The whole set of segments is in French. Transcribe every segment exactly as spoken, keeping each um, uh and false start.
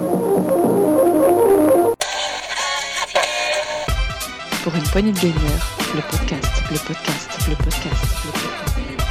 Pour une poignée de gamers, le podcast, le podcast, le podcast, le podcast.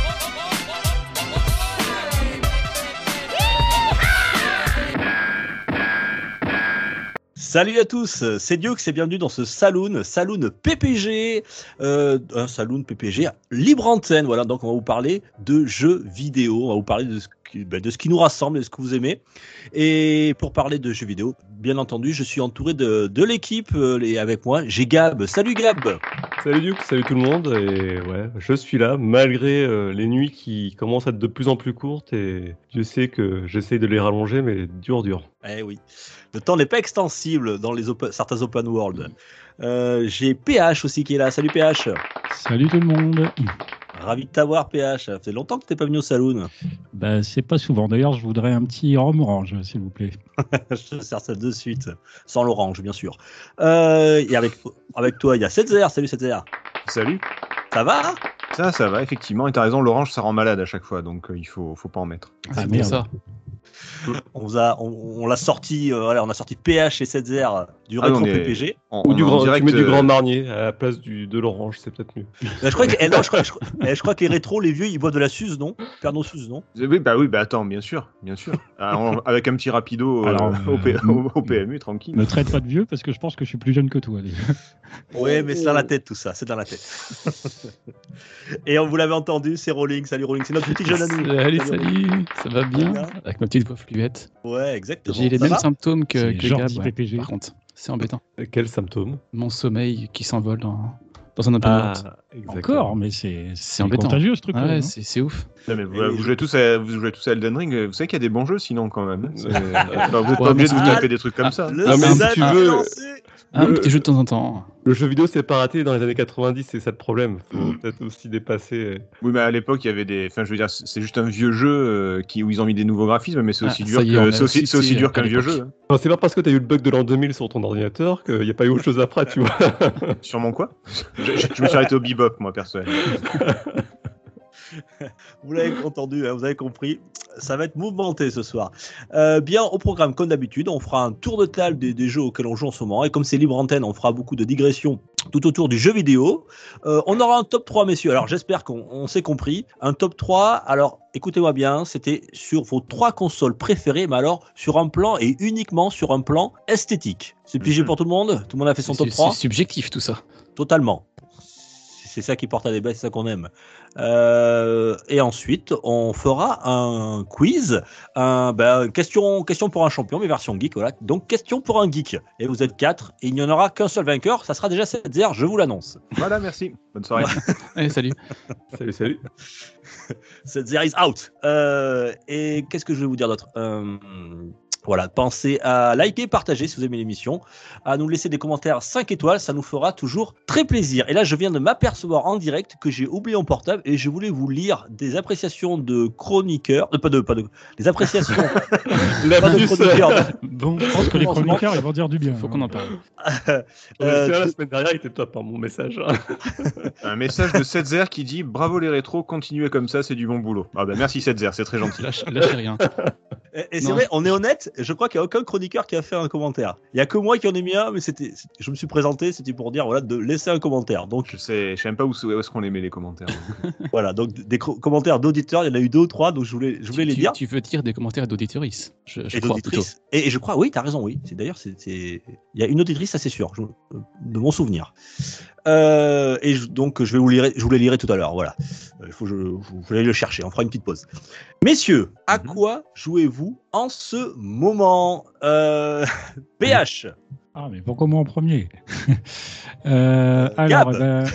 Salut à tous, c'est Dioux et bienvenue dans ce Saloon, Saloon P P G, euh, un Saloon P P G libre antenne. Voilà, donc on va vous parler de jeux vidéo, on va vous parler de ce qui, ben, de ce qui nous rassemble et de ce que vous aimez. Et pour parler de jeux vidéo, bien entendu, je suis entouré de, de l'équipe euh, et avec moi, j'ai Gab. Salut Gab. Salut Dioux, salut tout le monde. Et ouais, je suis là malgré euh, les nuits qui commencent à être de plus en plus courtes et je sais que j'essaie de les rallonger, mais dur, dur. Eh oui, le temps n'est pas extensible dans les open, certains open world. Euh, j'ai P H aussi qui est là. Salut P H. Salut tout le monde. Ravi de t'avoir P H. Ça fait longtemps que t'es pas venu au Saloon. Bah, c'est pas souvent. D'ailleurs, je voudrais un petit rhum orange, s'il vous plaît. Je te sers ça de suite. Sans l'orange, bien sûr. Euh, et avec, avec toi, il y a Setzer. Salut Setzer. Salut. Ça va ? Ça, ça va, effectivement. Et t'as raison, l'orange, ça rend malade à chaque fois. Donc, euh, il faut, faut pas en mettre. Ah, C'est merde. pour ça. On, vous a, on, on l'a sorti, euh, voilà, on a sorti P H et Setzer du Ah, rétro on est- P P G. En- Ou on du est en grand, direct, tu mets du euh, grand marnier à la place du, de l'orange, c'est peut-être mieux. Euh, je, crois que, eh, non, je, crois, je, crois- eh, je crois que les rétros, les vieux, ils boivent de la Suze, non ? Pernod Suze, non ? Oui, bah oui, bah attends, bien sûr, bien sûr. Ah, on- avec un petit rapido euh, Alors, au, P- euh, au- au P M U, tranquille. Ne traite pas de vieux parce que je pense que je suis plus jeune que toi. déjà. Oui, mais c'est dans la tête tout ça, c'est dans la tête. Et on vous l'avez entendu, c'est Rolling. Salut Rolling, c'est notre petit jeune à nous. Salut, Rolling. salut, ça va bien bien avec ma petite voix fluette. Ouais, exactement. J'ai les Ça mêmes va symptômes que, C'est que Jordi Gab, ouais. P P G. Par contre, c'est embêtant. Quels symptômes? Mon sommeil qui s'envole dans, dans un open world. exactement. Encore, mais c'est c'est embêtant. contagieux ce truc-là. Ouais, hein. c'est c'est ouf. Non, mais vous, Et vous je- jouez tous à, vous jouez tous à Elden Ring. Vous savez qu'il y a des bons jeux sinon, quand même. C'est- Enfin, vous n'êtes Ouais, pas obligé de mais vous ah, taper des trucs comme ça. Le Non, mais si Saloon tu est veux- lancé. Un Le- petit jeu de temps en temps. Le jeu vidéo s'est pas raté dans les années quatre-vingt-dix, c'est ça le problème. Faut Mm. peut-être aussi dépasser. Oui, mais à l'époque, il y avait des. Enfin, je veux dire, c'est juste un vieux jeu euh, qui... où ils ont mis des nouveaux graphismes, mais c'est Ah, aussi ça dur y est, on que- a c'est aussi, cité, c'est aussi dur euh, qu'un à vieux l'époque. jeu. hein. Non, c'est pas parce que t'as eu le bug de l'an deux mille sur ton ordinateur qu'il n'y a pas eu autre chose après, tu vois. Sûrement quoi je, je- je me suis arrêté au bebop, moi, personnellement. Vous l'avez entendu, hein, vous avez compris, ça va être mouvementé ce soir. Euh, bien, au programme, comme d'habitude, on fera un tour de table des, des jeux auxquels on joue en ce moment. Et comme c'est libre antenne, on fera beaucoup de digressions tout autour du jeu vidéo. Euh, on aura un top trois, messieurs. Alors, j'espère qu'on on s'est compris. Un top trois, alors, écoutez-moi bien, c'était sur vos trois consoles préférées, mais alors sur un plan et uniquement sur un plan esthétique. C'est pigé Mhm. pour tout le monde ? Tout le monde a fait son C'est top trois ? c'est subjectif tout ça. Totalement. C'est ça qui porte à débat, c'est ça qu'on aime. Euh, et ensuite, on fera un quiz, un, ben, question, question pour un champion, mais version geek, voilà. Donc, question pour un geek. Et vous êtes quatre, et il n'y en aura qu'un seul vainqueur, ça sera déjà Setzer, je vous l'annonce. Voilà, merci. Bonne soirée. Allez, salut. Salut, salut. Setzer is out. Euh, et qu'est-ce que je vais vous dire d'autre ? Euh, Voilà, pensez à liker, partager si vous aimez l'émission, à nous laisser des commentaires cinq étoiles, ça nous fera toujours très plaisir. Et là, je viens de m'apercevoir en direct que j'ai oublié mon portable et je voulais vous lire des appréciations de chroniqueurs, euh, pas de, pas de, des appréciations, La pas de plus, chroniqueurs. Bon, Je pense que les chroniqueurs ils vont dire du bien. faut qu'on en parle. Euh, euh, la semaine dernière, il était top, hein, mon message. Un message de Setzer qui dit bravo les rétros, continuez comme ça, c'est du bon boulot. Ah bah merci Setzer, c'est très gentil. Lâche, lâchez rien. Et, et c'est Non. vrai, on est honnête, je crois qu'il n'y a aucun chroniqueur qui a fait un commentaire. Il n'y a que moi qui en ai mis un, mais c'était, je me suis présenté, c'était pour dire voilà, de laisser un commentaire. Donc Je sais, je sais même pas où, où est-ce qu'on les met les commentaires. donc. voilà, donc des cro- commentaires d'auditeurs, il y en a eu deux ou trois, donc je voulais, je voulais tu, les tu- dire. Tu veux dire des commentaires d'auditeuristes Je, je Et crois plutôt. d'auditrices. Et, et je crois, oui, t'as raison, oui. C'est d'ailleurs, c'est, c'est- il y a une auditrice, ça c'est sûr, je- de mon souvenir. Euh, et je- donc, je vais vous lire, je vous les lirai tout à l'heure. Voilà. Il faut que je, je vais aller le chercher. On fera une petite pause. Messieurs, à Mhm. quoi jouez-vous en ce moment euh, P H. Ah, mais pourquoi moi en premier euh, Alors, Gab. ben...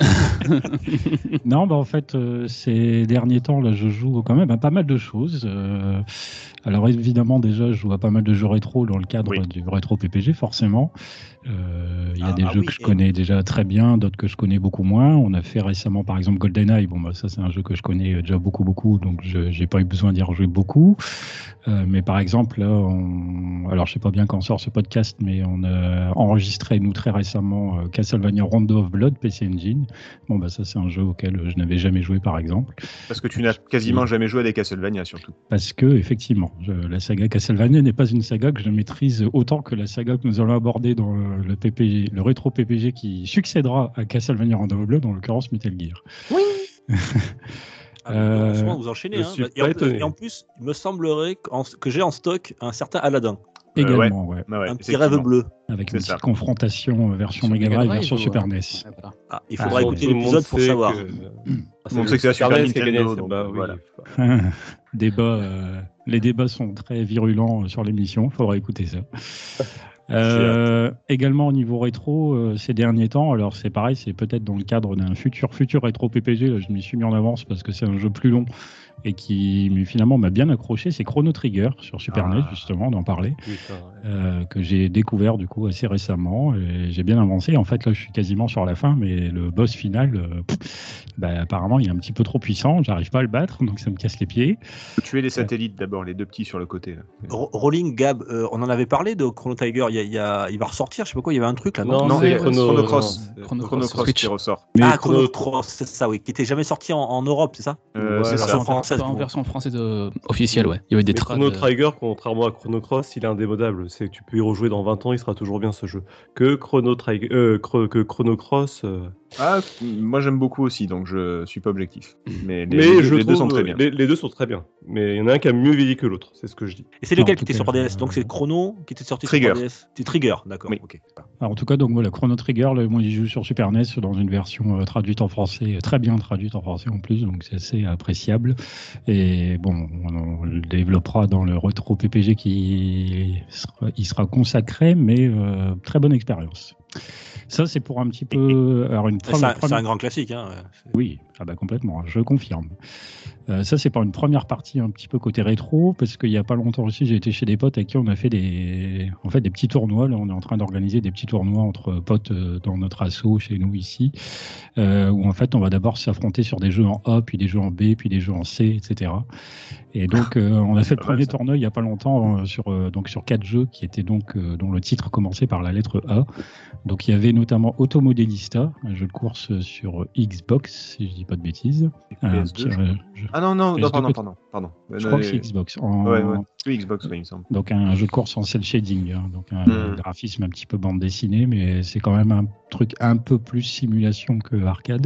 non, bah en fait, euh, ces derniers temps, là, je joue quand même à pas mal de choses. Euh, alors, évidemment, déjà, je joue à pas mal de jeux rétro dans le cadre Oui. du rétro P P G, forcément. Euh, Il y a Ah, des ah jeux oui, que je et- connais déjà très bien, d'autres que je connais beaucoup moins. On a fait récemment, par exemple, GoldenEye. Bon, bah, ça, c'est un jeu que je connais déjà beaucoup, beaucoup, donc je n'ai pas eu besoin d'y rejouer beaucoup. Euh, mais par exemple, là, on, on, alors je sais pas bien quand sort ce podcast, mais on a enregistré nous très récemment euh, Castlevania Rondo of Blood P C Engine. Bon bah ça c'est un jeu auquel je n'avais jamais joué par exemple. Parce que tu n'as quasiment jamais joué à des Castlevania surtout. Parce que effectivement, je, la saga Castlevania n'est pas une saga que je maîtrise autant que la saga que nous allons aborder dans le, le P P G, le rétro P P G qui succédera à Castlevania Rondo of Blood, en l'occurrence Metal Gear. Oui. Ah, Euh, franchement, vous enchaînez. je Hein. suis Et, pas en, étonné. et en plus, il me semblerait qu'en- que j'ai en stock un certain Aladdin, Également, ouais. Ah ouais, un petit rêve bleu. Avec C'est une ça. petite confrontation euh, version Sur Mega Mega Drive, Drive version ou, Super euh, N E S. Ouais, voilà. Ah, il Ah, faudra tout écouter le monde l'épisode pour sait savoir. que- Ah, Tout le monde sait que c'est la Super Super N E S qui a Nintendo, gagné, donc, bah oui. voilà. Débat, euh, les débats sont très virulents euh, sur l'émission, il faudra écouter ça. Euh, également au niveau rétro, euh, ces derniers temps, alors c'est pareil, c'est peut-être dans le cadre d'un futur futur rétro P P G, là, je m'y suis mis en avance parce que c'est un jeu plus long et qui mais finalement m'a bien accroché, c'est Chrono Trigger sur Super Ah. N E S justement, d'en parler, Putain, ouais. euh, que j'ai découvert du coup assez récemment et j'ai bien avancé. En fait là je suis quasiment sur la fin, mais le boss final, euh, pff, bah, apparemment il est un petit peu trop puissant, j'arrive pas à le battre, donc ça me casse les pieds. Faut tuer les satellites d'abord, les deux petits sur le côté. Là. Ro- Rolling Gab, euh, on en avait parlé de Chrono Tiger. Il, y a, il, y a- il va ressortir, je sais pas quoi. Il y avait un truc là. Non, Non, Non, c'est c'est Chrono, Chrono Cross. non, c'est- Chrono Chrono Cross Cross Switch. qui ressort. Mais ah, Chrono- Chrono Cross, c'est ça, oui, qui était jamais sorti en, en Europe, c'est ça Euh, Ouais, c'est la ça. version Pas française. en bon. version française euh, officielle, ouais. Il y avait des Mais trades. Chrono euh, Trigger, contrairement à Chrono Cross, il est indémodable. C'est tu peux y rejouer dans vingt ans, il sera toujours bien ce jeu. Que Chrono Trigger, euh, Chro- que Chrono Cross. euh, Ah, moi j'aime beaucoup aussi, donc je suis pas objectif. Mais les, Mais les- je les deux trouve, sont très bien. Les, les deux sont très bien. Mais il y en a un qui a mieux vieilli que l'autre, c'est ce que je dis. Et c'est Non, lequel en qui tout était sur cas, D S Donc euh, c'est Chrono qui était sorti Trigger. sur D S. C'est Trigger, d'accord. Oui. ok. Alors, en tout cas, donc voilà, Chrono Trigger, là, moi, j'y joue sur Super N E S dans une version euh, traduite en français, euh, très bien traduite en français en plus, donc c'est assez appréciable. Et bon, on, on le développera dans le rétro P P G qui sera, il sera consacré, mais euh, très bonne expérience. Ça, c'est pour un petit peu. Alors, une C'est première- un, c'est un grand classique. Hein. ouais. C'est- Oui, ah bah complètement, je confirme. Euh, ça, c'est pour une première partie un petit peu côté rétro, parce qu'il n'y a pas longtemps aussi, j'ai été chez des potes avec qui on a fait des, en fait, des petits tournois. Là, on est en train d'organiser des petits tournois entre potes euh, dans notre asso chez nous ici, euh, où en fait, on va d'abord s'affronter sur des jeux en A, puis des jeux en B, puis des jeux en C, et cetera. Et donc, euh, on a fait le pas mal, premier ça. tournoi il n'y a pas longtemps euh, sur, euh, donc sur quatre jeux qui étaient donc, euh, dont le titre commençait par la lettre A. Donc, il y avait notamment Automodelista, un jeu de course sur Xbox, si je dis pas de bêtises. Un P S petit, deux, je euh, jeu- Ah non, non, P S non deux, pardon, peut- pardon, pardon. je Euh, crois que euh, c'est Xbox. En- Ouais, ouais. Oui, Xbox, oui, il me semble. Donc un jeu de course en cel shading, hein, donc un Mm. graphisme un petit peu bande dessinée, mais c'est quand même un truc un peu plus simulation que arcade,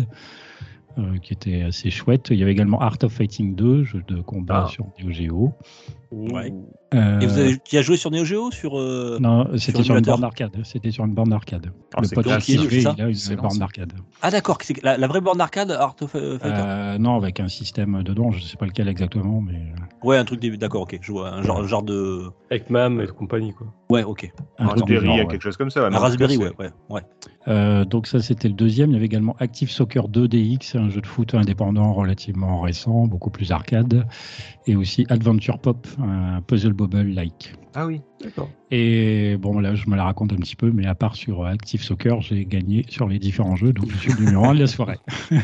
euh, qui était assez chouette. Il y avait également Art of Fighting deux, jeu de combat Ah. sur Neo Geo. Ouais. Euh, Et vous avez qui a joué sur Neo Geo sur euh, Non, c'était sur, une émulateur. borne d'arcade. C'était sur une borne d'arcade. Ah, Le c'est pote classe, qui c'est fait, ça il a une Excellent, borne ça. d'arcade. Ah d'accord, c'est la, la vraie borne d'arcade Art of euh, Fighter. Euh, non, avec un système dedans, je ne sais pas lequel exactement, mais Ouais, un truc début. D'accord, ok. Je vois un genre, un genre de. Avec Mam et compagnie, quoi. Ouais, ok. un Un truc du Raspberry, genre, ouais. quelque chose comme ça. ouais, Un mais en tout cas, Raspberry, c'est- ouais, ouais, ouais. Euh, donc ça c'était le deuxième. Il y avait également Active Soccer deux D X, un jeu de foot indépendant relativement récent, beaucoup plus arcade, et aussi Adventure Pop, un puzzle bobble-like. Ah oui. D'accord. Et bon là je me la raconte un petit peu, mais à part sur Active Soccer, j'ai gagné sur les différents jeux, donc je suis le numéro un de la soirée.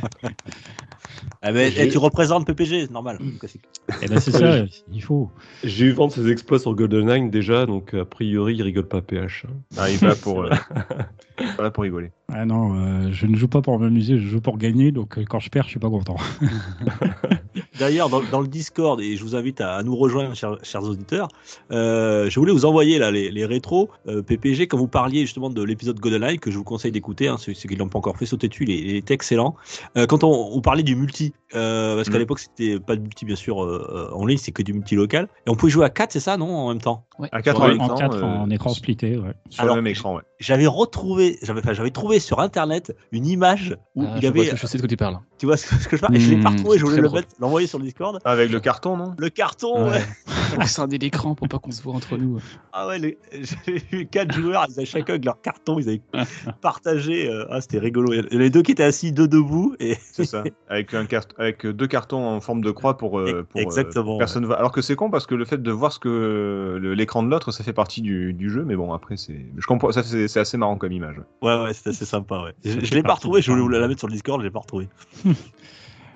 Ah, mais, J'ai- eh, tu représentes P P G, normal. classique. Et ben c'est ça, il faut. J'ai eu vent de ses exploits sur GoldenEye déjà, donc a priori, il rigole pas P H. Ah, il est pas pour, euh, pas là pour rigoler. Ah non, euh, je ne joue pas pour m'amuser, je joue pour gagner, donc euh, quand je perds, je suis pas content. D'ailleurs, dans, dans le Discord, et je vous invite à, à nous rejoindre, chers, chers auditeurs, euh, je voulais vous envoyer là, les, les rétros euh, P P G quand vous parliez justement de l'épisode GoldenEye, que je vous conseille d'écouter, hein, ceux, ceux qui ne l'ont pas encore fait, sautez dessus, il est, il est excellent. Euh, quand on, on parlait du multi, euh, parce qu'à Mm. l'époque, c'était pas de multi bien sûr euh, en ligne, c'est que du multi local, et on pouvait jouer à quatre, c'est ça, non, en même temps? Ouais. À quatre Sur en le- même en temps, quatre, euh, en écran splitté, ouais. Sur Alors, le même écran, ouais. J'avais retrouvé, j'avais, enfin, j'avais trouvé sur internet une image où Ah, il je, avait, vois, je sais de quoi tu parles. tu vois ce que, ce que je parle, et je l'ai pas Mm, retrouvé, je c'est voulais très le drôle. mettre, l'envoyer sur le Discord. Avec le carton, non? Le carton, ouais. On scindait l'écran pour pas qu'on se voit entre nous. Ah ouais, les- j'avais vu quatre joueurs, ils avaient chacun avec leur carton, ils avaient partagé. euh, ah, c'était rigolo. Il y en a les deux qui étaient assis, deux debout. Et... C'est ça. Avec, un cart- avec deux cartons en forme de croix pour. euh, pour euh, Exactement, personne va... Alors que c'est con parce que le fait de voir ce que le- l'écran de l'autre, ça fait partie du, du jeu, mais bon, après, c'est. Je comprends, ça, c'est c'est assez marrant comme image. Ouais, ouais, c'était assez sympa. Ouais. Je, Ça je fait l'ai pas partie retrouvé, du je voulais vous charme. la mettre sur le Discord, je l'ai pas retrouvé.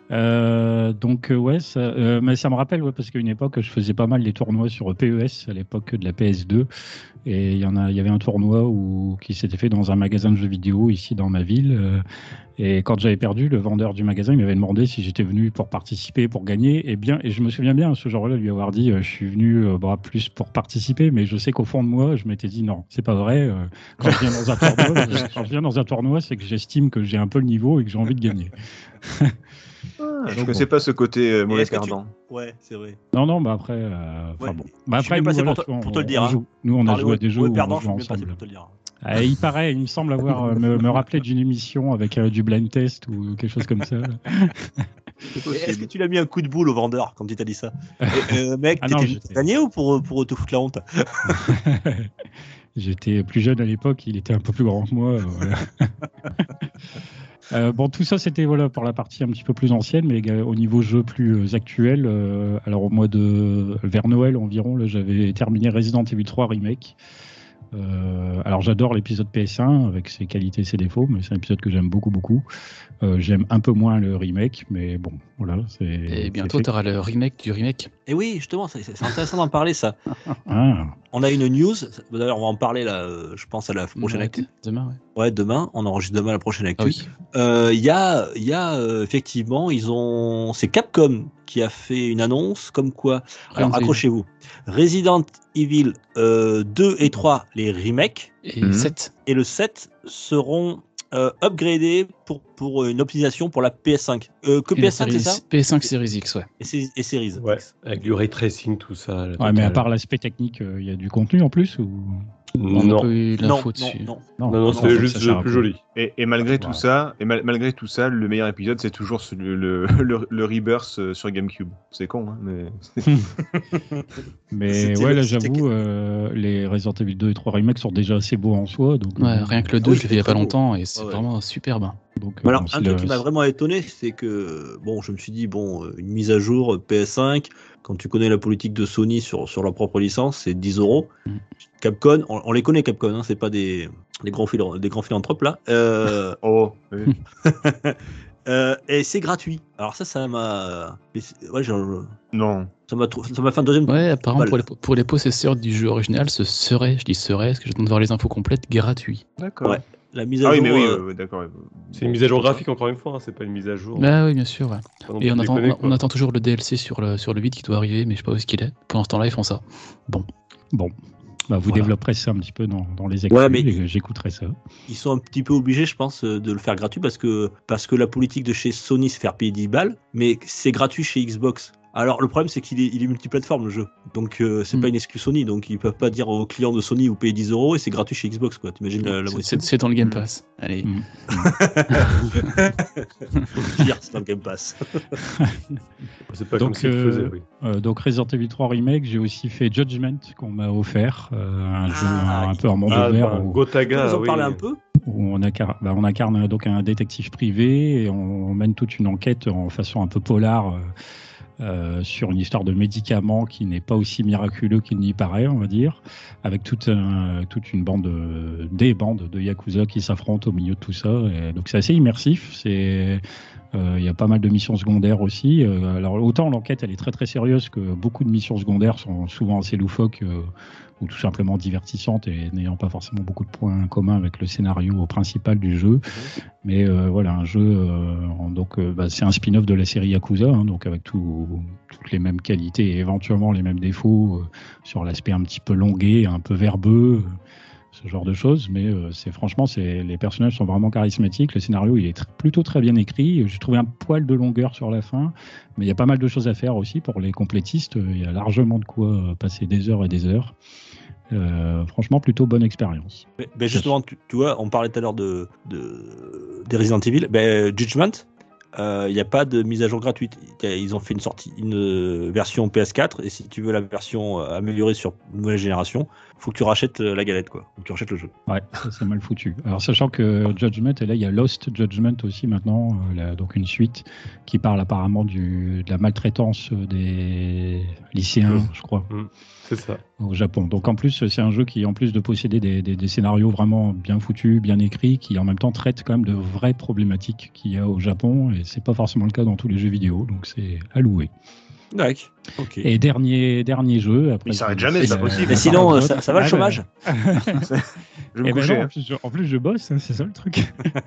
Euh, donc euh, ouais, ça, euh, mais ça me rappelle ouais, parce qu'à une époque, je faisais pas mal les tournois sur P E S à l'époque de la P S deux, et il y en a, il y avait un tournoi où, qui s'était fait dans un magasin de jeux vidéo ici dans ma ville. Euh, et quand j'avais perdu, le vendeur du magasin il m'avait demandé si j'étais venu pour participer, pour gagner. Et bien, et je me souviens bien ce jour-là lui avoir dit, euh, je suis venu euh, bah, plus pour participer, mais je sais qu'au fond de moi, je m'étais dit non, c'est pas vrai. Euh, quand je viens dans un tournoi, quand je viens dans un tournoi, c'est que j'estime que j'ai un peu le niveau et que j'ai envie de gagner. Ah, je Donc, connaissais bon. pas ce côté euh, Et mauvais est-ce que tu- perdant. Ouais, c'est vrai. Non, non, bah après, euh, enfin Ouais, bon. je Bah suis après, bien nous, placé voilà, pour te- tu vois, pour te le on- dire, on hein. joue. Nous, on a Parler joué au- à des jeux au où on perdant, joue je suis bien placé ensemble. pour te le dire. Ah, il paraît, il me semble avoir euh, me, me rappeler d'une émission avec euh, du blind test ou quelque chose comme ça. C'est Et Est-ce que possible. tu l'as mis un coup de boule au vendeur quand il t'a dit ça? Et, euh, Mec, Ah non, t'étais j'étais- gagné ou pour, pour te foutre la honte? J'étais plus jeune à l'époque, il était un peu plus grand que moi. euh, voilà. Euh, bon, tout ça, c'était voilà, pour la partie un petit peu plus ancienne, mais euh, au niveau jeu plus actuel, euh, alors au mois de vers Noël environ, là, j'avais terminé Resident Evil trois Remake. Euh, alors j'adore l'épisode P S un avec ses qualités et ses défauts, mais c'est un épisode que j'aime beaucoup beaucoup. Euh, j'aime un peu moins le remake, mais bon, voilà. C'est, Et bientôt, c'est fait. tu auras le remake du remake. Et oui, justement, c'est c'est intéressant d'en parler, ça. Ah, On a une news, d'ailleurs, on va en parler là, euh, je pense à la prochaine Ouais, actu. Demain, ouais. Ouais, demain, on enregistre demain la prochaine actu. Ah oui. Euh, Il y a, il y a euh, effectivement, ils ont, c'est Capcom qui a fait une annonce comme quoi. Alors Resident Evil. accrochez-vous. Resident Evil euh, deux et trois, les remakes, Et Mhm. sept. et le sept seront euh, upgradés pour, pour une optimisation pour la P S cinq. Euh, que Et la P S cinq, c'est série- ça? P S cinq Series X, ouais. Et, sé- et Series. Ouais, avec du ray tracing, tout ça. la ouais, totale. mais à part l'aspect technique, il y a du contenu en plus ou... On n'a Non. pas eu Non, l'info non, dessus. non. Non, non, ça, c'est ça juste sert un plus peu. joli. Et, et malgré Ouais. tout ça, et mal- malgré tout ça, le meilleur épisode, c'est toujours ce- le, le, le, le Rebirth euh, sur GameCube. C'est con, hein, mais Mais C'était ouais, le- là, c'était- j'avoue, euh, les Resident Evil deux et trois remakes sont déjà assez beaux en soi. Donc, Ouais, euh, rien que le Ah deux, oui, je l'ai fait il y a c'était pas très beau. longtemps et c'est Ouais, ouais. vraiment superbe. donc, Mais euh, alors, bon, un c'est truc le- qui m'a vraiment étonné, c'est que, bon, je me suis dit, bon, euh, une mise à jour euh, P S cinq, quand tu connais la politique de Sony sur, sur leur propre licence, c'est dix euros. Mm. Capcom, on, on les connaît, Capcom, hein, c'est pas des, des, grands philo- des grands philanthropes, là. Euh, oh, oui. euh, et c'est gratuit. Alors ça, ça m'a... Ouais, genre, non. ça m'a trou- ça m'a fait un deuxième... Ouais, apparemment, Balle. pour les, pour les possesseurs du jeu original, ce serait, je dis serait, parce que j'attends de voir les infos complètes, gratuit. D'accord. Ouais. La mise à Ah oui, jour... mais oui, euh, ouais, ouais, d'accord. ouais. C'est une mise à jour graphique, encore une fois, hein, c'est pas une mise à jour. Bah oui, bien sûr, ouais. Pas non Et plus on attend, déconner, on, quoi. on attend toujours le D L C sur le, sur le huit qui doit arriver, mais je sais pas où est-ce qu'il est. Pendant ce temps-là, ils font ça. Bon, bah, vous Voilà. développerez ça un petit peu dans, dans les actus Ouais, mais- et j'écouterai ça. Ils sont un petit peu obligés, je pense, euh, de le faire gratuit parce que, parce que la politique de chez Sony, c'est faire payer dix balles, mais c'est gratuit chez Xbox. Alors, le problème, c'est qu'il est, il est multiplateforme, le jeu. Donc, euh, c'est Mm. pas une excuse Sony. Donc, ils peuvent pas dire aux clients de Sony, vous payez dix euros et c'est gratuit chez Xbox, quoi. T'imagines la, la C'est- moitié. C'est c'est dans le Game Mm. Pass. Allez. Mm. Faut le dire, c'est dans le Game Pass. C'est pas Donc, comme s'ils le euh, faisaient, oui. Euh, donc Resident Evil trois Remake, j'ai aussi fait Judgment qu'on m'a offert, euh, un jeu Ah, un, un peu en monde Ah, ouvert bah, où, Tu Gotaga, peux nous en oui. parler un peu? où on, incarne, bah, on incarne donc un détective privé et on mène toute une enquête en façon un peu polar euh, euh, sur une histoire de médicaments qui n'est pas aussi miraculeux qu'il n'y paraît, on va dire, avec toute, un, toute une bande, de, des bandes de Yakuza qui s'affrontent au milieu de tout ça. Et donc c'est assez immersif, c'est... Il y a pas mal de missions secondaires aussi. Euh, alors autant l'enquête elle est très très sérieuse que beaucoup de missions secondaires sont souvent assez loufoques euh, ou tout simplement divertissantes et n'ayant pas forcément beaucoup de points communs avec le scénario principal du jeu. Mais euh, voilà, un jeu, euh, en- donc euh, bah, c'est un spin-off de la série Yakuza, hein, donc avec tout, toutes les mêmes qualités et éventuellement les mêmes défauts euh, sur l'aspect un petit peu longué, un peu verbeux. euh, ce genre de choses, mais euh, c'est franchement, c'est les personnages sont vraiment charismatiques. Le scénario, il est tr- plutôt très bien écrit. J'ai trouvé un poil de longueur sur la fin, mais il y a pas mal de choses à faire aussi pour les complétistes. Il y a largement de quoi euh, passer des heures et des heures. Euh, franchement, plutôt bonne expérience. Mais, ben justement, tu, tu vois, on parlait tout à l'heure de, de, des Resident Evil. Ben, Judgment, il n'y a pas de mise à jour gratuite. Y a- Ils ont fait une sortie, une euh, version P S quatre, et si tu veux la version euh, améliorée sur nouvelle génération, faut que tu rachètes euh, la galette, quoi. Faut que tu rachètes le jeu. Ouais, ça c'est mal foutu. Alors sachant que Judgment, et là il y a Lost Judgment aussi maintenant, euh, là, donc une suite qui parle apparemment du, de la maltraitance des lycéens, Mmh. je crois. Mmh. C'est ça. Au Japon. Donc en plus, c'est un jeu qui, en plus de posséder des, des, des scénarios vraiment bien foutus, bien écrits, qui en même temps traite quand même de vraies problématiques qu'il y a au Japon, et c'est pas forcément le cas dans tous les jeux vidéo, donc c'est à louer. D'accord. Ok. Et dernier, dernier jeu. Après, Il s'arrête c'est- jamais, c'est c'est pas la- possible. Mais sinon, ça, ça va le chômage? Je vais Eh me ben coucher. non, en, hein. plus, je, en plus, je bosse, hein, c'est ça le truc.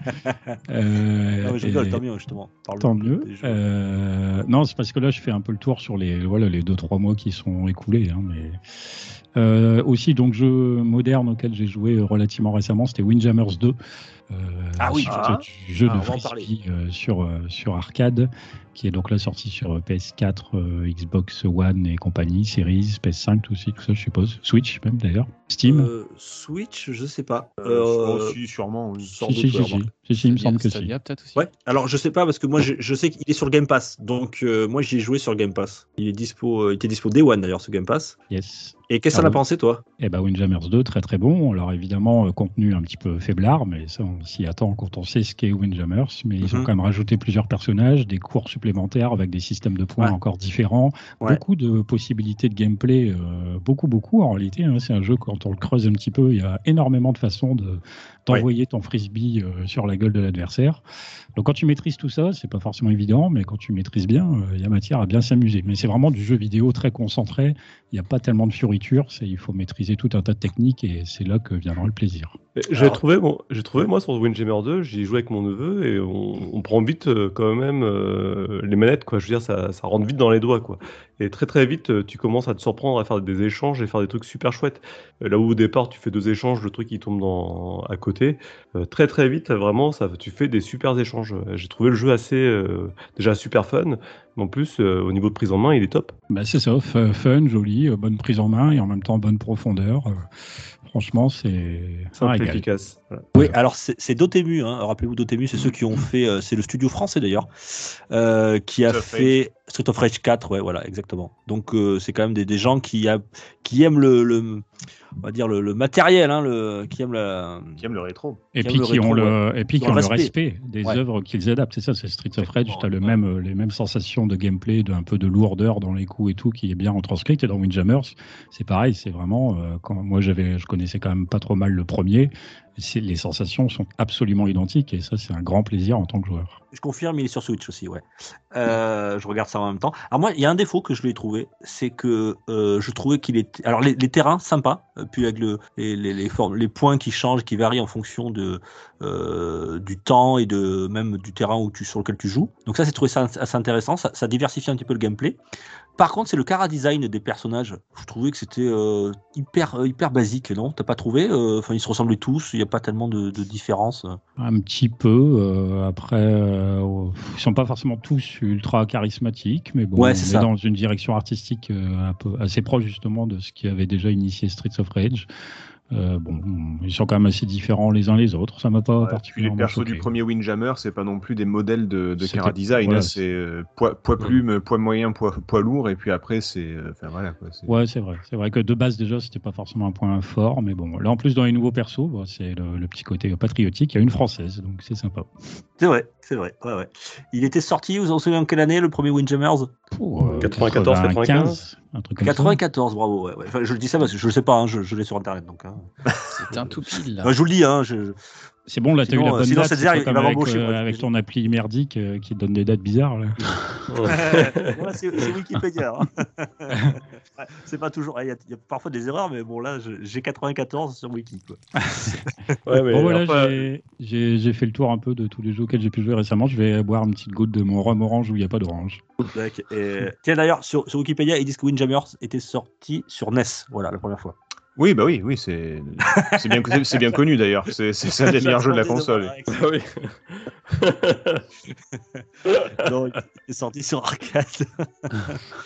Euh, Non, mais je et- rigole, tant mieux, justement. Parle Tant de- mieux. des jeux. Euh, non, c'est parce que là, je fais un peu le tour sur les voilà les deux trois mois qui sont écoulés. Hein, mais euh, aussi, donc jeu moderne auquel j'ai joué relativement récemment, c'était Windjammers deux. Euh, Ah oui. suite Ah. du jeu Ah, de on va en frisbee euh, sur euh, sur arcade, qui est donc là sorti sur euh, P S quatre, euh, Xbox One et compagnie, Series, P S cinq aussi, tout ça, je suppose, Switch même d'ailleurs, Steam. Euh, Switch, je sais pas. Euh, Euh, oh, si, sûrement. oui. sans si, doute, si, si, ouais, si, remarque. si, si, il me semble que si. Stadia, peut-être aussi. Ouais, alors je sais pas parce que moi je, je sais qu'il est sur Game Pass, donc euh, moi j'y ai joué sur Game Pass. Il est dispo, euh, il était dispo Day One d'ailleurs ce Game Pass. Yes. Et qu'est-ce que Ah t'en as oui. pensé toi? Eh ben Windjammers deux, très très bon. Alors évidemment, euh, contenu un petit peu faiblard, mais ça on s'y attend quand on sait ce qu'est Windjammers. Mais ils ont Mhm. quand même rajouté plusieurs personnages, des cours supplémentaires avec des systèmes de points Ouais. encore différents, Ouais. beaucoup de possibilités de gameplay, euh, beaucoup beaucoup en réalité. Hein. C'est un jeu, quand on le creuse un petit peu, il y a énormément de façons de d'envoyer ton frisbee euh, sur la gueule de l'adversaire. Donc quand tu maîtrises tout ça, c'est pas forcément évident, mais quand tu maîtrises bien, euh, il y a matière à bien s'amuser. Mais c'est vraiment du jeu vidéo très concentré. Il n'y a pas tellement de fioritures. C'est, il faut maîtriser tout un tas de techniques et c'est là que viendra le plaisir. Et J'ai Alors- trouvé, bon, j'ai trouvé moi sur Windjammer deux, j'y ai joué avec mon neveu et on, on prend vite euh, quand même euh, les manettes, quoi. Je veux dire, ça, ça rentre vite dans les doigts, quoi. Et très très vite, euh, tu commences à te surprendre à faire des échanges et faire des trucs super chouettes. Euh, Là où au départ, tu fais deux échanges, le truc il tombe dans, à côté. Euh, très très vite, vraiment, ça, tu fais des super échanges. Euh, J'ai trouvé le jeu assez euh, déjà super fun, mais en plus euh, au niveau de prise en main, il est top. Bah, c'est ça, f- fun, joli, euh, bonne prise en main et en même temps bonne profondeur. Euh, franchement, c'est un Simple et régal. efficace. Voilà. Oui, alors c'est c'est Dotemu, hein. Rappelez-vous Dotemu, c'est ceux qui ont fait, euh, c'est le studio français d'ailleurs, euh, qui a Street of fait Street of Rage quatre, ouais, voilà, exactement. Donc euh, c'est quand même des, des gens qui, a, qui aiment le, le, on va dire le, le matériel, hein, le, qui aiment la. Qui aime le rétro. Et Qui puis aiment le qui ont rétro, le, et puis Qui qui ont ont le le respect. respect des Ouais. œuvres qu'ils adaptent. C'est ça, c'est Streets of Rage. Tu as le Ouais. même, les mêmes sensations de gameplay, de un peu de lourdeur dans les coups et tout, qui est bien retranscrite. Et dans Windjammers, c'est pareil. C'est vraiment, euh, quand moi j'avais, je connaissais quand même pas trop mal le premier. C'est, les sensations sont absolument identiques et ça, c'est un grand plaisir en tant que joueur. Je confirme, il est sur Switch aussi, ouais. Euh, je regarde ça en même temps. Alors moi, il y a un défaut que je lui ai trouvé, c'est que euh, je trouvais qu'il était. Alors les, les terrains, sympa, euh, puis avec le, les, les, les, formes, les points qui changent, qui varient en fonction de euh, du temps et de même du terrain où tu, sur lequel tu joues. Donc ça, c'est trouvé ça assez intéressant. Ça, ça diversifie un petit peu le gameplay. Par contre, c'est le chara design des personnages. Je trouvais que c'était euh, hyper euh, hyper basique, non? T'as pas trouvé? Enfin, ils se ressemblaient tous. Il n'y a pas tellement de, de différence. Un petit peu. euh, après, euh, ils sont pas forcément tous ultra charismatiques, mais bon, Ouais, on c'est est ça. dans une direction artistique euh, un peu assez proche justement de ce qui avait déjà initié Streets of Rage. Euh, bon, ils sont quand même assez différents les uns les autres. Ça m'a pas Ouais, puis les particulièrement persos choqué. du premier Windjammer, c'est pas non plus des modèles de, de C'était- Chara Design. voilà, hein, c'est euh, poids, poids plume, poids moyen, poids, poids lourd, et puis après, c'est. euh, Enfin voilà. Quoi, c'est- Ouais, c'est vrai. C'est vrai que de base déjà, c'était pas forcément un point fort, mais bon, là en plus dans les nouveaux persos, bon, c'est le, le petit côté patriotique. Il y a une française, donc c'est sympa. C'est vrai, c'est vrai. Ouais, ouais. Il était sorti, vous vous souvenez en quelle année, le premier Windjammers? Pour, euh, quatre-vingt-quatorze, quatre-vingt-quinze, un truc comme ça. quatre-vingt-quatorze, bravo. Ouais, ouais. Enfin, je le dis ça parce que je le sais pas, hein, je, je l'ai sur internet. Donc, hein. C'est un tout pile, là. Enfin, je vous le dis, hein, je, je- C'est bon, là, t'as eu Sinon, la euh, bonne sinon, date. cette c'est zère, pas il comme va avec, m'embaucher, euh, moi, avec je- ton appli merdique euh, qui te donne des dates bizarres. Là. Ouais, c'est c'est Wikipédia. Hein. Ouais, c'est pas toujours. Il y, a- il y a parfois des erreurs, mais bon, là, je- j'ai quatre-vingt-quatorze sur Wiki. Quoi. Ouais, mais Bon, voilà, après, j'ai- j'ai j'ai fait le tour un peu de tous les jeux auxquels j'ai pu jouer récemment. Je vais boire une petite goutte de mon rhum orange où il n'y a pas d'orange. Donc, et- Tiens, d'ailleurs, sur, sur Wikipédia, ils disent que Windjammers était sorti sur N E S. Voilà, la première fois. Oui, bah oui, oui, c'est c'est bien, c'est- c'est bien connu d'ailleurs. C'est c'est c'est un des meilleurs jeux de la console. ah oui. Donc, il est sorti sur arcade.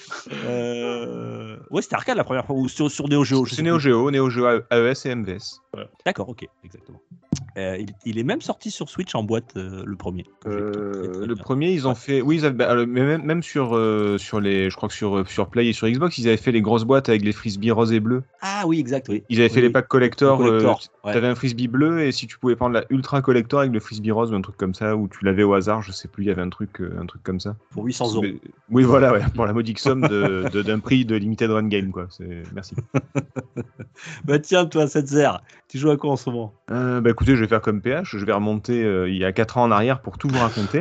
euh... Ouais, c'était arcade la première fois, ou sur, sur Neo Geo. je C'est sais Neo plus. Geo, Neo Geo A E S et M V S. D'accord, ok, exactement. Euh, il, il est même sorti sur Switch en boîte, euh, le premier. Euh, le premier, ils ont ouais. fait. Oui, ils avaient... bah, mais même, même sur, euh, sur les. Je crois que sur, sur Play et sur Xbox, ils avaient fait les grosses boîtes avec les frisbees roses et bleus. Ah oui, exact, oui. Ils avaient fait oui, les packs collector. collector euh, ouais. T'avais un frisbee bleu et si tu pouvais prendre la ultra collector avec le frisbee rose ou un truc comme ça, ou tu l'avais au hasard, je sais plus, il y avait un truc, euh, un truc comme ça. Pour huit cents euros. Mais... Oui, voilà, ouais, pour la modique somme de, de, d'un prix de Limited Run Game, quoi. C'est... Merci. Bah tiens, toi, Setzer, tu joues à quoi en ce moment? euh, Bah écoutez, je vais faire comme P H, je vais remonter euh, il y a quatre ans en arrière pour tout vous raconter.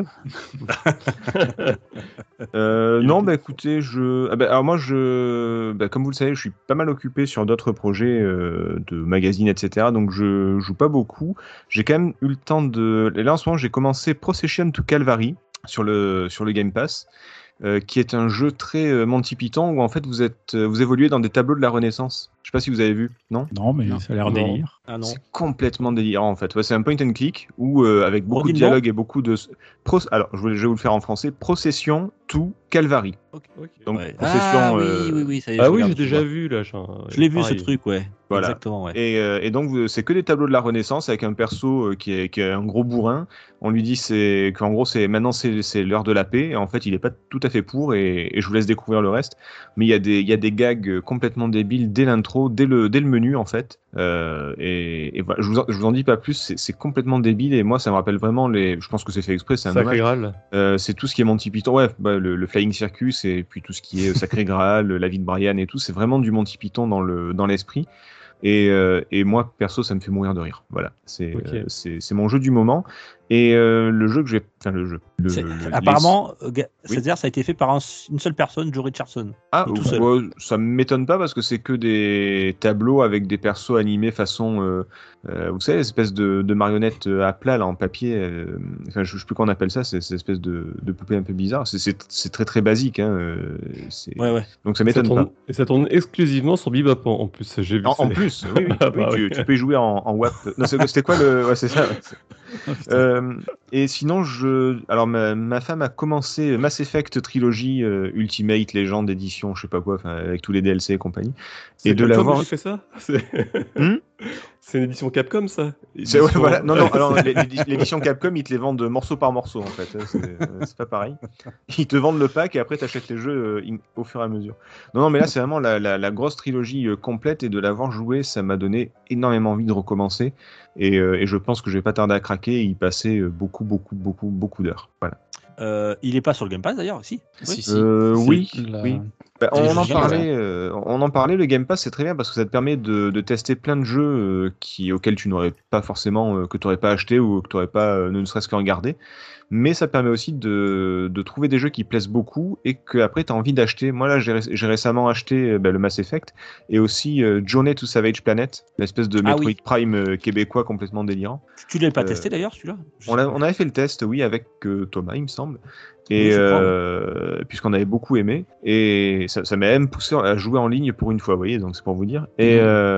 euh, non, bah écoutez, je. Ah, bah, alors moi, je. Bah, comme vous le savez, je suis pas mal occupé sur d'autres projets euh, de magazines, et cetera. Donc je joue pas beaucoup. J'ai quand même eu le temps de. Là en ce moment, j'ai commencé Procession to Calvary sur le, sur le Game Pass. Euh, qui est un jeu très euh, Monty Python où en fait vous êtes euh, vous évoluez dans des tableaux de la Renaissance. Je sais pas si vous avez vu, non? Non, mais non. Ça a l'air délire. Ah non. C'est complètement délirant en fait. Ouais, c'est un point and click où euh, avec beaucoup de dialogue et beaucoup de Pro... alors je vais, je vais vous le faire en français. Procession to Calvary. Okay, okay. Donc ouais. procession. Ah oui, euh... oui, oui, ça y est. Ah oui, j'ai déjà vois. vu là. Je, je l'ai vu pareil. Ce truc, ouais. Voilà. Exactement, ouais. Et, euh, et donc c'est que des tableaux de la Renaissance avec un perso euh, qui, est, qui est un gros bourrin. On lui dit c'est qu'en gros c'est maintenant c'est, c'est l'heure de la paix. Et en fait il est pas tout à fait pour et, et je vous laisse découvrir le reste. Mais il y a des il y a des gags complètement débiles dès l'intro, dès le dès le menu en fait. Euh, et, et voilà, je vous en, je vous en dis pas plus. C'est, c'est complètement débile et moi ça me rappelle vraiment les. Je pense que c'est fait exprès. C'est un Sacré Graal. Euh, c'est tout ce qui est Monty Python. Ouais, bah, le, le Flying Circus et puis tout ce qui est Sacré Graal, la vie de Brian et tout. C'est vraiment du Monty Python dans le dans l'esprit. Et, euh, et moi, perso, ça me fait mourir de rire. Voilà, c'est, okay. euh, c'est, c'est mon jeu du moment. Et euh, le jeu que j'ai... Enfin, le jeu... Le, c'est, le, apparemment, les... c'est-à-dire oui. ça a été fait par un, une seule personne, Joe Richardson. Ah, tout seul. Ouais, ça m'étonne pas parce que c'est que des tableaux avec des persos animés façon... Euh, euh, vous savez, espèce de, de marionnette à plat, là, en papier. Euh, enfin, je sais plus comment on appelle ça, c'est cette espèce de, de poupée un peu bizarre. C'est, c'est, c'est très, très basique. Hein, c'est... Ouais, ouais. Donc ça m'étonne ça tourne, pas. Et ça tourne exclusivement sur Bebop en, en plus. J'ai vu en, en plus, oui, oui. ah, bah, oui, oui. Tu, tu peux y jouer en, en W A P. Non, c'était quoi le... Ouais, c'est ça. Ouais. euh, et sinon, je, alors ma, ma femme a commencé Mass Effect trilogie euh, Ultimate Legend édition, je sais pas quoi, enfin avec tous les D L C et compagnie. C'est et de l'avoir. Qui fait ça c'est... Hmm c'est une édition Capcom, ça. C'est, ouais, voilà. Non, non. Alors l'édition Capcom, ils te les vendent morceau par morceau en fait. C'est, c'est pas pareil. Ils te vendent le pack et après t'achètes les jeux euh, au fur et à mesure. Non, non, mais là c'est vraiment la, la, la grosse trilogie euh, complète et de l'avoir joué, ça m'a donné énormément envie de recommencer. Et, euh, et je pense que je vais pas tarder à craquer et y passer beaucoup, beaucoup, beaucoup, beaucoup d'heures. Voilà. Euh, il est pas sur le Game Pass d'ailleurs aussi. Oui, si, si. Euh, si. oui, La... oui. Bah, on en parlait. Euh, on en parlait. Le Game Pass, c'est très bien parce que ça te permet de, de tester plein de jeux euh, qui auxquels tu n'aurais pas forcément euh, que tu n'aurais pas acheté ou que tu n'aurais pas euh, ne serait-ce que regardé. Mais ça te permet aussi de, de trouver des jeux qui plaisent beaucoup et que après tu as envie d'acheter. Moi là, j'ai, j'ai récemment acheté bah, le Mass Effect et aussi euh, Journey to Savage Planet, l'espèce de Metroid ah, oui. Prime euh, québécois complètement délirant. Tu l'avais pas euh, testé d'ailleurs celui-là? on, on avait fait le test, oui, avec euh, Thomas, il me semble. Et oui, euh, puisqu'on avait beaucoup aimé, et ça, ça m'a même poussé à jouer en ligne pour une fois, vous voyez, donc c'est pour vous dire. Et, mmh.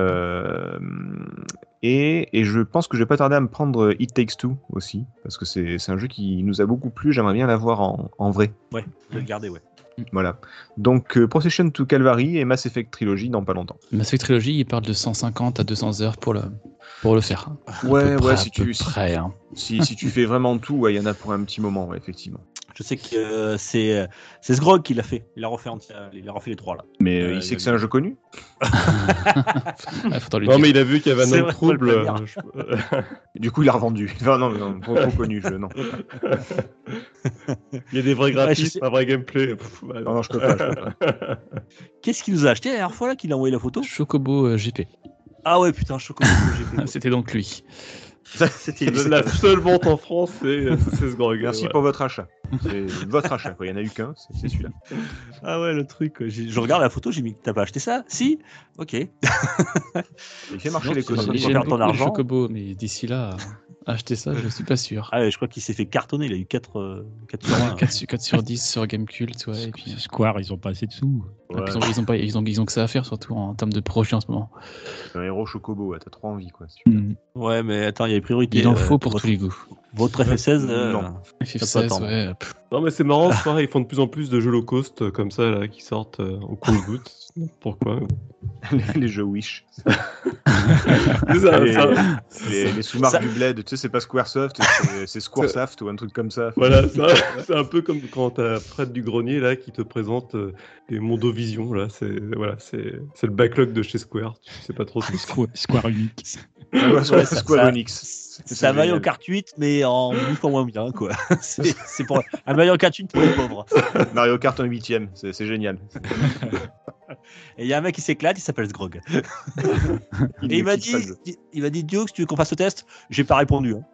euh, et, et je pense que je vais pas tarder à me prendre It Takes Two aussi, parce que c'est, c'est un jeu qui nous a beaucoup plu, j'aimerais bien l'avoir en, en vrai. Ouais, je vais le garder, ouais. Voilà. Donc euh, Procession to Calvary et Mass Effect Trilogy dans pas longtemps. Mass Effect Trilogy, il parle de cent cinquante à deux cents heures pour le, pour le faire. Ouais, près, ouais, si tu, près, hein. si, si tu fais vraiment tout, il ouais, y en a pour un petit moment, ouais, effectivement. Je sais que euh, c'est, euh, c'est Sgrog qui l'a fait. Il a refait, enti- il a refait les trois là. Mais euh, il sait que c'est un jeu connu. Non, mais il a vu qu'il y avait un autre trouble. Euh, je... Du coup, il a revendu. Enfin, non, non, trop, trop connu jeu, non. Il y a des vrais graphismes, ouais, un vrai gameplay. Pff, bah, non, non, je peux pas. Je peux pas. Qu'est-ce qu'il nous a acheté la dernière fois là qu'il a envoyé la photo? Chocobo euh, G P. Ah ouais, putain, Chocobo G P. C'était donc lui. C'était la seule vente en France, c'est, c'est ce grand gars. Merci ouais. pour votre achat. C'est votre achat, quoi. Il n'y en a eu qu'un, c'est, c'est celui-là. Ah ouais, le truc. J'ai, je regarde la photo, j'ai mis, t'as pas acheté ça? Si. Ok. Il fait marcher l'économie. J'aime beaucoup ton argent. Le Chocobo, mais d'ici là. acheter ça, je suis pas sûr. Ah ouais, je crois qu'il s'est fait cartonner, il a eu quatre, euh, quatre sur un. quatre, sur, quatre sur dix sur Gamecult, ouais. Et puis, Square, ils ont pas assez de sous. ouais. Ils, ont, ils, ont pas, ils, ont, ils ont que ça à faire, surtout en termes de projet en ce moment. Un héros chocobo, ouais, t'as trop envie, quoi. Mm. Ouais, mais attends, il y a les priorités. Il en faut euh, pour votre, tous les goûts. Votre F F seize, euh, Non. F F peut seize, attendre. ouais. pff. Non, mais c'est marrant, c'est pareil, ils font de plus en plus de jeux low cost euh, comme ça, là, qui sortent euh, en compte-goutte. Pourquoi les, les jeux Wish. C'est ça, les, ça. les, les sous-marques Ça- du bled, tu sais, c'est pas Squaresoft, c'est, c'est Squaresoft ou un truc comme ça. Voilà, ça, c'est un peu comme quand t'as Fred du Grenier là qui te présente euh, les Mondovision là, c'est voilà, c'est c'est le backlog de chez Square, tu sais pas trop ce que c'est. Square, Square Enix. Ah ouais, Ouais, ça- Square ça- Enix. C'est C'est un Mario génial. Kart huit, mais en mille fois moins bien, quoi. C'est c'est pour un Mario Kart huit pour les pauvres. Mario Kart en huitième, c'est, c'est génial. Et il y a un mec qui s'éclate, il s'appelle Sgrog. Il Et il m'a n'existe dit, pas de jeu. il m'a dit, Diox, tu veux qu'on fasse le test? J'ai pas répondu. Hein.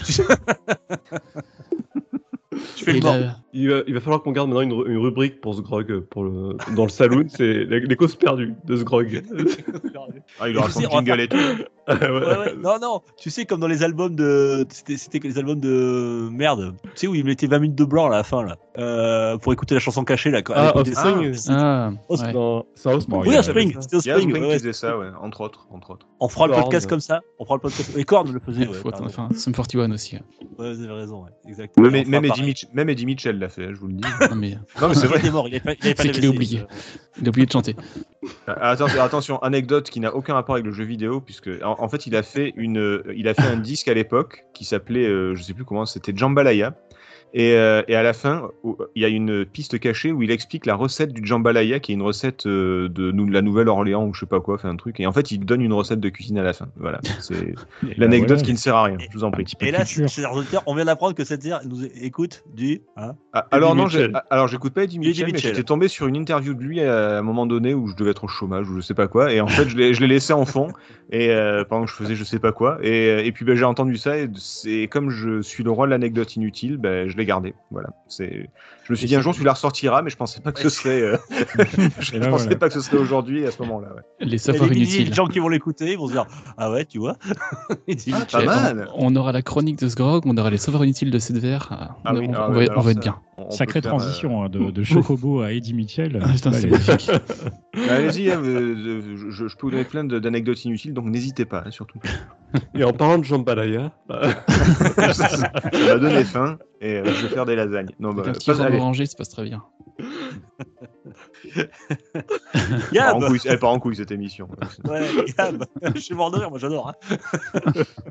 Je fais Et le mort. là, Il va, il va falloir qu'on garde maintenant une, ru- une rubrique pour Sgrog euh, pour le, dans le saloon, c'est les, les causes perdues de Sgrog. Ah, il aura Tu son sais, on va jingle et tout. Ah, ouais. Ouais, ouais. Non, non, tu sais, comme dans les albums de. C'était, c'était que les albums de. Merde. Tu sais, où ils mettaient vingt minutes de blanc à la fin, là. Euh, pour écouter la chanson cachée, là. Quand, Ah, avec des- Offspring. ah, Oh, ouais. Non, c'est un Offspring. Bon, Oui, il y a- Offspring. C'était Il y a Offspring. Spring ouais, qui ouais. faisait ça, ouais, entre autres. Entre autres. On fera le Korn. podcast comme ça. On fera le podcast. Et Korn le faisait. Ouais, Faut t'as attendre, raison. enfin, Sum forty one aussi. hein. Ouais, vous avez raison, ouais. Exactement. Même, On fera même, Eddie pareil. Mitch- même Eddie Mitchell l'a fait, je vous le dis. Non, mais Non, mais c'est Il vrai. était mort, il avait pas, il avait pas C'est de qu'il est A V C, oublié. euh. il a oublié de chanter. Ah, Attention, attention, anecdote qui n'a aucun rapport avec le jeu vidéo, puisque en, en fait il a fait une, il a fait un disque à l'époque qui s'appelait, euh, je sais plus comment, c'était Jambalaya. Et, euh, et à la fin, où- il y a une piste cachée où il explique la recette du jambalaya, qui est une recette euh, de nou- la Nouvelle-Orléans ou je sais pas quoi, fait un truc. Et en fait, il donne une recette de cuisine à la fin. Voilà, c'est Et l'anecdote bah voilà, qui ne sert à rien. Je vous en un prie. petit peu Et de là, culture. chers auditeurs, on vient d'apprendre que cette terre nous écoute du. Hein Ah, alors Eddie non, j'ai- Mitchell. ah, alors j'écoute pas Eddie Eddie Mitchell, mais Mitchell. j'étais tombé sur une interview de lui à un moment donné où je devais être au chômage ou je sais pas quoi, et en fait je l'ai, je l'ai laissé en fond et euh, pendant que je faisais je sais pas quoi, et, euh, et puis ben, j'ai entendu ça et c'est comme je suis le roi de l'anecdote inutile, ben, je l'ai gardé. Voilà, c'est. Je me suis Et dit un c'est- jour tu la ressortiras, mais je pensais pas que ce Ouais, serait. euh, je Et là, pensais voilà. pas que ce serait aujourd'hui à ce moment-là. Ouais. Les Il y a savoirs des milliers de inutiles. gens qui vont l'écouter, ils vont se dire ah ouais, tu vois. Eddie Ah, Mitchell. pas mal. On aura la chronique de Sgrog, on aura les savoirs inutiles de Sedver. Ah on, oui, on- ah on ouais, va, on alors va être ça, bien. on- on Sacrée peut faire, euh, transition hein, de, de Chocobo à Eddie Mitchell. Ah, putain, c'est Allez. magnifique. Allez-y, hein, euh, je, je- je peux vous donner plein de- d'anecdotes inutiles, donc n'hésitez pas, hein, surtout. Et en parlant de jambalaya, bah, Ça m'a donné faim et euh, je vais faire des lasagnes. Non, bah, Un petit pas- rhum allez. orangé, ça passe très bien. Elle Gab, part en couille, elle part en couille cette émission. ouais, Gab, je suis mort de rire, moi j'adore. Hein.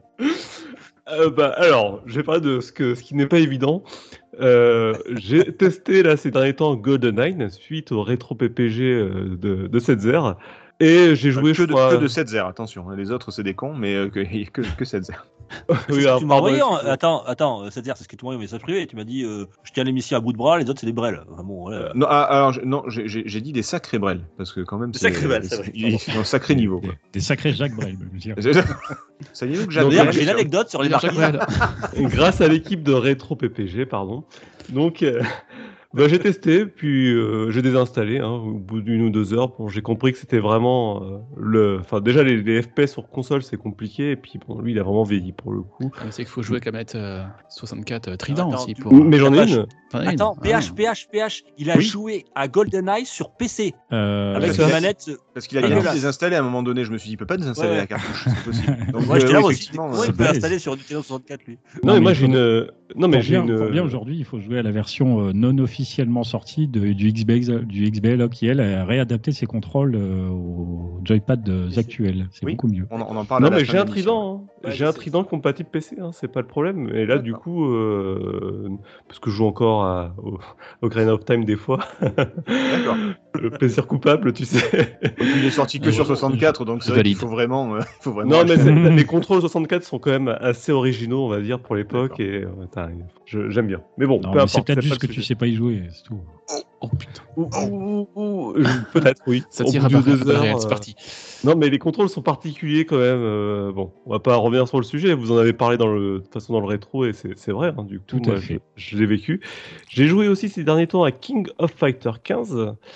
Euh, bah, alors, je vais parler de ce, que, ce qui n'est pas évident. Euh, j'ai testé là ces derniers temps GoldenEye suite au rétro P P G euh, de, de Setzer. Et j'ai joué, que, je de, crois... que de sept zéro, attention. hein, Les autres, c'est des cons, mais euh, que, que, que sept zéro. Oui, C'est ce que alors, tu m'as pardon, envoyé. en- excuse-moi. Attends, attends, c'est-à-dire, c'est ce que tu m'as envoyé en message privé. Tu m'as dit, euh, je tiens l'émission à bout de bras, les autres c'est des brels. Enfin, bon, voilà. Non, ah, alors, je- non j'ai j'ai- j'ai dit des sacrés brels, parce que quand même, Des c'est sacrés brels, c'est vrai, il- c'est un sacré niveau. Quoi. Des sacrés Jacques Brel, je veux dire. Ça y est, vous que Non, j'avais. D'ailleurs, j'ai une anecdote sur les Bien, Jacques marquis. Brel. Grâce à l'équipe de Rétro P P G, pardon. Donc, euh, bah, j'ai testé, puis euh, j'ai désinstallé hein, au bout d'une ou deux heures. Bon, j'ai compris que c'était vraiment euh, le. Enfin, déjà, les, les F P S sur console, c'est compliqué, et puis bon, lui, il a vraiment vieilli pour le coup. Mais c'est qu'il faut jouer avec la manette euh, soixante-quatre euh, Trident Attends, aussi. tu- Pour... Mais j'en ai la une. Enfin, Attends, une. P H, Ah. P H, P H, il a Oui. joué à GoldenEye sur P C Euh, avec ça. une manette. Parce qu'il a bien Dégueulasse. désinstallé à un moment donné. Je me suis dit, il peut pas désinstaller Ouais, ouais. la cartouche, c'est possible. Donc, Moi, euh, j'étais là oui, aussi. effectivement, Comment euh, il peut balèze. installer sur Nintendo soixante-quatre lui Non, Non, mais moi, mais j'ai il faut- une. Non, mais pour j'ai bien, une. pour bien aujourd'hui, il faut jouer à la version euh, non officiellement sortie de- du X B L, du X B L qui elle a réadapté ses contrôles euh, aux joypads euh, Mais c'est- actuels. C'est Oui. beaucoup mieux. on, en- on en parle. Non, à la mais fin j'ai un de l'émission. trident. hein. Ouais, j'ai je un sais. trident compatible P C, hein, c'est pas le problème. Et là, du D'accord. coup, euh, parce que je joue encore à- au, au Grain of Time des fois. D'accord. Le plaisir coupable, tu sais. Il est sorti que Ouais, sur je- soixante-quatre, donc je c'est vrai qu'il valide. faut vraiment. euh, il faut vraiment Non, mais acheter. c'est- les contrôles soixante-quatre sont quand même assez originaux, on va dire, pour l'époque. Et euh, t'as- je- j'aime bien. Mais bon, Non, peu mais importe. c'est peut-être pas juste le que tu sujet. sais pas y jouer, c'est tout. Oh putain. Ou- ou- ou- je- Peut-être, oui. Ça Au tire bout à de part deux heures, c'est euh, parti. Non, mais les contrôles sont particuliers quand même. euh, bon, on va pas revenir sur le sujet. Vous en avez parlé dans le, de toute façon dans le rétro et c'est c'est vrai. hein, du coup, Tout à moi, fait. Je, je l'ai vécu. J'ai joué aussi ces derniers temps à King of Fighter quinze,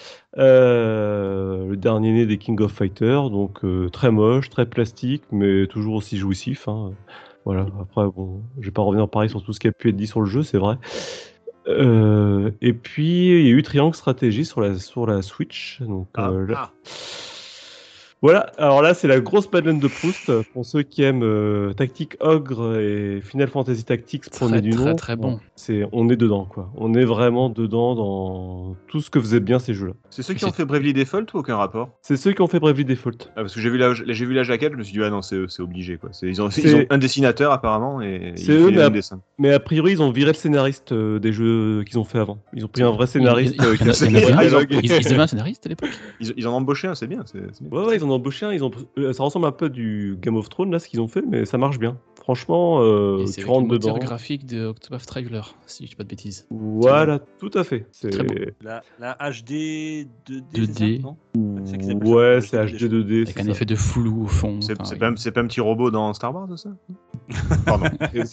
euh, le dernier né des King of Fighter. Donc euh, très moche, très plastique, mais toujours aussi jouissif. hein. Voilà. Après, bon, je vais pas revenir pareil sur tout ce qui a pu être dit sur le jeu, c'est vrai. Euh, et puis il y a eu Triangle Stratégie sur la sur la Switch. Donc Ah, euh, là- ah. Voilà, alors là c'est la grosse Madeleine de Proust pour ceux qui aiment euh, Tactique Ogre et Final Fantasy Tactics premier Très, du très, nom. très bon. C'est, on est dedans quoi, on est vraiment dedans dans tout ce que faisaient bien ces jeux-là. C'est ceux qui C'est- ont fait Bravely Default ou aucun rapport? C'est ceux qui ont fait Bravely Default. Ah, parce que j'ai vu la, j'ai vu la jaquette, je me suis dit, ah non, c'est, c'est obligé, quoi. C'est, ils, ont, C'est- ils ont un dessinateur, apparemment, et C'est il eux, fait les mais mêmes ap- dessins. Mais a priori ils ont viré le scénariste euh, des jeux qu'ils ont fait avant. Ils ont pris un vrai scénariste Il y en a- euh, il qui y en a a- fait il y en des avait un, ils ont- dialogues. ils- ils avaient un scénariste à l'époque. Ils, ils en ont embauché un, c'est bien. C'est, c'est bien. Ouais, ouais, ils en ont embauché un. Ils ont... euh, Ça ressemble un peu à du Game of Thrones, là, ce qu'ils ont fait, mais ça marche bien. Franchement, euh, Et c'est tu avec le rentres moteur dedans. graphique de Octopath Traveler, si je dis pas de bêtises. Voilà, tout à fait. C'est... Très beau. La, la H D deux D, deux D. c'est ça, non C'est ça qu'ils appellent ça, Ouais, la c'est H D deux D. deux D. Avec c'est un ça. effet de flou au fond. C'est, Enfin, c'est, il- pas, un- c'est pas un petit robot dans Star Wars, ça? Pardon.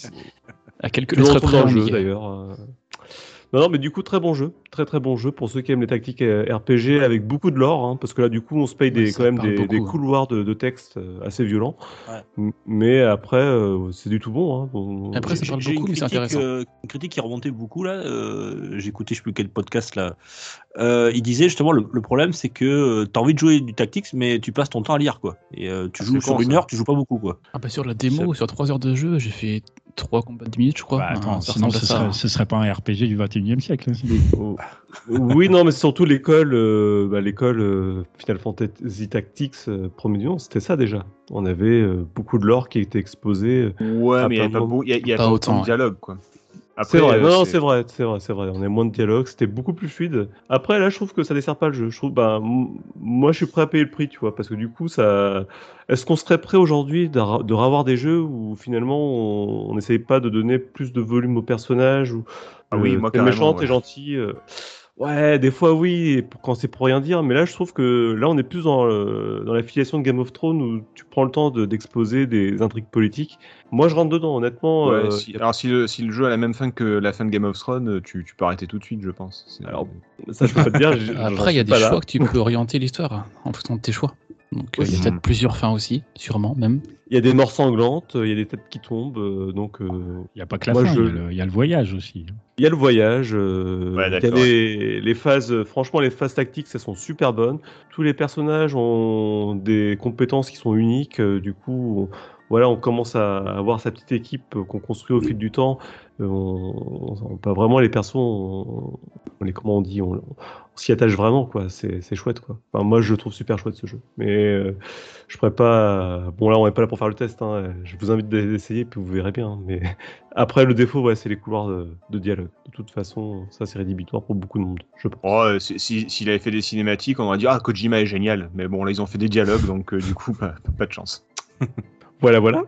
à quelques Tu le lettres retrouves près dans le en jeu, Mickey. d'ailleurs. euh. Non, non, mais du coup, très bon jeu. Très, très bon jeu pour ceux qui aiment les tactiques euh, R P G avec beaucoup de lore, hein, parce que là, du coup, on se paye Ouais, des, ça quand même parle des, des beaucoup, hein. couloirs de, de texte euh, assez violents. Ouais. M- Mais après, euh, c'est du tout bon. Hein. On- Après, ça J'ai- parle j'ai beaucoup, une mais c'est critique, intéressant. euh, une critique qui remontait beaucoup là. Euh, j'ai écouté je sais plus quel podcast là. Euh, il disait justement le, le problème c'est que tu as envie de jouer du tactics mais tu passes ton temps à lire quoi. Et euh, tu Ah, joues c'est sur con, une ça. heure, tu joues pas beaucoup quoi. Ah bah sur la démo, sur trois heures de jeu, j'ai fait trois combats de dix minutes, je crois. Bah, attends, Ah, ça sinon ressemble à ce ça, serait, hein. ce serait pas un R P G du vingt et unième siècle. hein, c'est- Oh. Oui, non, mais c'est surtout l'école, euh, bah, l'école euh, Final Fantasy Tactics euh, premier du nom, c'était ça déjà. On avait euh, beaucoup de lore qui était exposé. euh, Ouais, Ah, mais il n'y a pas pas, bon. beau- il y a, il y a Pas pas autant, autant de ouais. dialogue, quoi. C'est vrai, euh, non, non, c'est vrai, c'est vrai, c'est vrai. On a moins de dialogue, c'était beaucoup plus fluide. Après, là, je trouve que ça dessert pas le jeu. Je trouve, bah, m- moi, je suis prêt à payer le prix, tu vois, parce que du coup, ça. Est-ce qu'on serait prêt aujourd'hui de, ra- de revoir des jeux où finalement on n'essaye pas de donner plus de volume aux personnages ou Ah oui, euh, moi, t'es carrément, méchant, ouais. t'es gentil. euh, Ouais, des fois oui, et pour- quand c'est pour rien dire, mais là je trouve que là on est plus dans, le- dans la filiation de Game of Thrones où tu prends le temps de- d'exposer des intrigues politiques. Moi je rentre dedans, honnêtement. Ouais, euh, si- y a- Alors, si le, si le jeu a la même fin que la fin de Game of Thrones, tu, tu peux arrêter tout de suite, je pense. C'est- Alors, ça je peux pas te dire. j- j'en Après, il y a suis des pas là. choix que tu peux orienter l'histoire hein, en fonction de tes choix. Donc euh, il y a Aussi. peut-être plusieurs fins aussi, sûrement même. Il y a des morts sanglantes, il y a des têtes qui tombent, euh, donc euh, Il n'y a pas que la Moi, fin, je- il y a le- il y, a le voyage aussi. il y a le voyage, euh, Ouais, il y a d'accord. les, les phases, euh, franchement les phases tactiques, elles sont super bonnes. Tous les personnages ont des compétences qui sont uniques, euh, du coup, on, voilà, on commence à avoir sa petite équipe euh, qu'on construit au fil du temps. Euh, on, on, on peut vraiment les persos, on, on les comment on dit, on, on s'y attache vraiment quoi. C'est, c'est chouette quoi. Enfin, moi je le trouve super chouette ce jeu, mais euh, je pourrais pas. Bon là on n'est pas là pour faire le test. Hein. Je vous invite d'essayer puis vous verrez bien. hein. Mais après le défaut, ouais, c'est les couloirs de, de dialogue. De toute façon, ça c'est rédhibitoire pour beaucoup de monde. Je pense. Oh, euh, si- si- s'il avait fait des cinématiques, on aurait dit ah Kojima est génial. Mais bon, là ils ont fait des dialogues, donc euh, du coup pas, pas de chance. Voilà, voilà.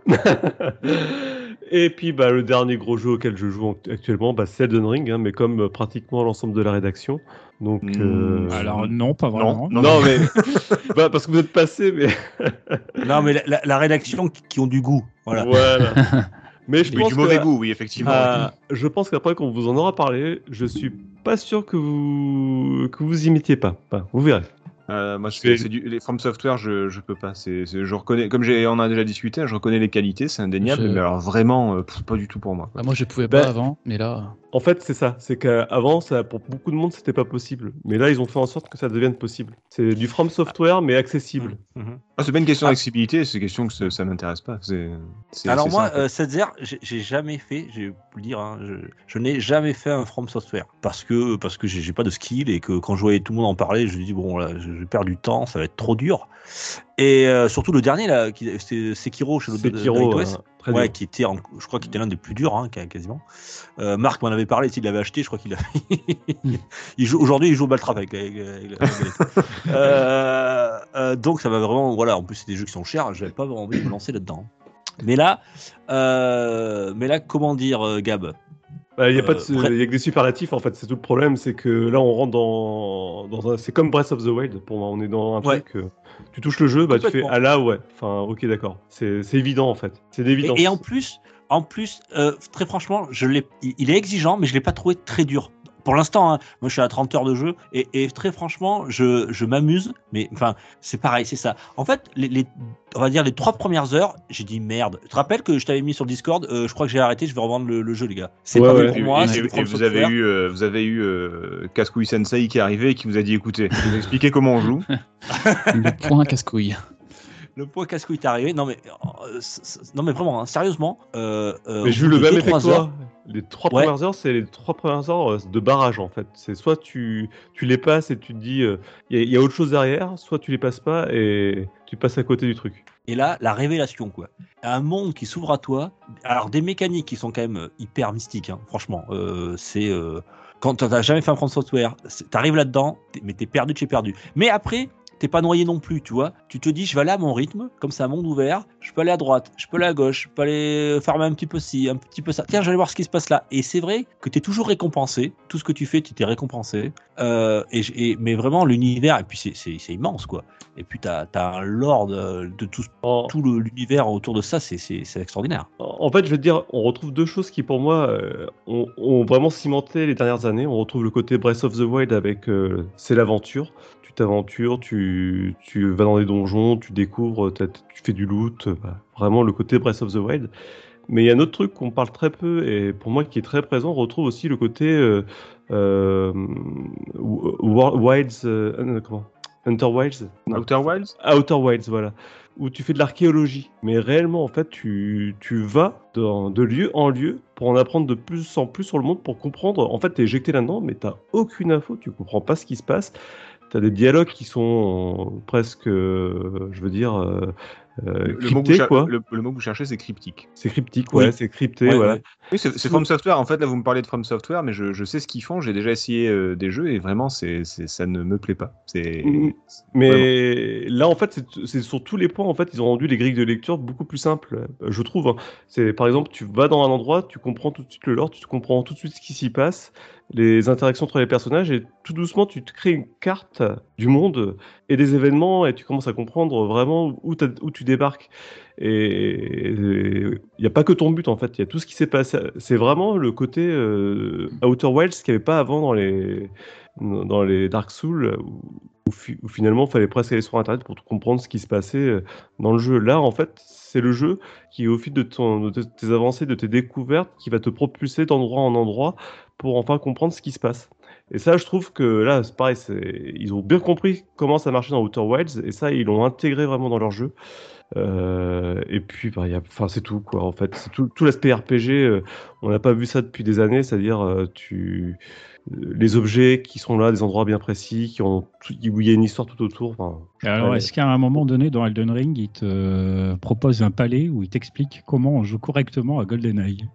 Et puis bah, le dernier gros jeu auquel je joue actuellement, bah, c'est Elden Ring, hein, mais comme euh, pratiquement l'ensemble de la rédaction. Donc, Mmh, euh, Alors non, pas vraiment. Non, non, mais bah, parce que vous êtes passé, mais Non mais la, la- la rédaction qui, qui ont du goût. Voilà. voilà. Mais je Mais pense du mauvais que, goût, oui, effectivement. euh, je pense qu'après qu'on vous en aura parlé, je suis pas sûr que vous que vous imitiez pas. Enfin, vous verrez. Euh, moi, Je c'est, vais- c'est du, les From Software, je, je peux pas. C'est, c'est- je reconnais, comme j'ai, on a déjà discuté, je reconnais les qualités, c'est indéniable, Je- mais alors vraiment, euh, pff, pas du tout pour moi. quoi. Bah, moi, je pouvais Bah, pas avant, mais là, En fait, c'est ça. C'est qu'avant, ça, pour beaucoup de monde, c'était pas possible. Mais là, ils ont fait en sorte que ça devienne possible. C'est du From Software, mais accessible. Mhm. Ah, c'est pas une question Ah. d'accessibilité, c'est une question que ça, ça m'intéresse pas. C'est, c'est, Alors c'est moi, ça, en fait. euh, sept heures, j'ai j'ai jamais fait, je vais vous le dire, hein, je, je n'ai jamais fait un From Software parce que parce que j'ai j'ai pas de skill et que quand je voyais tout le monde en parler, je me dis bon là, je, je perds du temps, ça va être trop dur. Et euh, surtout le dernier là, qui c'était Sekiro chez l'autre Sekiro, euh, très ouais, dur. qui était, en- je crois qu'il était l'un des plus durs, hein, quasiment. Euh, Marc m'en avait parlé, s'il l'avait acheté, je crois qu'il a. il joue aujourd'hui, il joue au Baltrap avec. avec, avec- avec- euh, euh, donc ça va vraiment, voilà. En plus, c'est des jeux qui sont chers. J'avais pas vraiment envie de me lancer là-dedans. Mais là, euh, mais là, comment dire, euh, Gab? Bah, Il y a Euh, pas de, Bre- il y a que des superlatifs en fait. C'est tout le problème, c'est que là on rentre dans, dans un, c'est comme Breath of the Wild pour moi. On est dans un Ouais. truc. euh, tu touches le jeu, bah tu fais Complètement. ah là ouais. Enfin ok d'accord. C'est, c'est évident en fait. C'est d'évidence. Et, et en plus, en plus, euh, très franchement, je l'ai, il il est exigeant, mais je l'ai pas trouvé très dur. pour l'instant, hein, moi je suis à trente heures de jeu et, et très franchement, je, je m'amuse, mais enfin, c'est pareil, c'est ça. En fait, les, les, on va dire les trois premières heures, j'ai dit merde. Tu te rappelles que je t'avais mis sur Discord, euh, je crois que j'ai arrêté, je vais revendre le, le jeu, les gars. C'est Ouais, pas ouais. bon pour moi. Et, c'est et- du et From vous avez Software. eu, euh, vous avez eu euh, Cascouille Sensei qui est arrivé et qui vous a dit écoutez, je vais vous expliquer comment on joue. Le point casse-couille. Le point casse-couille est arrivé. Non mais, euh, c- c- non mais vraiment, hein, sérieusement. Euh, euh, Mais au j'ai eu bout le de même deux, effet que trois heures- toi. Les trois Ouais. premières heures, c'est les trois premières heures euh, de barrage en fait. C'est soit tu, tu les passes et tu te dis il y, a- y a autre chose derrière, soit tu les passes pas et tu passes à côté du truc. Et là, la révélation, quoi. Un monde qui s'ouvre à toi. Alors, des mécaniques qui sont quand même euh, hyper mystiques, hein, franchement. Euh, c'est. Euh, quand t'as jamais fait un From Software, c'est- t'arrives là-dedans, t'es- mais t'es perdu de chez perdu. Mais après, t'es pas noyé non plus, tu vois. Tu te dis, je vais aller à mon rythme, comme c'est un monde ouvert, je peux aller à droite, je peux aller à gauche, je peux aller farmer un petit peu ci, un petit peu ça. Tiens, j'allais voir ce qui se passe là. Et c'est vrai que t'es toujours récompensé. Tout ce que tu fais, tu t'es récompensé. Euh, et, j- et- mais vraiment, l'univers, et puis c'est- c'est c'est immense, quoi. Et puis t'as as un lore de, de tout, En, tout le- l'univers autour de ça, c'est c'est- c'est extraordinaire. en fait, je vais te dire, on retrouve deux choses qui pour moi euh, ont, ont vraiment cimenté les dernières années. On retrouve le côté Breath of the Wild avec euh, c'est l'aventure. Tu t'aventures, tu, tu vas dans des donjons, tu découvres, t'as- tu fais du loot. euh, voilà. Vraiment le côté Breath of the Wild. Mais il y a un autre truc qu'on parle très peu et pour moi qui est très présent, on retrouve aussi le côté euh, euh, Wa- Wilds, euh, euh, comment Hunter Wilds Non. Outer Wilds. Outer Wilds, voilà, où tu fais de l'archéologie. Mais réellement, en fait, tu, tu vas dans- de lieu en lieu pour en apprendre de plus en plus sur le monde, pour comprendre. En fait, t'es éjecté là-dedans, mais t'as aucune info, tu comprends pas ce qui se passe. T'as des dialogues qui sont euh, presque, euh, je veux dire, euh, euh, Le, le mot que vous cryptés, cher- quoi. le- le mot que vous cherchez, c'est cryptique. C'est cryptique, Oui. ouais, c'est crypté, Ouais, voilà. ouais. Oui, c'est c'est From Software. En fait, là, vous me parlez de From Software, mais je, je sais ce qu'ils font. J'ai déjà essayé euh, des jeux et vraiment, c'est c'est- ça ne me plaît pas. C'est. Mm. c'est- Mais là, en fait, c'est- c'est sur tous les points, en fait, ils ont rendu les grilles de lecture beaucoup plus simples, euh, je trouve. hein. C'est, par exemple, tu vas dans un endroit, tu comprends tout de suite le lore, tu comprends tout de suite ce qui s'y passe, les interactions entre les personnages, et tout doucement, tu te crées une carte du monde et des événements, et tu commences à comprendre vraiment où, t'as- où tu débarques. Et il n'y a pas que ton but, en fait, il y a tout ce qui s'est passé. C'est vraiment le côté euh, Outer Wilds qu'il n'y avait pas avant dans les, dans les Dark Souls, où, où fi- où finalement, il fallait presque aller sur Internet pour comprendre ce qui se passait euh, dans le jeu. Là, en fait, c'est le jeu qui, au fil de, ton, de tes avancées, de tes découvertes, qui va te propulser d'endroit en endroit pour enfin comprendre ce qui se passe. Et ça, je trouve que là, c'est pareil, c'est- ils ont bien compris comment ça marchait dans Outer Wilds, et ça, ils l'ont intégré vraiment dans leur jeu. Euh, et puis, bah, il y a, enfin, c'est tout, quoi, en fait. C'est tout, tout l'aspect R P G, euh, on n'a pas vu ça depuis des années, c'est-à-dire, euh, tu, euh, les objets qui sont là, des endroits bien précis, qui ont, tout- où il y a une histoire tout autour. enfin, Alors, ouais. est-ce qu'à un moment donné, dans Elden Ring, il te euh, propose un palais où il t'explique comment on joue correctement à GoldenEye?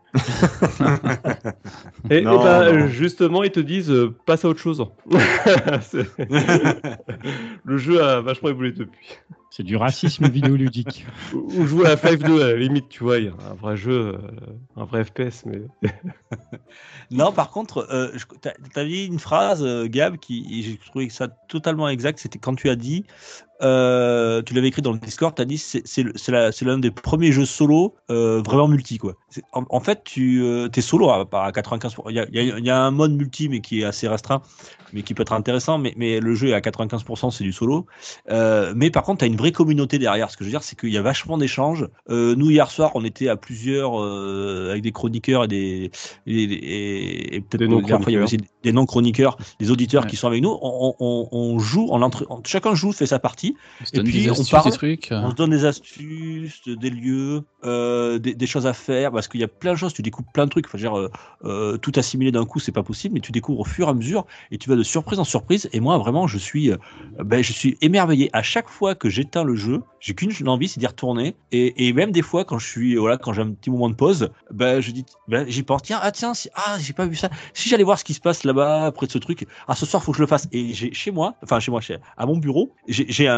Et, et Non, bah, non. justement, ils te disent, euh, passe à autre chose. C'est- Le jeu a vachement évolué depuis. C'est du racisme vidéoludique. Ou ou jouer à F deux à la limite, tu vois, il y a un vrai jeu, euh, un vrai F P S, mais Non, par contre, euh, je- t'as t'as dit une phrase, euh, Gab, qui et j'ai trouvé ça totalement exact. C'était quand tu as dit, euh, tu l'avais écrit dans le Discord, tu as dit c'est c'est le- c'est la- c'est l'un des premiers jeux solo euh, vraiment multi, quoi. C'est- En, en fait, tu es solo à, à quatre-vingt-quinze pour cent. Il y a, il y a- il y a un mode multi, mais qui est assez restreint, mais qui peut être intéressant. Mais, mais le jeu est à quatre-vingt-quinze pour cent, c'est du solo. Euh, mais par contre, tu as une vraie communauté derrière. Ce que je veux dire, c'est qu'il y a vachement d'échanges. Euh, nous, hier soir, on était à plusieurs euh, avec des chroniqueurs et des et, et- et peut-être Des que la dernière fois, il y avait aussi des non-chroniqueurs, des auditeurs Ouais. qui sont avec nous. On, on, on joue, en entre... chacun joue, fait sa partie. On se Et donne puis, des on astuces, parle, des trucs. euh, On se donne des astuces, des lieux, euh, des, des choses à faire, parce qu'il y a plein de choses, tu découvres plein de trucs. Enfin, je veux dire, euh, euh, tout assimiler d'un coup, c'est pas possible, mais tu découvres au fur et à mesure, et tu vas de surprise en surprise. Et moi, vraiment, je suis, euh, ben, je suis émerveillé. À chaque fois que j'éteins le jeu, j'ai qu'une envie, c'est d'y retourner. Et, et même des fois, quand je suis, voilà, quand j'ai un petit moment de pause, ben, je dis, ben, j'y pense, tiens, ah tiens, si, ah, j'ai pas vu ça. Si j'allais voir ce qui se passe là-bas, près de ce truc, ah, ce soir, faut que je le fasse. Et j'ai chez moi, enfin chez moi, chez, à mon bureau, j'ai j'ai un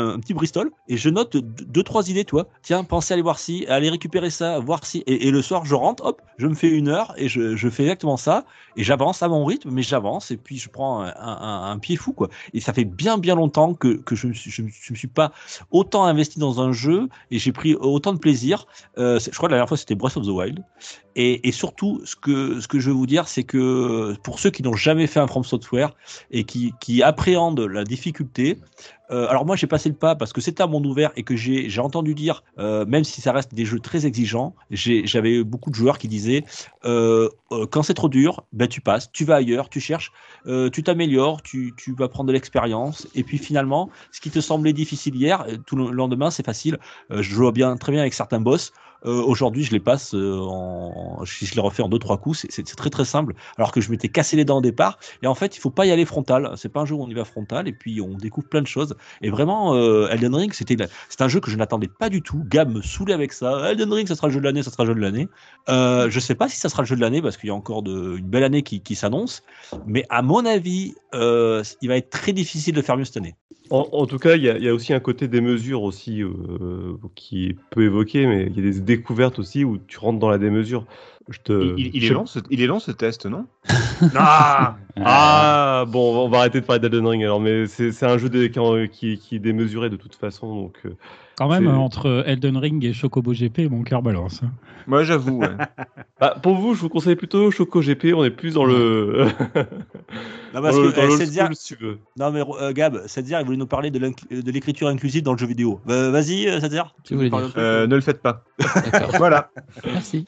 un petit Bristol et je note deux, deux trois idées, toi. Tiens, pensez à aller voir ci, aller récupérer ça, voir si. Et, et le soir, je rentre, hop, je me fais une heure et je, je fais exactement ça. Et j'avance à mon rythme, mais j'avance et puis je prends un, un, un pied fou, quoi. Et ça fait bien, bien longtemps que, que je ne me, suis- je me je me suis pas autant investi dans un jeu et j'ai pris autant de plaisir. Euh, c'est- je crois que la dernière fois, c'était Breath of the Wild. Et, et surtout, ce que, ce que je veux vous dire, c'est que pour ceux qui n'ont jamais fait un From Software et qui, qui appréhendent la difficulté, euh, alors moi j'ai passé le pas parce que c'était un monde ouvert et que j'ai, j'ai entendu dire, euh, même si ça reste des jeux très exigeants, j'ai, j'avais beaucoup de joueurs qui disaient euh, euh, quand c'est trop dur, ben tu passes, tu vas ailleurs, tu cherches, euh, tu t'améliores, tu, tu vas prendre de l'expérience et puis finalement, ce qui te semblait difficile hier, euh, tout le lendemain c'est facile. Euh, je joue bien, très bien avec certains boss. Euh, aujourd'hui, je les passe euh, en, je, je les refais en deux trois coups. C'est, c'est, c'est très très simple. Alors que je m'étais cassé les dents au départ. Et en fait, il faut pas y aller frontal. C'est pas un jeu où on y va frontal. Et puis on découvre plein de choses. Et vraiment, euh, Elden Ring, c'était, c'est un jeu que je n'attendais pas du tout. Gab me saoulait avec ça. Elden Ring, ça sera le jeu de l'année, ça sera le jeu de l'année. Euh, je sais pas si ça sera le jeu de l'année parce qu'il y a encore de, une belle année qui, qui s'annonce. Mais à mon avis, euh, il va être très difficile de faire mieux cette année. En, en tout cas, il y, a- il y a aussi un côté des mesures aussi euh, qui peut évoquer, mais il y a des découvertes aussi où tu rentres dans la démesure. Je te, Il, il- il je est sais- long, ce, il est long ce test, non? Ah Ah bon, on va arrêter de parler d'Elden Ring alors, mais c'est c'est un jeu des- qui, en- qui, qui est démesuré de toute façon, donc euh, Quand même, C'est- euh, entre Elden Ring et Chocobo G P, mon cœur balance. hein. Moi, j'avoue, ouais. bah, pour vous, je vous conseille plutôt Choco G P. On est plus dans le Non, dans parce le que, dans euh, l'old Sedzia- school, si tu veux. Non mais euh, Gab, Sadzir, il voulait nous parler de, l'incl- de l'écriture inclusive dans le jeu vidéo. Euh, vas-y, euh, Sadzir. Tu voulais parles dire. un peu Euh, ne le faites pas. D'accord. Voilà. Merci.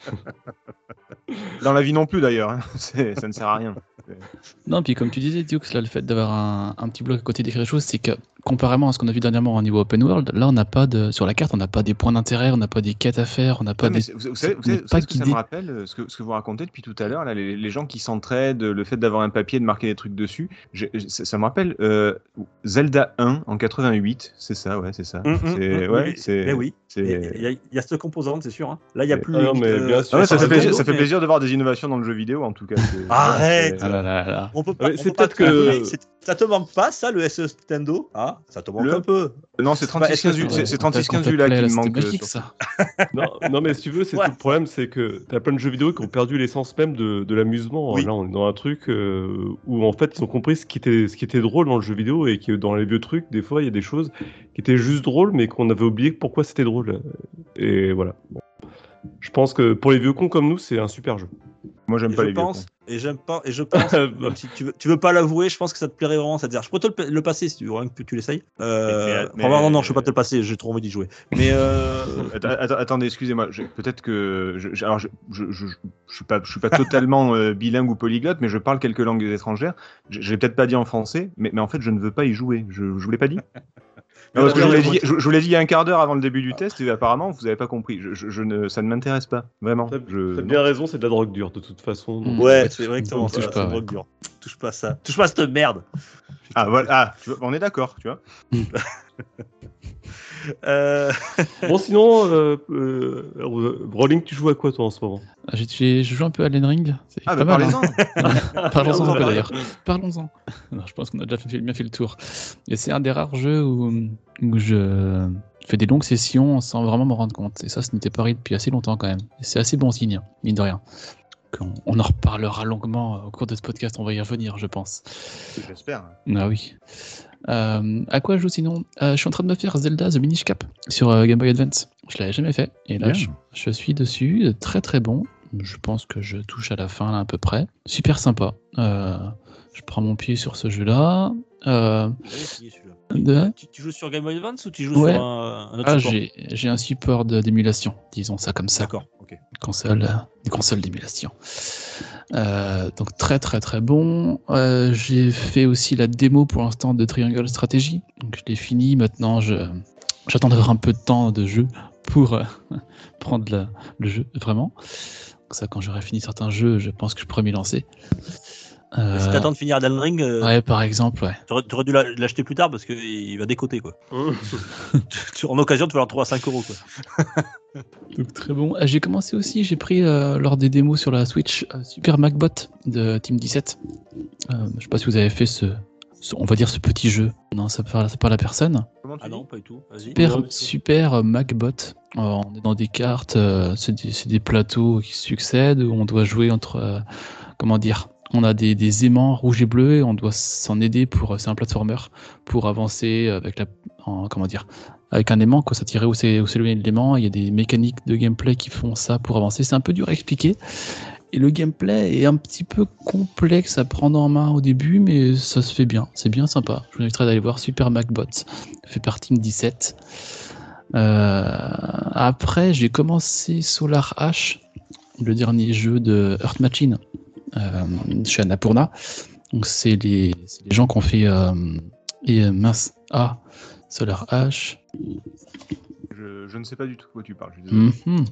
Dans la vie non plus, d'ailleurs. hein. C'est- Ça ne sert à rien. Non, puis comme tu disais, Dukes, là, le fait d'avoir un, un petit bloc à côté d'écrire des choses, c'est que comparément à ce qu'on a vu dernièrement au niveau open world, là, on n'a pas de, sur la carte, on n'a pas des points d'intérêt, on n'a pas des quêtes à faire, on n'a pas Ouais, mais des. c'est- vous, vous savez, vous on savez- n'est vous pas savez ce que ça guidé. me rappelle, euh, ce que, ce que vous racontez depuis tout à l'heure, là, les, les gens qui s'entraident, le fait d'avoir un papier, de marquer des trucs dessus. J'ai- j'ai- ça, ça me rappelle euh, Zelda un en quatre-vingt-huit, c'est ça, ouais, c'est ça. Hum, hum, C'est- hum, ouais, oui, c'est- mais oui. c'est- Il y, a- il y a- il y a cette composante, c'est sûr. hein. Là, il n'y a c'est- plus. Ah non, mais euh, bien sûr. Ah ouais, ça, pas fait de plaisir, combo, ça fait mais- plaisir de voir des innovations dans le jeu vidéo, en tout cas. c'est- Arrête c'est- Ah là là là. On peut pas. Ouais, on c'est peut pas peut-être te l'avouer, que- c'est- Ça te manque pas, ça, le S E Nintendo ah, ça te manque Le- un peu. Non, c'est trente-six quinze U, Ouais, c'est- c'est On t'a- trente-six on quinze U là t'appelait qui la me manque. C'était euh, magique, sur- ça. Non, non, mais si tu veux, c'est Ouais. tout le problème, c'est que t'as plein de jeux vidéo qui ont perdu l'essence même de, de l'amusement. Oui. Là, on est dans un truc euh, où en fait ils ont compris ce qui était ce qui était drôle dans le jeu vidéo et que dans les vieux trucs, des fois, il y a des choses qui étaient juste drôles, mais qu'on avait oublié pourquoi c'était drôle. Et voilà. Bon. Je pense que pour les vieux cons comme nous, c'est un super jeu. Moi, j'aime Et pas je les vieux. pense, cons. et j'aime pas, et je pense, même si tu veux, tu veux pas l'avouer, je pense que ça te plairait vraiment, ça te dire. Je peux te le, le passer si tu veux, rien que tu l'essayes. Euh, Mais- mais- enfin, non, non, je peux pas te le passer, j'ai trop envie d'y jouer. Mais euh, Att- att- Attendez, excusez-moi. je- Peut-être que je, je- alors je, je, je, je suis pas, je suis pas totalement euh, bilingue ou polyglotte, mais je parle quelques langues étrangères. Je, je l'ai peut-être pas dit en français, mais, mais en fait, je ne veux pas y jouer. Je, je vous l'ai pas dit. Non, parce que je vous l'ai dit, je, je vous l'ai dit il y a un quart d'heure avant le début du test et apparemment vous avez pas compris. Je, je, je ne, ça ne m'intéresse pas, vraiment. T'as Je, t'as non. bien raison, c'est de la drogue dure de toute façon. donc- Mm. ouais, c'est exactement on ça. touche C'est pas, une ouais. drogue dure. Touche pas à ça. Touche pas à cette merde. Ah voilà, ah, tu vois, on est d'accord, tu vois. Euh, Bon, sinon, euh, euh, euh, Rolling, tu joues à quoi toi en ce moment? Ah, j'ai- j'ai- Je joue un peu à Elden Ring. C'est Ah pas bah mal, parlez-en. hein. Parlons-en un peu Parlons-en. d'ailleurs. Parlons-en. Non, je pense qu'on a déjà fait, bien fait le tour. Et c'est un des rares jeux où, où je fais des longues sessions sans vraiment m'en rendre compte. Et ça, ce n'était pas arrivé depuis assez longtemps quand même. Et c'est assez bon signe, mine de rien. On, on en reparlera longuement au cours de ce podcast, on va y revenir, je pense. J'espère. Ah oui. Euh, à quoi je joue sinon Euh, Je suis en train de me faire Zelda The Minish Cap sur euh, Game Boy Advance. Je l'avais jamais fait. Et là, Bien. je, je suis dessus. Très très bon. Je pense que je touche à la fin là, à peu près. Super sympa. Euh, je prends mon pied sur ce jeu-là. Euh, j'avais essayé celui-là. de- tu, tu joues sur Game Boy Advance ou tu joues Ouais. sur un, un autre Ah, support j'ai j'ai un support de- d'émulation, disons ça comme ça. D'accord. Ok. Une console, euh, une console d'émulation. Euh, donc très très très bon. Euh, j'ai fait aussi la démo pour l'instant de Triangle Strategy. Donc je l'ai fini. Maintenant, je j'attends d'avoir un peu de temps de jeu pour euh, prendre la- le jeu vraiment. Donc ça, quand j'aurai fini certains jeux, je pense que je pourrais m'y lancer. Euh, Si t'attends de finir Elden Ring, euh, ouais, par exemple, ouais. t'aurais, t'aurais dû la- l'acheter plus tard parce qu'il va décoter quoi. Tu- en occasion, tu vas le retrouver à cinq euros quoi. Donc très bon. Euh, J'ai commencé aussi, j'ai pris euh, lors des démos sur la Switch euh, Super MacBot de Team dix-sept. Euh, je sais pas si vous avez fait ce, on va dire ce petit jeu. Non, ça parle, ça parle à personne. Comment tu Ah dis non, pas du tout. Vas-y. Super, Ouais, super euh, MacBot. Alors, on est dans des cartes, euh, c'est des, c'est des plateaux qui succèdent où on doit jouer entre, euh, comment dire, on a des, des aimants rouges et bleus et on doit s'en aider pour, c'est un platformer pour avancer avec la, en, comment dire, avec un aimant, quoi, s'attirer où c'est où c'est le l'aimant. Il y a des mécaniques de gameplay qui font ça pour avancer. C'est un peu dur à expliquer. Et le gameplay est un petit peu complexe à prendre en main au début, mais ça se fait bien. C'est bien sympa. Je vous inviterai d'aller voir Super MacBot. Ça fait partie de dix-sept. Euh, après, j'ai commencé Solar Ash, le dernier jeu de Earth Machine, euh, chez Annapurna. Donc, c'est les, c'est les gens qui ont fait. Euh, et euh, mince. Ah, Solar Ash. je, je ne sais pas du tout de quoi tu parles. Je suis désolé. Mhm.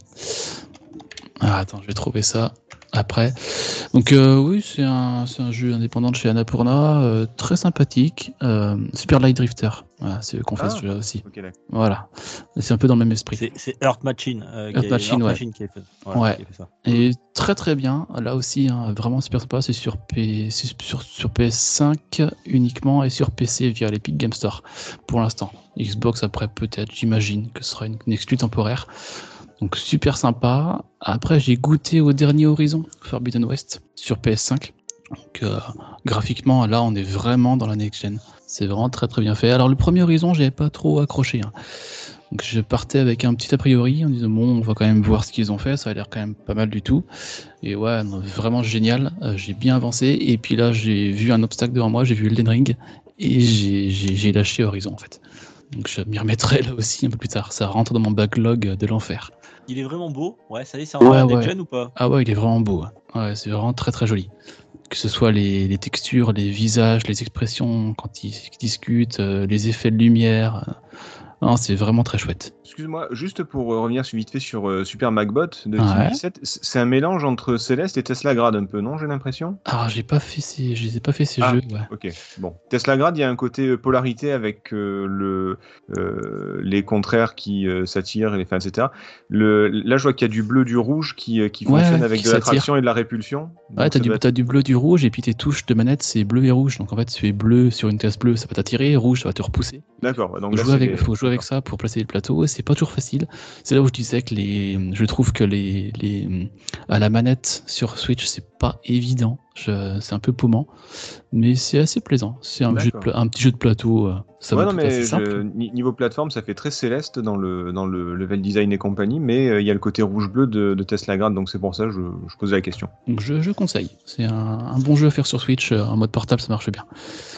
Ah, attends, je vais trouver ça après. Donc euh, oui, c'est un, c'est un jeu indépendant de chez Annapurna, euh, très sympathique. Euh, Super Light Drifter, voilà, c'est eux qu'on fait Ah. ce jeu-là aussi. Ok, d'accord. Voilà, c'est un peu dans le même esprit. C'est, c'est Earth Machine, euh, qui Earth est- Machine, Earth ouais. Machine qui a fait, voilà, Ouais. qui a fait ça. Et très très bien, là aussi, hein, vraiment super sympa. C'est sur, P... c'est sur, sur P S cinq uniquement et sur P C via l'Epic Game Store pour l'instant. Xbox après peut-être, j'imagine que ce sera une, une exclue temporaire. Donc super sympa. Après j'ai goûté au dernier Horizon, Forbidden West, sur P S cinq. Donc euh, graphiquement là on est vraiment dans la next-gen. C'est vraiment très très bien fait. Alors le premier Horizon j'avais pas trop accroché. Hein. Donc je partais avec un petit a priori en disant bon on va quand même voir ce qu'ils ont fait, ça a l'air quand même pas mal du tout. Et ouais non, vraiment génial, euh, j'ai bien avancé. Et puis là j'ai vu un obstacle devant moi, j'ai vu Elden Ring et j'ai, j'ai, j'ai lâché Horizon en fait. Donc je m'y remettrai là aussi un peu plus tard, ça rentre dans mon backlog de l'enfer. Il est vraiment beau. Ouais, ça y est, c'est en Ouais, next ouais. gen ou pas? Ah ouais, il est vraiment beau. Ouais, c'est vraiment très très joli. Que ce soit les, les textures, les visages, les expressions quand ils discutent, euh, les effets de lumière. euh, Non, c'est vraiment très chouette. Excuse-moi, juste pour euh, revenir sur- vite fait sur euh, Super MacBot de Ouais. Team dix-sept, c- c'est un mélange entre Céleste et Tesla Grad un peu, non, j'ai l'impression? Alors, j'ai pas fait ces, je les ai pas fait ces Ah. jeux. Ouais. Ok, bon. Tesla Grad, il y a un côté euh, polarité avec euh, le, euh, les contraires qui euh, s'attirent, et- enfin, et cetera. Le, là, je vois qu'il y a du bleu, du rouge qui, euh, qui Ouais, fonctionne avec qui de s'attire. l'attraction et de la répulsion. Ouais, Donc, t'as ça du, doit être- t'as du bleu, du rouge, et puis tes touches de manette, c'est bleu et rouge. Donc en fait, tu es bleu sur une case bleue, ça va t'attirer, rouge, ça va te repousser. D'accord, ouais, donc Faut là, jouer c'est avec, les- faut jouer avec ça pour placer les plateaux, et c'est pas toujours facile. C'est là où je disais que les, je trouve que les, les, à la manette sur Switch, c'est pas évident. Je, c'est un peu paumant, mais c'est assez plaisant. C'est un, jeu de D'accord. pla- un petit jeu de plateau, euh, ça Ouais, va non, être assez mais simple. je- ni- niveau plateforme, ça fait très Céleste dans le, dans le level design et compagnie, mais euh, il y a le côté rouge-bleu de, de Tesla Grad, donc c'est pour ça que je, je posais la question. Donc je, je conseille. C'est un, un bon jeu à faire sur Switch, euh, en mode portable, ça marche bien.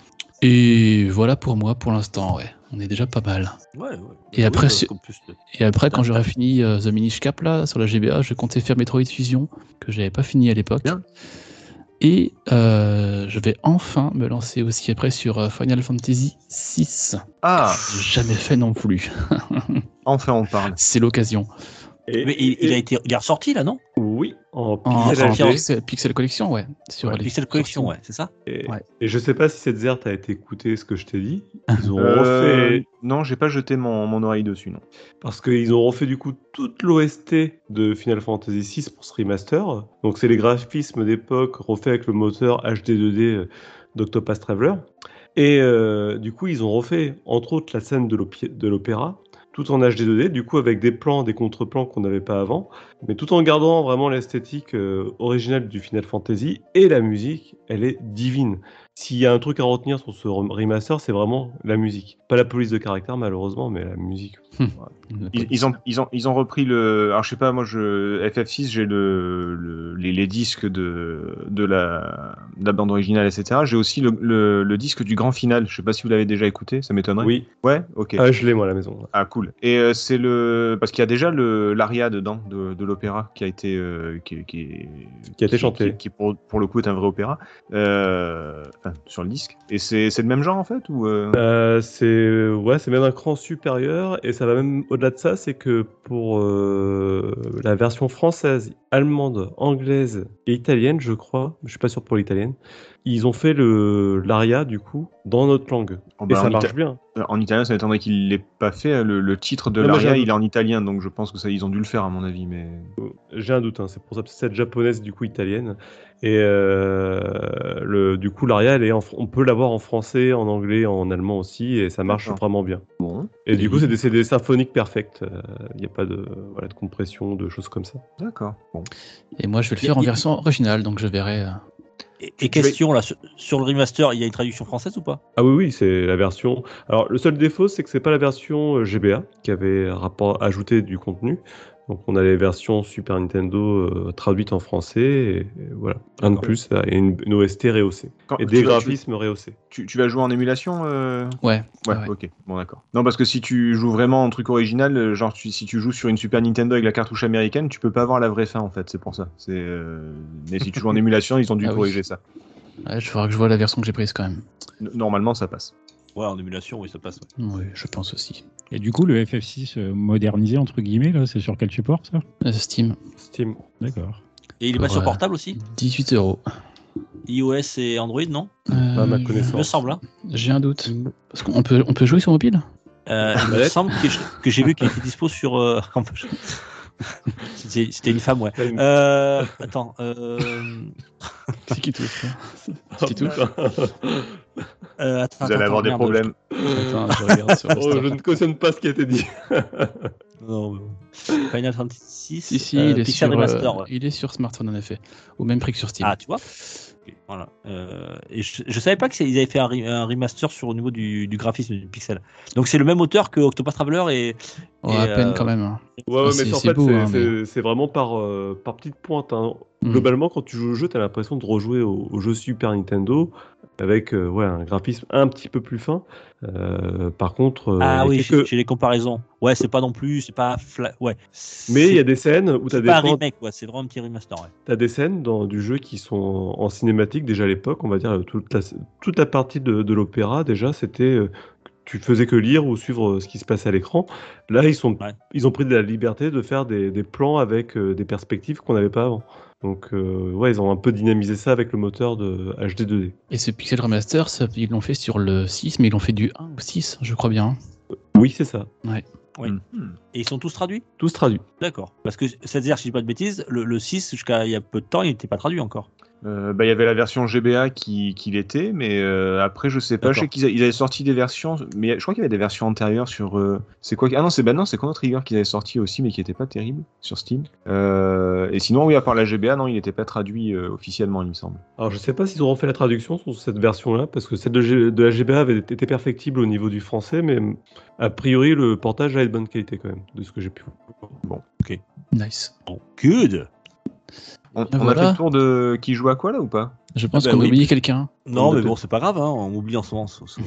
Et voilà pour moi pour l'instant, ouais. On est déjà pas mal. Ouais, ouais. Et Bah après, oui, parce c'est- qu'en plus, euh, Et après, quand j'aurai fini euh, The Minish Cap là, sur la G B A, je comptais faire Metroid Fusion, que j'avais pas fini à l'époque. Bien. Et euh, je vais enfin me lancer aussi après sur euh, Final Fantasy six. Ah, J'ai jamais fait non plus. enfin on parle. C'est l'occasion. Et, Mais il, il et- a été, il est ressorti là, non? Oui, en En, pixel en H D. Pixel, Pixel Collection, ouais. Sur Ouais, les Pixel Collection, ouais, c'est ça? Et, Ouais. et je sais pas si cette zerte a été écoutée, ce que je t'ai dit. Ils ont Euh, refait, Non, j'ai pas jeté mon, mon oreille dessus, non. parce qu'ils ont refait du coup toute l'O S T de Final Fantasy six pour ce remaster. Donc c'est les graphismes d'époque refaits avec le moteur H D deux D euh, d'Octopath Traveler. Et euh, du coup, ils ont refait entre autres la scène de l'opé- de l'opéra, tout en H D deux D, du coup avec des plans, des contre-plans qu'on n'avait pas avant, mais tout en gardant vraiment l'esthétique euh, originale du Final Fantasy, et la musique, elle est divine. S'il y a un truc à retenir sur ce remaster, c'est vraiment la musique. Pas la police de caractère malheureusement, mais la musique. Ils, ils ont, ils, ont, ils ont repris le. Alors je sais pas, moi je F F six, j'ai le, le- les, les disques de, de, la, de la bande originale, et cetera. J'ai aussi le, le, le disque du grand final. Je sais pas si vous l'avez déjà écouté, ça m'étonnerait. Oui, Ouais, ok. ah, je l'ai moi à la maison. Ah cool. Et euh, c'est le parce qu'il y a déjà le l'aria dedans de, de l'opéra qui a été euh, qui, qui, Qui a été chanté. qui, qui pour, pour le coup est un vrai opéra euh, enfin, sur le disque. Et c'est c'est le même genre en fait ou euh... Euh, c'est ouais, c'est même un cran supérieur, et ça va même au-delà de ça, c'est que pour euh, la version française, allemande, anglaise et italienne, je crois, je suis pas sûr pour l'italienne, ils ont fait le l'aria du coup dans notre langue. Oh, Et bah, ça en marche ita- bien. En italien, ça m'étonnerait qu'il l'ait pas fait. Le, le titre de Non, moi, j'ai l'aria, un il est en italien, donc je pense que ça, ils ont dû le faire à mon avis. Mais J'ai un doute, hein, c'est pour ça que c'est cette japonaise du coup italienne. Et euh, le, du coup l'aria, elle est en fr- on peut l'avoir en français, en anglais, en allemand aussi, et ça marche D'accord. vraiment bien. bon, Et du coup c'est des, c'est des symphoniques perfectes. Il n'y a pas de voilà de compression, de choses comme ça. d'accord. Bon. Et moi, je vais le Y a- faire en y- version originale, donc je verrai. euh, Et, Tu- et tu vas- question là, sur, sur le remaster, il y a une traduction française ou pas? Ah oui, oui, c'est la version. Alors, le seul défaut, c'est que c'est pas la version euh, G B A qui avait rapport... ajouté du contenu. Donc, on a les versions Super Nintendo euh, traduites en français. Et, et voilà, rien de D'accord. plus. Et une, une O S T rehaussée. Quand- Et tu des vas- tu- graphismes rehaussés. Tu, tu vas jouer en émulation euh Ouais. Ouais, ouais. ok, bon d'accord. Non, parce que si tu joues vraiment en truc original, euh, genre tu- si tu joues sur une Super Nintendo avec la cartouche américaine, tu peux pas avoir la vraie fin en fait, c'est pour ça. C'est, euh, Mais si tu joues en émulation, ils ont dû Ah oui. corriger ça. Ouais, je faudra que je vois la version que j'ai prise quand même. N- Normalement, ça passe. Ouais, en émulation, oui, ça passe. ouais. Oui, je pense aussi. Et du coup, le F F six euh, modernisé, entre guillemets, là, c'est sur quel support, ça? Euh, Steam, Steam. D'accord. Et il est pas Pour, sur euh, portable aussi? dix-huit euros. iOS et Android, non? Euh, Pas à ma Il connaissance. me semble. Hein. J'ai un doute. Parce qu'on peut, on peut jouer sur mobile. Euh, il me Manette. semble que, je- que j'ai vu qu'il était dispo sur. euh, C'était c'était une femme, ouais. Là, une- Euh, attends. Euh, C'est qui touche Oh, qui touche putain. euh, attends, Vous allez attends, avoir des merde, problèmes. Attends, je regarde sur le Oh, store. je ne cautionne pas ce qui a été dit. je- Non, mais bon. Final Fantasy six. Si, si, euh, il, est Pixel sur, Remaster, euh, ouais. il est sur smartphone en effet. Au même prix que sur Steam. Ah, tu vois. Ok, voilà. Euh, et je, je savais pas qu'ils avaient fait un, re- un remaster sur au niveau du, du graphisme du pixel. Donc c'est le même auteur que Octopath Traveler et. Ouais, et, à peine euh, quand même. hein. Ouais, ouais, Ah, mais c'est- c'est- en c'est fait, beau, c'est hein, c'est- c'est vraiment par, euh, par petite pointe. hein. Mm. Globalement, quand tu joues au jeu, tu as l'impression de rejouer au, au jeu Super Nintendo avec euh, ouais, un graphisme un petit peu plus fin. Euh, par contre, euh, Ah il y a oui, quelques- j'ai j'ai les comparaisons. Ouais, c'est pas non plus, c'est pas. Fla... Ouais. mais il y a C'est- des scènes où tu as c'est des, pas un plans- remake, ouais, c'est vraiment un petit remaster. Ouais. t'as des scènes dans, du jeu qui sont en, en cinématique déjà à l'époque. On va dire toute la, toute la partie de, de l'opéra, déjà, c'était. euh, tu faisais que lire ou suivre euh, ce qui se passait à l'écran. Là, ils, sont, Ouais. ils ont pris de la liberté de faire des, des plans avec euh, des perspectives qu'on n'avait pas avant. Donc, euh, ouais, ils ont un peu dynamisé ça avec le moteur de H D deux D. Et ce Pixel Remaster, ça, ils l'ont fait sur le six, mais ils l'ont fait du un au six, je crois bien. Oui, c'est ça. Oui. Hmm. Et ils sont tous traduits? Tous traduits. D'accord. Parce que, c'est-à-dire, si je dis pas de bêtises, le, le six, jusqu'à il y a peu de temps, il n'était pas traduit encore. Euh, bah, il y avait la version G B A qui, qui l'était, mais euh, après, je sais pas. Je sais D'accord. qu'ils a- ils avaient sorti des versions, mais je crois qu'il y avait des versions antérieures sur. euh, c'est quoi? Ah non, c'est bah non, c'est Chrono Trigger qu'ils avaient sorti aussi, mais qui était pas terrible sur Steam. Euh, et sinon, oui, à part la G B A, non, il n'était pas traduit euh, officiellement, il me semble. Alors, je sais pas s'ils auront fait la traduction sur cette version-là, parce que celle de, G- de la G B A avait été perfectible au niveau du français, mais a priori, le portage a de bonne qualité quand même, de ce que j'ai pu voir. Nice. Bon, good. On, Et on a voilà. fait le tour de qui joue à quoi là ou pas? Je pense Ah bah qu'on oui. a oublié quelqu'un. Non, de mais tête. bon, c'est pas grave, hein, on oublie en ce moment. ce- ce-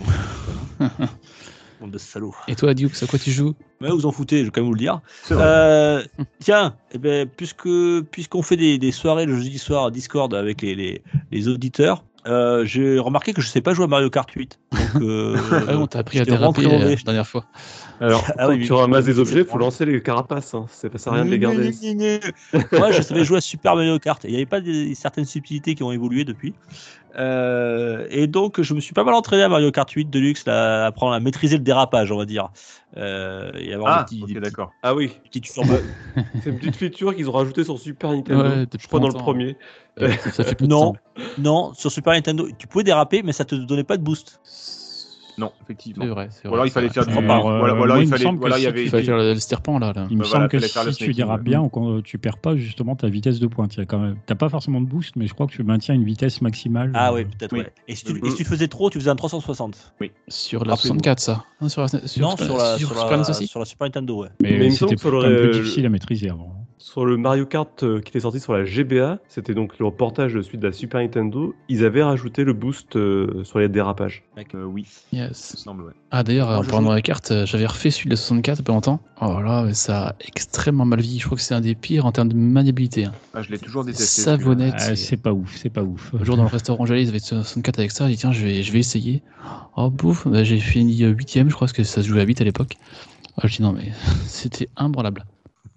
Bande de salauds. Et toi, Dukes, à quoi tu joues? Mais vous en foutez, je vais quand même vous le dire. C'est vrai. Euh, tiens, eh ben, puisque puisqu'on fait des, des soirées le jeudi soir à Discord avec les, les, les auditeurs, euh, j'ai remarqué que je sais pas jouer à Mario Kart huit. Donc, euh, Ah, on t'a appris à j'étais vraiment déraper très euh, mauvais. la dernière fois. Alors, Ah quand oui, tu oui, ramasses oui, des objets, il c'est faut vrai. lancer les carapaces. Hein. C'est pas ça rien de les garder. Moi, je savais jouer à Super Mario Kart. Il n'y avait pas des, certaines subtilités qui ont évolué depuis. Euh, et donc, je me suis pas mal entraîné à Mario Kart huit Deluxe, là, à apprendre à maîtriser le dérapage, on va dire. Euh, et avoir Ah, des petits, ok, des petits- d'accord. Ah oui, des petits turbos. c'est une petite feature qu'ils ont rajoutée sur Super Nintendo. Ouais, je depuis crois dans le longtemps. premier. Euh, ça fait peu de Non, temps. non, sur Super Nintendo, tu pouvais déraper, mais ça te donnait pas de boost. Non, effectivement. C'est vrai. c'est Ou alors vrai, il fallait c'est faire vrai. du. Alors, Voilà, euh, voilà, moi, il il me fallait. semble que Voilà, il y si avait. Il fallait faire le, le serpent là. là. Il me Bah semble voilà, que fallait faire le si tu snaking, dérapes ouais. bien, on- quand tu perds pas justement ta vitesse de pointe. Il y a quand même, t'as pas forcément de boost, mais je crois que tu maintiens une vitesse maximale. Ah euh, oui, peut-être, oui. ouais. Et si, tu, Mhm. et si tu faisais trop, tu faisais un trois cent soixante. Sur la Rappelez-vous. soixante-quatre, ça. Non, sur la, sur, non, sur la, sur sur, Super la, NES aussi. sur la Super Nintendo, ouais. Mais, Mais il me semble c'était que sur quand le- même plus le- difficile à maîtriser avant. Sur le Mario Kart euh, qui était sorti sur la G B A, c'était donc le reportage de suite de la Super Nintendo, ils avaient rajouté le boost euh, sur les dérapages. Euh, oui, il me Yes. semble, ouais. Ah d'ailleurs, Moi, en je parlant joue- de la carte, euh, j'avais refait celui de la soixante-quatre il y a pas longtemps. Oh là, mais ça a extrêmement mal vieilli. Je crois que c'est un des pires en termes de maniabilité. hein. Ah, je l'ai toujours détesté. Savonnette. Ah, c'est pas ouf, c'est pas ouf. Le jour dans le restaurant j'allais, ils avaient soixante-quatre avec ça. J'ai dit tiens, je vais, je vais essayer. Oh bouf, bah, j'ai fini huitième, je crois, parce que ça se jouait à huit à l'époque. Ah, je dis non, mais c'était imbranlable.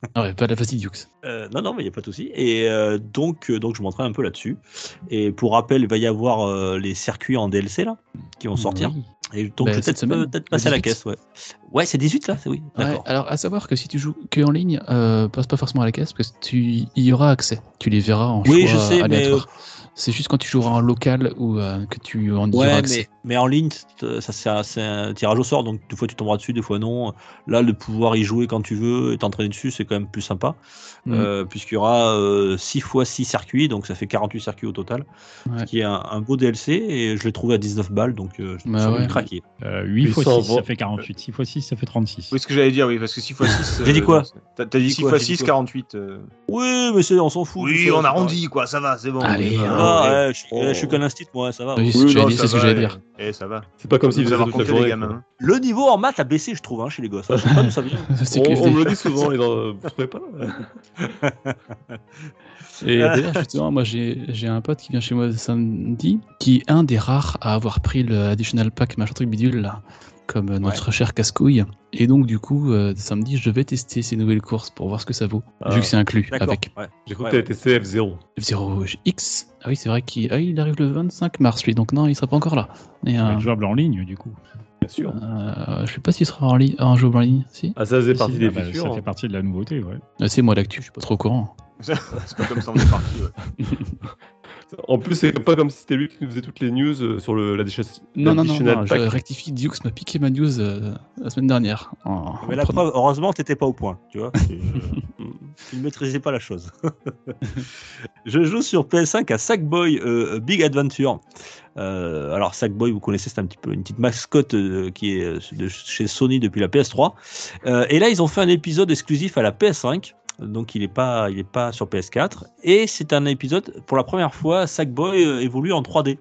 Ah ouais, pas de la Fastidioux. Euh, non, non, mais il n'y a pas de souci. Et euh, donc, euh, donc, je m'entraîne un peu là-dessus. Et pour rappel, il va y avoir euh, les circuits en D L C là, qui vont sortir. Oui. Et donc, Bah, je vais cette peut-être semaine, peut-être le passer à la dix-huit. caisse. Ouais, ouais c'est dix-huit là, c'est oui. Ouais, D'accord. alors, à savoir que si tu joues que en ligne, euh, passe pas forcément à la caisse, parce que tu il y aura accès. Tu les verras en Oui, choix je sais, mais, aléatoire. C'est juste quand tu joueras en local ou euh, que tu en y auras Ouais, accès. mais, mais en ligne, c'est- ça c'est un, c'est un tirage au sort, donc des fois tu tomberas dessus, des fois non. Là, de pouvoir y jouer quand tu veux et t'entraîner dessus, c'est quand même plus sympa, Mm. euh, puisqu'il y aura euh, six fois six circuits, donc ça fait quarante-huit circuits au total, Ouais. ce qui est un, un beau D L C, et je l'ai trouvé à dix-neuf balles, donc euh, je Bah suis ouais. craqué. Euh, huit Puis fois ça six, envoie- ça fait quarante-huit. six fois six, ça fait trente-six. Oui, ce que j'allais dire, oui, parce que six fois six. J'ai dit quoi T'as t'as dit J'ai dit six quoi fois J'ai dit six, quoi quarante-huit. euh. Oui, mais c'est, on s'en fout. Oui, tout ça, on c'est arrondit, quoi, ça va, c'est bon. Allez, on y va. pas- Ça hein. va, Ouais. ouais, je, suis- Oh. je suis qu'un instit, moi, ça va. Oui, ouais. c'est ce que j'allais non, dire, ça c'est ce que va, j'allais eh. dire. Eh, ça va. C'est pas comme Faut s'ils nous faisaient avoir toute la compté, les journée. gamins. quoi. hein. Le niveau en maths a baissé, je trouve, hein, chez les gosses. Je sais pas d'où ça vient. C'est On, Q F D. on me le dit souvent, les dans- vous trouvez pas Et d'ailleurs, justement, moi j'ai j'ai un pote qui vient chez moi samedi, qui est un des rares à avoir pris le additional pack machin truc bidule là, comme euh, notre cher casse-couille. Et donc du coup, euh, samedi, je vais tester ces nouvelles courses pour voir ce que ça vaut, Ah. vu que c'est inclus D'accord. avec Ouais. J'ai cru Ouais, que ouais. t'avais testé F zéro. F zéro X. Ah oui, c'est vrai qu'il ah, il arrive le vingt-cinq mars, lui, donc non, il sera pas encore là. Et, Il va euh, être jouable en ligne, du coup. Bien sûr. euh, je sais pas s'il sera en, ligne, en jouable en ligne, si. Ah, ça faisait Si, partie si, des ah bah, features. ça hein. fait partie de la nouveauté, ouais. Ah, c'est moi l'actu, je suis pas trop au courant. C'est pas comme ça, on est parti. Ouais. En plus, c'est pas comme si c'était lui qui nous faisait toutes les news euh, sur le, la décha- Non, non, non, l'additional non, je pack. rectifie, Dukes m'a piqué ma news euh, la semaine dernière. En- Mais en la prenant- preuve, heureusement, t'étais pas au point, tu vois. Tu, euh, tu ne maîtrisais pas la chose. Je joue sur P S cinq à Sackboy euh, Big Adventure. Euh, alors Sackboy, vous connaissez, c'est un petit peu une petite mascotte euh, qui est euh, de chez Sony depuis la P S trois. Euh, et là, ils ont fait un épisode exclusif à la P S cinq. Donc il n'est pas, il est pas sur P S quatre. Et c'est un épisode, pour la première fois, Sackboy euh, évolue en trois D.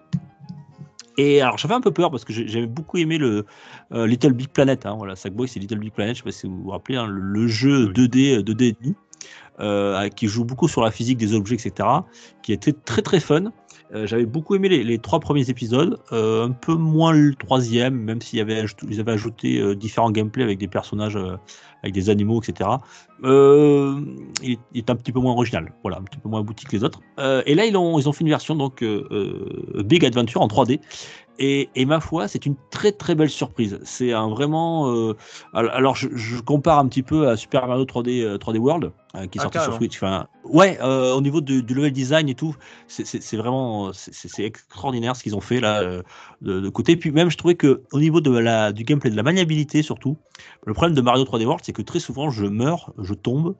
Et alors j'avais un peu peur parce que j'ai- j'avais beaucoup aimé le euh, Little Big Planet. Hein, voilà, Sackboy c'est Little Big Planet, je sais pas si vous vous rappelez, hein, le, le jeu Oui. deux D, euh, deux D et demi, euh, qui joue beaucoup sur la physique des objets, et cetera, qui était très très fun. Euh, j'avais beaucoup aimé les, les trois premiers épisodes, euh, un peu moins le troisième, même s'ils avaient, ajouté- ils avaient ajouté euh, différents gameplays avec des personnages, euh, avec des animaux, et cetera. Euh, il, est, il est un petit peu moins original, voilà, un petit peu moins abouti que les autres. Euh, et là, ils ont, ils ont fait une version donc euh, euh, Big Adventure en trois D. Et, et ma foi, c'est une très très belle surprise. C'est un vraiment. Euh, alors, je, je compare un petit peu à Super Mario trois D, euh, trois D World, euh, qui est Ah, sorti sur carrément. Switch. Enfin, ouais, euh, au niveau du, du level design et tout, c'est- c'est c'est vraiment c'est- c'est c'est extraordinaire ce qu'ils ont fait là euh, de, de côté. Puis même, je trouvais que au niveau de la, du gameplay, de la maniabilité surtout, le problème de Mario trois D World, c'est que très souvent, je meurs, je tombe,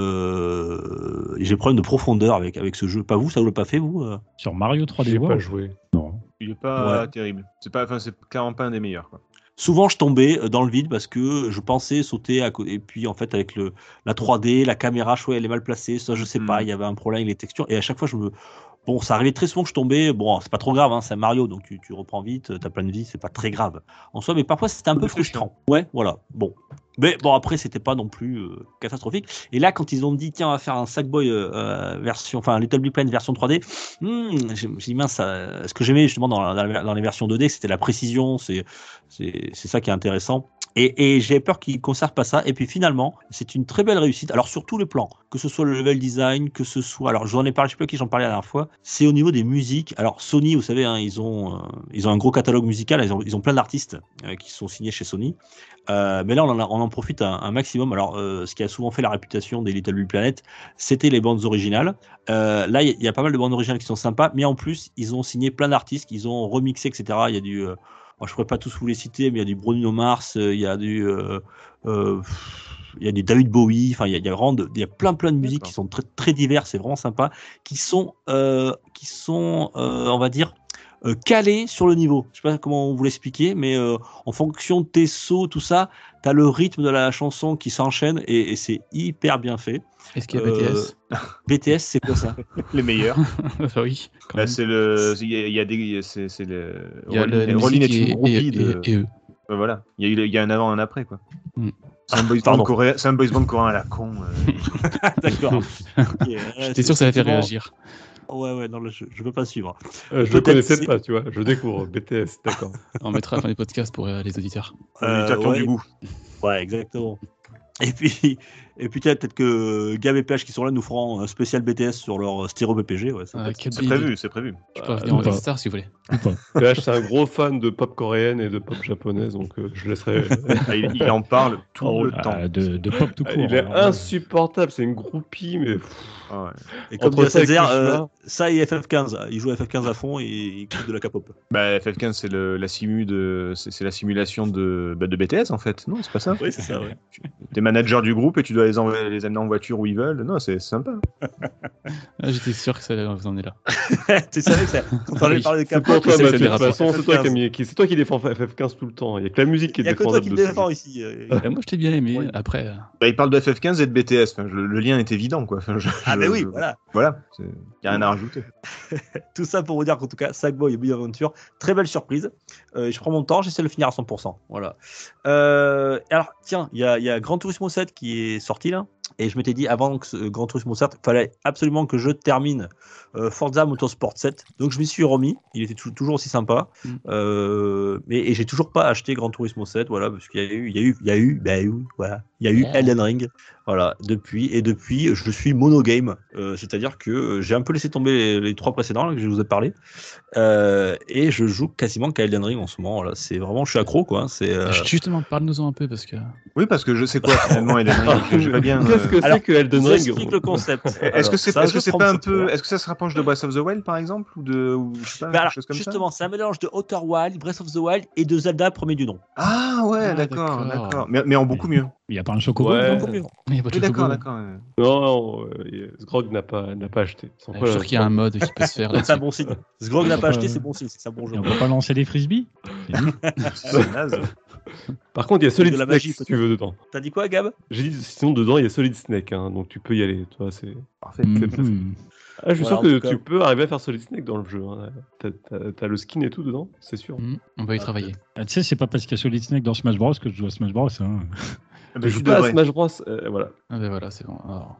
euh, et j'ai problème de profondeur avec avec ce jeu. Pas vous, ça vous l'a pas fait vous euh Sur Mario trois D J'ai pas World. joué. Non. Il est pas Ouais. terrible. C'est pas, enfin, c'est clairement pas un des meilleurs. Quoi. Souvent, je tombais euh, dans le vide parce que je pensais sauter à côté. Et puis, en fait, avec le, la trois D, la caméra, je trouvais elle est mal placée. Ça, je sais Mm. pas, il y avait un problème avec les textures. Et à chaque fois, je me. Bon, ça arrivait très souvent que je tombais. Bon, c'est pas trop grave, hein, c'est un Mario, donc tu, tu reprends vite, t'as plein de vie, c'est pas très grave en soi. Mais parfois, c'était un peu C'est très frustrant. Ouais, voilà. Bon. Mais bon, après, c'était pas non plus euh, catastrophique. Et là, quand ils ont dit, tiens, on va faire un Sackboy euh, euh, version. Enfin, Little Big Planet version trois D, hmm, j'ai j'ai dit, mince, ça- ce que j'aimais justement dans, la- dans, la- dans les versions deux D, c'était la précision, c'est c'est c'est ça qui est intéressant. Et, et j'ai peur qu'ils ne conservent pas ça. Et puis finalement, c'est une très belle réussite. Alors sur tous les plans, que ce soit le level design, que ce soit, alors j'en ai parlé, je sais pas à qui j'en parlais la dernière fois. C'est au niveau des musiques. Alors Sony, vous savez, hein, ils ont euh, ils ont un gros catalogue musical. Ils ont ils ont plein d'artistes euh, qui sont signés chez Sony. Euh, mais là, on en, a- on en profite un, un maximum. Alors, euh, ce qui a souvent fait la réputation des Little Big Planet, c'était les bandes originales. Euh, là, il y, y a pas mal de bandes originales qui sont sympas, mais en plus, ils ont signé plein d'artistes, ils ont remixé, et cetera. Il y a du, euh, bon, je pourrais pas tous vous les citer, mais il y a du Bruno Mars, euh, il y a du, euh, euh, il y a du David Bowie. Enfin, il y a, il y a vraiment, de- il y a plein plein de musiques D'accord. qui sont très très diverses, c'est vraiment sympa, qui sont, euh, qui sont, euh, on va dire. euh, calé sur le niveau. Je sais pas comment vous l'expliquer, mais euh, en fonction de tes sauts, tout ça, tu as le rythme de la chanson qui s'enchaîne et, et c'est hyper bien fait. Est-ce qu'il y a Euh, B T S B T S, c'est quoi ça? Les meilleurs. Bah oui. quand Là, même. c'est le. Il y, a- il y a des. C'est c'est le. Il y a le, la Rollin musique est une et, et, groupie et, de. et eux. Ouais, voilà. Il y, a, eu- il y a un avant, un après, quoi. Mm. C'est un boys band Pardon. coréen. C'est un boys band coréen à la con. euh. D'accord. Ok, ouais, J'étais c'est sûr que ça allait faire effectivement- réagir. Ouais, ouais, non, là, je, je peux pas suivre. Euh, je Peut-être le connaissais c'est- pas, tu vois. Je découvre B T S, d'accord. On mettra à la fin des podcasts pour euh, les auditeurs. Les auditeurs qui ont ouais, du goût. Ouais, exactement. Et puis, Et puis peut-être que Gab et P H qui sont là nous feront un spécial B T S sur leur stéréo P P G. Ouais, ça Ah, peut être- quel C'est bide. prévu, c'est prévu. Je peux Euh, revenir en ou pas. guest star si vous voulez. Ou pas. P H, c'est un gros fan de pop coréenne et de pop japonaise, donc euh, je laisserai. Ah, il, il en parle tout Oh, le temps. Ah, de, de pop tout court. Il est alors, euh, insupportable, c'est une groupie, mais. pff, Ah ouais. Et comme Entre dit ça et Césaire, Kushima. euh, ça et F F quinze. Il joue à F F quinze à fond et il écoute de la K-pop. Bah, F F quinze, c'est le- la simu de, c'est c'est la simulation de, bah, de B T S en fait. Non, c'est pas ça. Oui, c'est ça, ouais. T'es manager du groupe et tu dois les, envoyer, les amener en voiture où ils veulent. Non, c'est sympa. Ah, J'étais sûr que ça allait vous emmener là. Tu savais que ça. Quand on avait parlé de C'est K-pop, pour toi, c'est- Mathieu. c'est De des toute façon, rapports. c'est toi qui, as mis- qui- c'est toi qui défends F F quinze tout le temps. Il y a que la musique qui il est n'y a que toi défendable qui le dessus. défends ici. euh. Euh, moi, je t'ai bien aimé. Oui. Après, euh, Bah, il parle de F F quinze et de B T S. Enfin, je- le lien est évident, quoi. Enfin, je- Ah, je- mais oui, je- voilà. Voilà. Il n'y a rien à rajouter. Tout ça pour vous dire qu'en tout cas, Sackboy et Big Adventure, très belle surprise. Euh, je prends mon temps, j'essaie de le finir à cent pour cent. Voilà. Euh, alors, tiens, il y a, il y a Gran Turismo sept qui est sorti là. Et je m'étais dit avant que ce Gran Turismo sept, il fallait absolument que je termine euh, Forza Motorsport sept. Donc je m'y suis remis. Il était tou- toujours aussi sympa. Mm. Euh, mais et j'ai toujours pas acheté Gran Turismo sept. Voilà, parce qu'il y a eu, il y a eu, il y a eu, bah oui, voilà, il y a eu Yeah. Elden Ring. Voilà, depuis et depuis, je suis monogame. Euh, c'est-à-dire que euh, j'ai un peu laissé tomber les, les trois précédents là, que je vous ai parlé. Euh, et je joue quasiment qu'à Elden Ring en ce moment. Là, c'est vraiment, je suis accro quoi. C'est euh, justement, parle-nous-en un peu parce que. Oui, parce que je sais quoi finalement, Elden Ring. J'ai- j'ai pas bien. euh, Qu'est-ce que Alors, c'est que Elden je vous Ring explique le concept. Est-ce Alors, que c'est c'est un est-ce que jeu c'est from pas un software. peu est-ce que ça se rapproche de Breath of the Wild par exemple ou de ou, je sais pas, Bah quelque alors, chose comme justement, c'est un mélange de Outer Wild, Breath of the Wild et de Zelda premier du nom. ça Ah ouais, Ah, d'accord, d'accord. d'accord. Mais, mais en beaucoup mieux. Il n'y a pas un chocobo Ouais. dedans Beaucoup mieux. Il y a pas de Oui, d'accord, chocobo. d'accord. ouais. Non, non, euh, Sgrog n'a pas, n'a pas acheté. Sans Je quoi, suis sûr qu'il y a un mode qui peut se faire C'est là-dessus. un bon signe. Ce Grog n'a pas Euh, acheté, c'est bon signe, c'est un bon jeu. Et on peut pas lancer des frisbees C'est naze. Par contre, il y a Solid de la Snake magie, si tu veux dedans. T'as dit quoi, Gab? J'ai dit, sinon dedans il y a Solid Snake, hein, donc tu peux y aller. Toi, c'est. Parfait. Mhm. Ah, je suis Voilà, sûr en que tout cas. tu peux arriver à faire Solid Snake dans le jeu. Hein. T'as, t'as- t'as le skin et tout dedans, c'est sûr. Hmm, on va y travailler. Ah, tu sais, c'est pas parce qu'il y a Solid Snake dans Smash Bros que je joue à Smash Bros. Hein. Ah, bah, Tu tu joues pas à devrais. Smash Bros. euh, voilà. Ah ben voilà, c'est bon. Alors,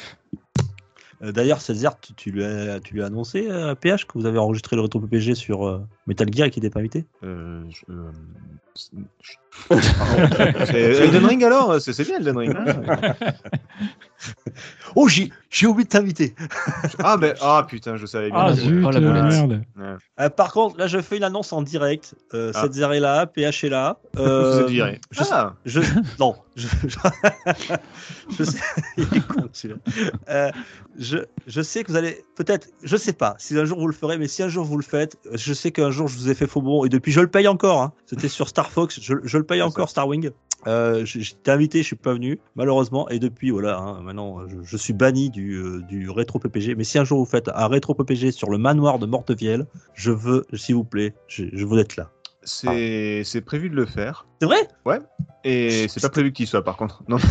Euh, D'ailleurs, Césaire, tu, tu lui as, tu lui as annoncé euh, à P H que vous avez enregistré le rétro P P G sur euh, Metal Gear et qu'il n'était pas invité? Euh, je- euh, c'est- Pardon. C'est Elden Ring alors C'est c'est bien Elden Ring. hein Oh, j'ai j'ai oublié de t'inviter. Ah ben ah putain, je savais bien. Ah Ouais. zut, Oh, la euh, boulette. merde. Ouais. Euh, par contre, là, je fais une annonce en direct. Euh, Ah. Césaire est là, P H est là. Vous Euh, êtes viré. Je, Ah, je, non, je, je, je sais, il est con, celui-là. Euh, je, je sais que vous allez, peut-être, je sais pas si un jour vous le ferez, mais si un jour vous le faites, je sais qu'un jour je vous ai fait faux bon et depuis je le paye encore. Hein. C'était sur Star Fox, je, je le paye C'est encore, Starwing. Euh, je- J'étais invité, je suis pas venu, malheureusement, et depuis, voilà, hein, maintenant je, je suis banni du, euh, du rétro P P G. Mais si un jour vous faites un rétro P P G sur le manoir de Mortevielle, je veux, s'il vous plaît, je, je veux être là. c'est c'est prévu de le faire. C'est vrai? Et c'est pas prévu qu'il y soit par contre. Non.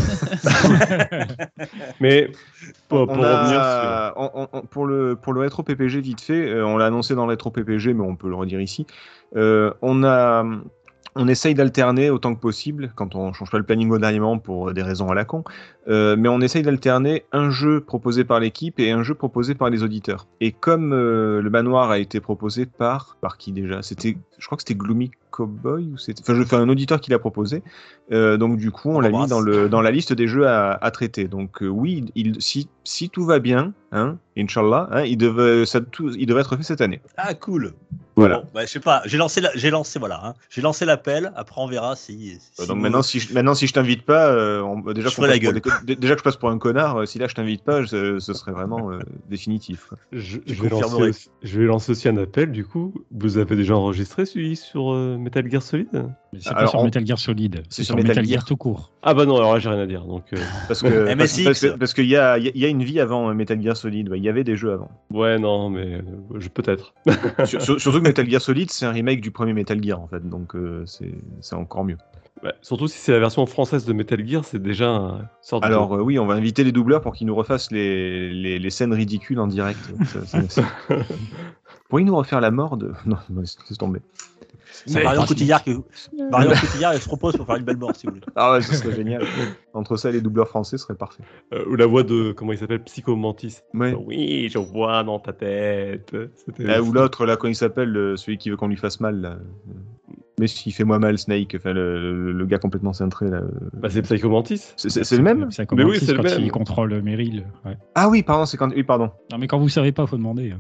Mais pour, On pour revenir sur. a, on- on- on- pour le pour le rétro P P G vite fait, euh, on l'a annoncé dans le rétro P P G, mais on peut le redire ici. Euh, on a on essaye d'alterner autant que possible quand on change pas le planning au dernier moment pour des raisons à la con. Euh, mais on essaye d'alterner un jeu proposé par l'équipe et un jeu proposé par les auditeurs. Et comme euh, le manoir a été proposé par par qui déjà C'était, je crois que c'était Gloomy Cowboy ou c'était, enfin je fais un auditeur qui l'a proposé. Euh, donc du coup on l'a mis Embrasse. dans le dans la liste des jeux à, à traiter. Donc euh, oui, il, si si tout va bien, hein, Inch'Allah, hein, il devait ça tout, il devrait être fait cette année. Ah, cool. Voilà. Bon, bah, je sais pas, j'ai lancé, la- j'ai lancé, voilà, hein. J'ai lancé l'appel. Après, on verra si. si Euh, donc vous- maintenant si je, maintenant si je t'invite pas, euh, on- déjà Je qu'on ferai la passe pour gueule. des co- dé- déjà que je passe pour un connard. euh, si là je t'invite pas, je- ce serait vraiment euh, définitif. quoi. Je, Je je vais lancer confirmerai. aussi, je vais lancer aussi un appel du coup. Vous avez déjà enregistré celui sur euh, Metal Gear Solid? Mais c'est pas Alors, sur on- Metal Gear Solid, c'est sur Metal Metal Gear Gear. tout court. Ah bah non, alors là j'ai rien à dire. Donc euh, Parce que M parce, S X. parce que parce qu'il y a il y a- il y a une vie avant euh, Metal Gear Solid. ouais, Il y avait des jeux avant. ouais non mais euh, je peut-être. Sur- sur- surtout que Metal Gear Solid c'est un remake du premier Metal Gear en fait, donc euh, c'est c'est encore mieux. Ouais, surtout si c'est la version française de Metal Gear, c'est déjà une sorte Alors de... euh, oui, on va inviter les doubleurs pour qu'ils nous refassent les, les, les scènes ridicules en direct. Ça- ça- ça- Pourriez-vous nous refaire la mort de non, non, laisse laisse tomber. C'est Marion Cotillard qui. Marion Cotillard, elle se propose pour faire une belle mort, si vous voulez. Ah ouais, ce serait génial. Entre ça et les doubleurs français, ce serait parfait. Euh, ou la voix de comment il s'appelle, Psycho Mantis. Ouais. Oui, je vois dans ta tête. C'était- Ah, ou l'autre là, quand il s'appelle euh, celui qui veut qu'on lui fasse mal. Là. Mais s'il fait moi mal Snake, enfin le, le, le gars complètement cintré là. Bah c'est Psycho Mantis. C'est, c'est, c'est le même. Psycho Mais oui, Mantis, c'est le quand même. il contrôle Meryl. Ouais. Ah oui, pardon, c'est quand. Oui, pardon. Non, mais quand vous savez pas, faut demander.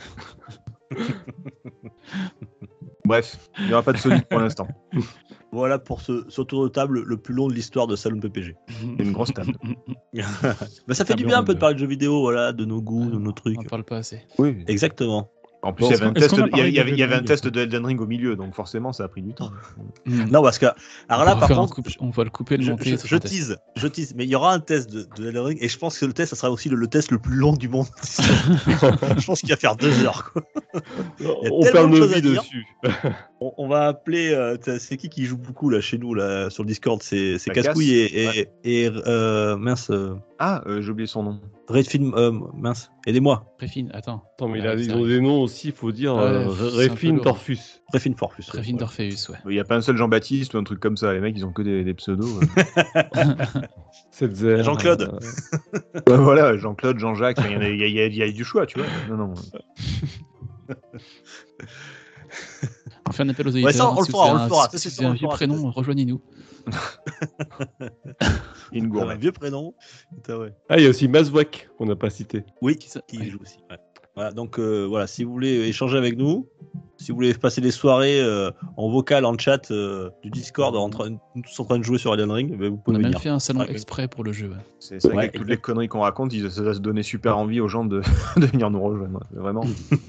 Bref, il n'y aura pas de solide pour l'instant. Voilà pour ce, ce tour de table le plus long de l'histoire de Saloon P P G. C'est une grosse table. Bah, ça fait du bien un peu de parler de jeux vidéo, voilà, de nos goûts, de nos trucs. On en parle pas assez. Oui. Exactement. En plus, Bon, il y avait un est-ce test, qu'on a de- il y parlé avait, il y avait- de il y avait un Elden test Ring de Elden Ring au milieu, donc forcément, ça a pris du temps. Non, parce que. Alors là, on, va par faire un contre, coupe- on va le couper et le je, monter. je, ça je sera un test. tease, je tease, mais il y aura un test de, de Elden Ring, et je pense que le test, ça sera aussi le, le test le plus long du monde. Je pense qu'il va faire deux heures, quoi. y a On tellement perd de nos choses à vies dire. dessus. On, on va appeler. euh, t'as- c'est qui qui joue beaucoup là chez nous là sur le Discord? C'est c'est La Cascouille Casse. et, et, Ouais. et, euh, mince. Euh, Ah, euh, j'ai oublié son nom. Redfin, euh, mince. Aidez-moi. Préfine, attends. Attends, mais il Ouais, a, ça ils ont arrive. des noms aussi, il faut dire Ouais, euh, c'est un peu Refin lourd. Torfus. Redfin Forfus. ouais. Préfine d'Orpheus, ouais. Il n'y a pas un seul Jean-Baptiste ou un truc comme ça. Les mecs, ils ont que des, des pseudos. Cette zère, Jean-Claude. euh, Ouais, voilà, Jean-Claude, Jean-Jacques, il y, en a- il y, a- il y a- il y a du choix, tu vois. Non, non. On fait un appel aux auditeurs. Ouais, ça, on le si fera, vous on avez le un- fera. Si Ça, c'est vous sûr, avez on un le vieux fera. prénom, rejoignez-nous. Une Un gourmet. vieux prénom. Putain, ouais. Ah, il y a aussi Mazouak qu'on n'a pas cité. Oui, Qui ça qui Ouais. joue aussi. Ouais. Voilà, donc euh, voilà, si vous voulez échanger avec nous, si vous voulez passer des soirées euh, en vocal, en chat euh, du Discord, en train, nous tous en train de jouer sur Elden Ring, ben, vous On pouvez a même venir. fait un salon Ouais. exprès pour le jeu. ouais. C'est c'est vrai Ouais, qu'avec toutes les conneries qu'on raconte, ils- ça va se donner super envie aux gens de, de venir nous rejoindre. Vraiment.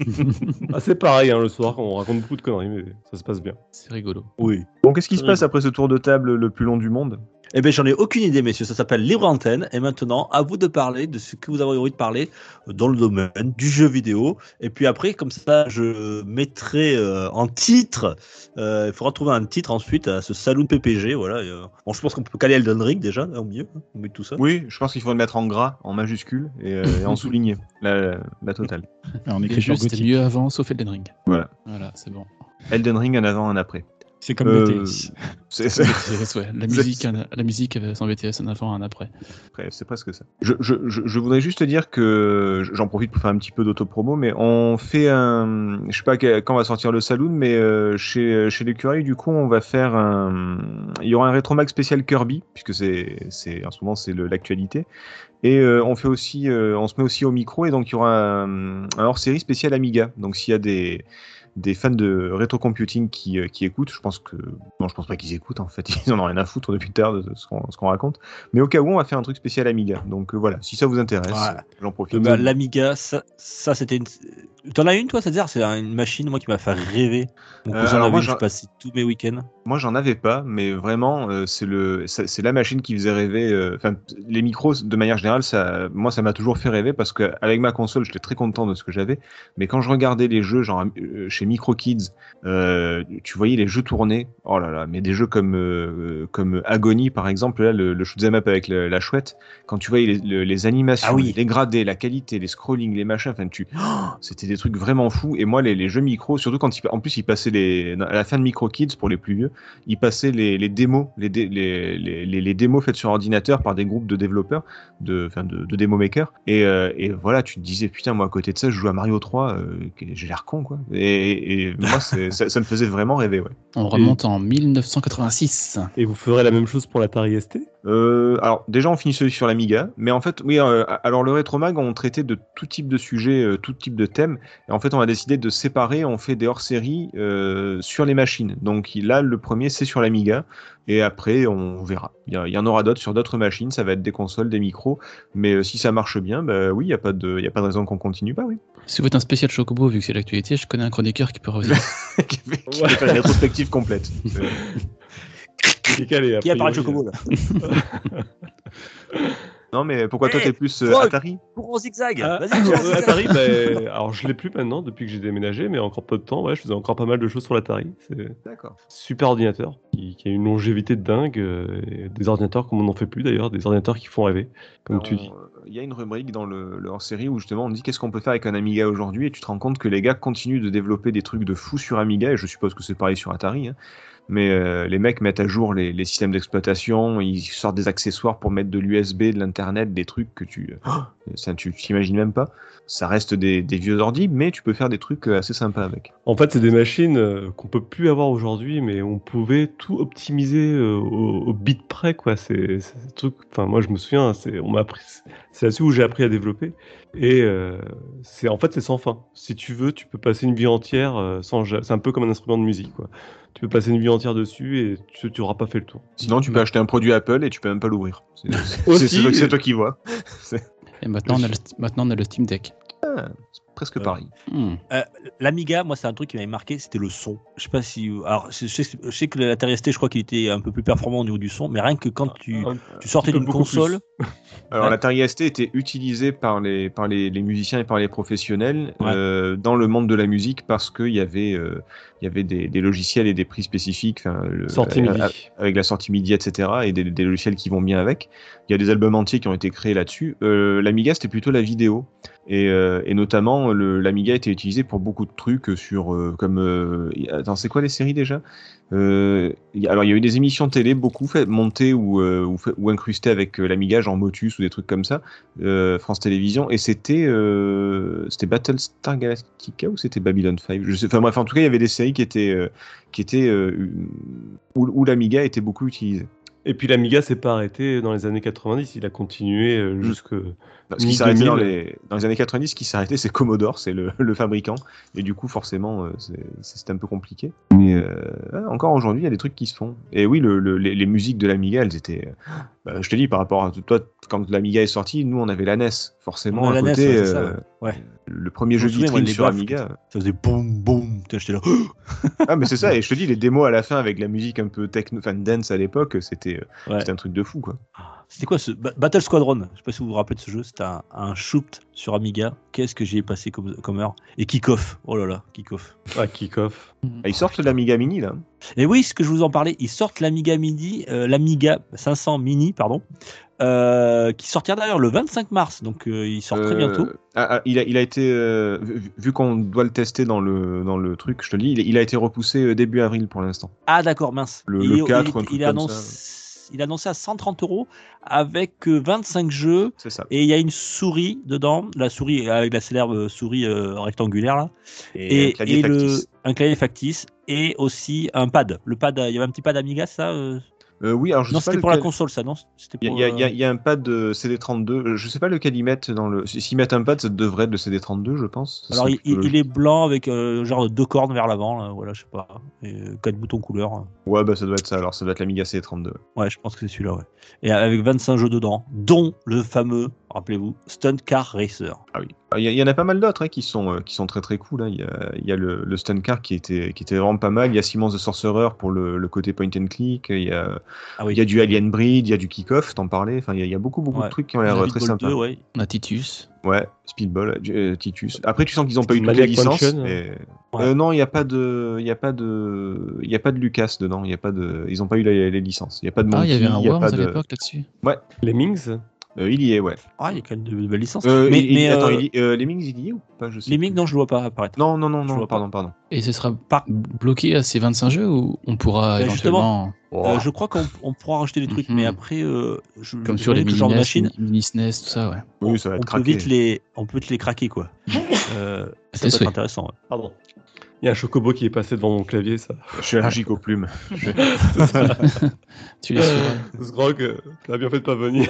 Ah, c'est pareil, hein, le soir, on raconte beaucoup de conneries, mais ça se passe bien. C'est rigolo. Oui. Bon, qu'est-ce qui se passe après ce tour de table le plus long du monde? Eh bien, j'en ai aucune idée, messieurs. Ça s'appelle Libre Antenne. Et maintenant, à vous de parler de ce que vous avez envie de parler dans le domaine du jeu vidéo. Et puis après, comme ça, je mettrai euh, en titre. euh, Il faudra trouver un titre ensuite à ce Saloon P P G. Voilà. Et, euh, bon, je pense qu'on peut caler Elden Ring déjà, là, au milieu. Hein, au milieu de tout ça. Oui, je pense qu'il faut le mettre en gras, en majuscule et, euh, et en souligné. La, la totale. En Les écriture jeux, c'était gothique. mieux avant, sauf Elden Ring. Voilà. Voilà, c'est bon. Elden Ring, un avant, un après. C'est comme Euh, B T S. C'est c'est- B T S, ouais. La musique, un- la musique avait son B T S un avant, un après. Bref, c'est presque ça. Je, je, je, je voudrais juste te dire que j'en profite pour faire un petit peu d'autopromo, mais on fait un, je sais pas que- quand on va sortir le saloon, mais euh, chez chez l'écureuil, du coup, on va faire un, il y aura un rétromag spécial Kirby, puisque c'est c'est en ce moment c'est le- l'actualité, et euh, on fait aussi, euh, on se met aussi au micro, et donc il y aura un, un hors-série spécial Amiga. Donc s'il y a des des fans de rétro computing qui, euh, qui écoutent, je pense que non, je pense pas qu'ils écoutent en fait, ils en ont rien à foutre depuis tout à l'heure de ce qu'on ce qu'on raconte. Mais au cas où, on va faire un truc spécial Amiga. Donc euh, voilà, si ça vous intéresse, Voilà. j'en profite. Bah, L'Amiga, ça, ça c'était une. T'en as une, toi, c'est-à-dire c'est une machine, moi, qui m'a fait rêver. Mon Euh, cousin en alors avait moi, une, je j'en- passais tous mes week-ends. Moi, j'en avais pas, mais vraiment, euh, c'est le, c'est c'est la machine qui faisait rêver. euh, Enfin, les micros, de manière générale, ça, moi, ça m'a toujours fait rêver parce que avec ma console, j'étais très content de ce que j'avais. Mais quand je regardais les jeux, genre euh, chez Micro Kids, euh, tu voyais les jeux tourner. Oh là là, mais des jeux comme euh, comme Agony, par exemple, là, le, le shoot'em up avec le- la chouette. Quand tu voyais les, le- les animations, Ah oui. les dégradés, la qualité, les scrollings, les machins, enfin, tu, oh, c'était des trucs vraiment fous. Et moi, les, les jeux micro, surtout quand ils, en plus, ils passaient les, à la fin de Micro Kids pour les plus vieux, ils passaient les, les démos, les, dé- les, les, les, les démos faites sur ordinateur par des groupes de développeurs, de, enfin, de, de démo makers. Et, euh, et voilà, tu te disais, putain, moi, à côté de ça, je joue à Mario trois, euh, j'ai l'air con, quoi. Et, et moi, c'est- ça, ça me faisait vraiment rêver, ouais. On remonte en mille neuf cent quatre-vingt-six. Et vous ferez la même chose pour l'Atari S T? Euh, alors déjà on finit celui sur l'Amiga, mais en fait oui, euh, alors le rétromag on traitait de tout type de sujets, euh, tout type de thèmes, et en fait on a décidé de séparer, on fait des hors-séries euh, sur les machines. Donc là le premier c'est sur l'Amiga, et après on verra. Il y, a- il y en aura d'autres sur d'autres machines, ça va être des consoles, des micros, mais euh, si ça marche bien, bah oui, il y a pas de, il y a pas de raison qu'on continue pas, oui. Si vous êtes un spécial Chocobo, vu que c'est l'actualité, je connais un chroniqueur qui peut revenir. Qui fait- qui fait une rétrospective complète. C'est- Qui est calé, Qui a parlé de priori. Chocobo, là? Non mais pourquoi toi Eh, t'es plus euh, Frog. Atari? Cours en zigzag. Ah, Vas-y, cours en euh, zigzag. Atari, bah, alors je l'ai plus maintenant depuis que j'ai déménagé, mais encore peu de temps, ouais, je faisais encore pas mal de choses sur l'Atari. C'est D'accord. super ordinateur qui, qui a une longévité de dingue, euh, et des ordinateurs comme on n'en fait plus d'ailleurs, des ordinateurs qui font rêver, comme Alors, tu dis. on- Il y a une rubrique dans le, le hors-série où justement on dit qu'est-ce qu'on peut faire avec un Amiga aujourd'hui, et tu te rends compte que les gars continuent de développer des trucs de fou sur Amiga, et je suppose que c'est pareil sur Atari, hein. Mais euh, les mecs mettent à jour les, les systèmes d'exploitation, ils sortent des accessoires pour mettre de l'U S B, de l'internet, des trucs que tu... Oh, Ça, tu t'imagines même pas. Ça reste des, des vieux ordi, mais tu peux faire des trucs assez sympas avec. En fait, c'est des machines euh, qu'on peut plus avoir aujourd'hui, mais on pouvait tout optimiser euh, au, au bit près, quoi. C'est, c'est des trucs. Enfin, moi, je me souviens, c'est, on m'a appris, c'est là-dessus où j'ai appris à développer. Et euh, c'est en fait, c'est sans fin. Si tu veux, tu peux passer une vie entière euh, sans. ja- C'est un peu comme un instrument de musique, quoi. Tu peux passer une vie entière dessus et tu tu auras pas fait le tour. Sinon, tu peux acheter un produit Apple et tu peux même pas l'ouvrir. C'est, c'est, Aussi, c'est toi, c'est toi qui vois. C'est Et maintenant, on a le, maintenant, on a le Steam Deck. presque Ouais. pareil. Hmm. Euh, L'Amiga, moi, c'est un truc qui m'avait marqué, c'était le son. Je sais pas si. Alors, je sais, je sais que l'Atari S T, je crois qu'il était un peu plus performant au niveau du son, mais rien que quand tu, Un- tu sortais petit peu d'une beaucoup console. Alors Ouais. l'Atari S T était utilisé par les, par les, les musiciens et par les professionnels Ouais. euh, dans le monde de la musique parce qu'il y avait, euh, il y avait des, des logiciels et des prix spécifiques, enfin, le- Sortie euh, MIDI. avec la sortie MIDI, et cetera, et des, des logiciels qui vont bien avec. Il y a des albums entiers qui ont été créés là-dessus. Euh, L'Amiga, c'était plutôt la vidéo. Et, euh, et notamment, le- l'Amiga était utilisé pour beaucoup de trucs sur, euh, comme... euh, attends, c'est quoi les séries déjà euh, y a- Alors, il y a eu des émissions télé, beaucoup fait, montées ou, euh, ou, fait- ou incrustées avec euh, l'Amiga, genre Motus ou des trucs comme ça, euh, France Télévisions, et c'était euh, c'était Battlestar Galactica ou c'était Babylon cinq, je sais, enfin bref, en tout cas, il y avait des séries qui étaient, euh, qui étaient euh, où, où l'Amiga était beaucoup utilisé. Et puis l'Amiga s'est pas arrêté dans les années quatre-vingt-dix, il a continué euh, Mm. jusque. Non, ce qui Mi- s'est arrêté dans deux mille. les, dans les années quatre-vingt-dix, ce qui s'est arrêté, c'est Commodore, c'est le, le fabricant. Et du coup, forcément, euh, c'est- c'était un peu compliqué. Mais euh, ouais, encore aujourd'hui, il y a des trucs qui se font. Et oui, le, le- les, les musiques de l'Amiga, elles étaient... euh, bah, je te dis, par rapport à toi, quand l'Amiga est sorti, nous, on avait la N E S. Forcément, On a à la N E S, côté, ouais, c'est ça, euh, ouais. Ouais. le premier Je me jeu souviens, moi, vitrine les sur baffles, Amiga... Ça faisait boum boum. Putain, j'étais là. Ah, mais c'est ça, et je te dis, les démos à la fin avec la musique un peu techno, enfin dance à l'époque, c'était euh, Ouais. c'était un truc de fou, quoi. C'était quoi ce Ba- Battle Squadron? Je sais pas si vous vous rappelez de ce jeu. C'était un, un shoot sur Amiga. Qu'est-ce que j'y ai passé comme, comme heure? Et Kick-Off. Oh là là, Kick-Off. Ah, kick-off. Ah, ils sortent l'Amiga Mini, là. Et oui, ce que je vous en parlais, ils sortent l'Amiga Mini, euh, l'Amiga cinq cents Mini, pardon, euh, qui sortira d'ailleurs le vingt-cinq mars. Donc euh, il sort très Euh, bientôt. ah, ah, il, a, il a été, euh, vu, vu qu'on doit le tester dans le, dans le truc, je te le dis, il, il a été repoussé euh, début avril pour l'instant. Ah d'accord, mince. Le- Et le il- quatre il, ou un truc il, a comme annoncé, il a annoncé à cent trente euros avec euh, vingt-cinq jeux. C'est ça. Et il y a une souris dedans, la souris avec la célèbre souris euh, rectangulaire là, Et, un clavier le, factice. un clavier factice et aussi un pad. Le pad, il y avait un petit pad Amiga, ça euh Euh, oui, alors je Non, sais pas c'était pour la lequel- console, ça, non C'était Il y, a- pour. il y a- il y a- euh, il y a un pad de C D trente-deux. Je sais pas lequel ils mettent dans le. S'ils mettent un pad, ça devrait être le C D trente-deux, je pense. Ça Alors, serait il, plutôt il- logique. il est blanc avec euh, genre deux cornes vers l'avant, là, voilà, je sais pas, et euh, quatre boutons couleur. Ouais, bah ça doit être ça. Alors ça doit être l'Amiga C D trente-deux. Ouais, je pense que c'est celui-là, ouais. Et avec vingt-cinq jeux dedans, dont le fameux, rappelez-vous, Stunt Car Racer. Ah oui. Il y, a- il y en a pas mal d'autres hein, qui sont euh, qui sont très très cool. Hein. Il y a, il y a le, le Stun Car qui était qui était vraiment pas mal. Il y a Simon's the Sorcerer pour le, le côté point and click. Il y a Ah oui. il y a du Alien Breed, il y a du Kick-Off, t'en parlais. Enfin, il y a, il y a beaucoup beaucoup Ouais. de trucs qui ont l'air David très Ball sympas. deux, ouais. On a Titus. Ouais, Speedball, euh, Titus. Après, tu sens qu'ils ont pas eu toutes les Maniac licences. Mansion. mais- Ouais. Euh, non, il y a pas de, il y a pas de, il y a pas de Lucas dedans. Il y a pas de, ils ont pas eu les, les licences. Il y a pas de Ah, il y Monkey. avait un il y a Worms pas à de. l'époque là-dessus. Lemmings. Euh, il y est, ouais. Ah, il y a quand même de, de belles licences. Euh, mais il- il- mais attends, euh, il y- euh, Lemmings, il y est ou pas? Je sais. les plus. mix, non, je le vois pas apparaître. Non, non, non, Je non. vois pas. Pardon, pardon. Et ce sera Par- bloqué à ces vingt-cinq jeux ou on pourra Bah, éventuellement, Euh, je crois qu'on on pourra rajouter des trucs, Mhm. mais après, euh, je, comme je sur les connais que ce mini genre de N E S, machine, mini S N E S, tout ça, ouais. Oui, ça va on être peut craqué. vite les, on peut te les craquer, quoi. euh, ça Tes peut être souhaits. intéressant. Ouais. Pardon. Il y a un chocobo qui est passé devant mon clavier, ça. Je suis allergique aux plumes. Je- Tu les sauras. Ce grog, euh, t'as bien fait de pas venir.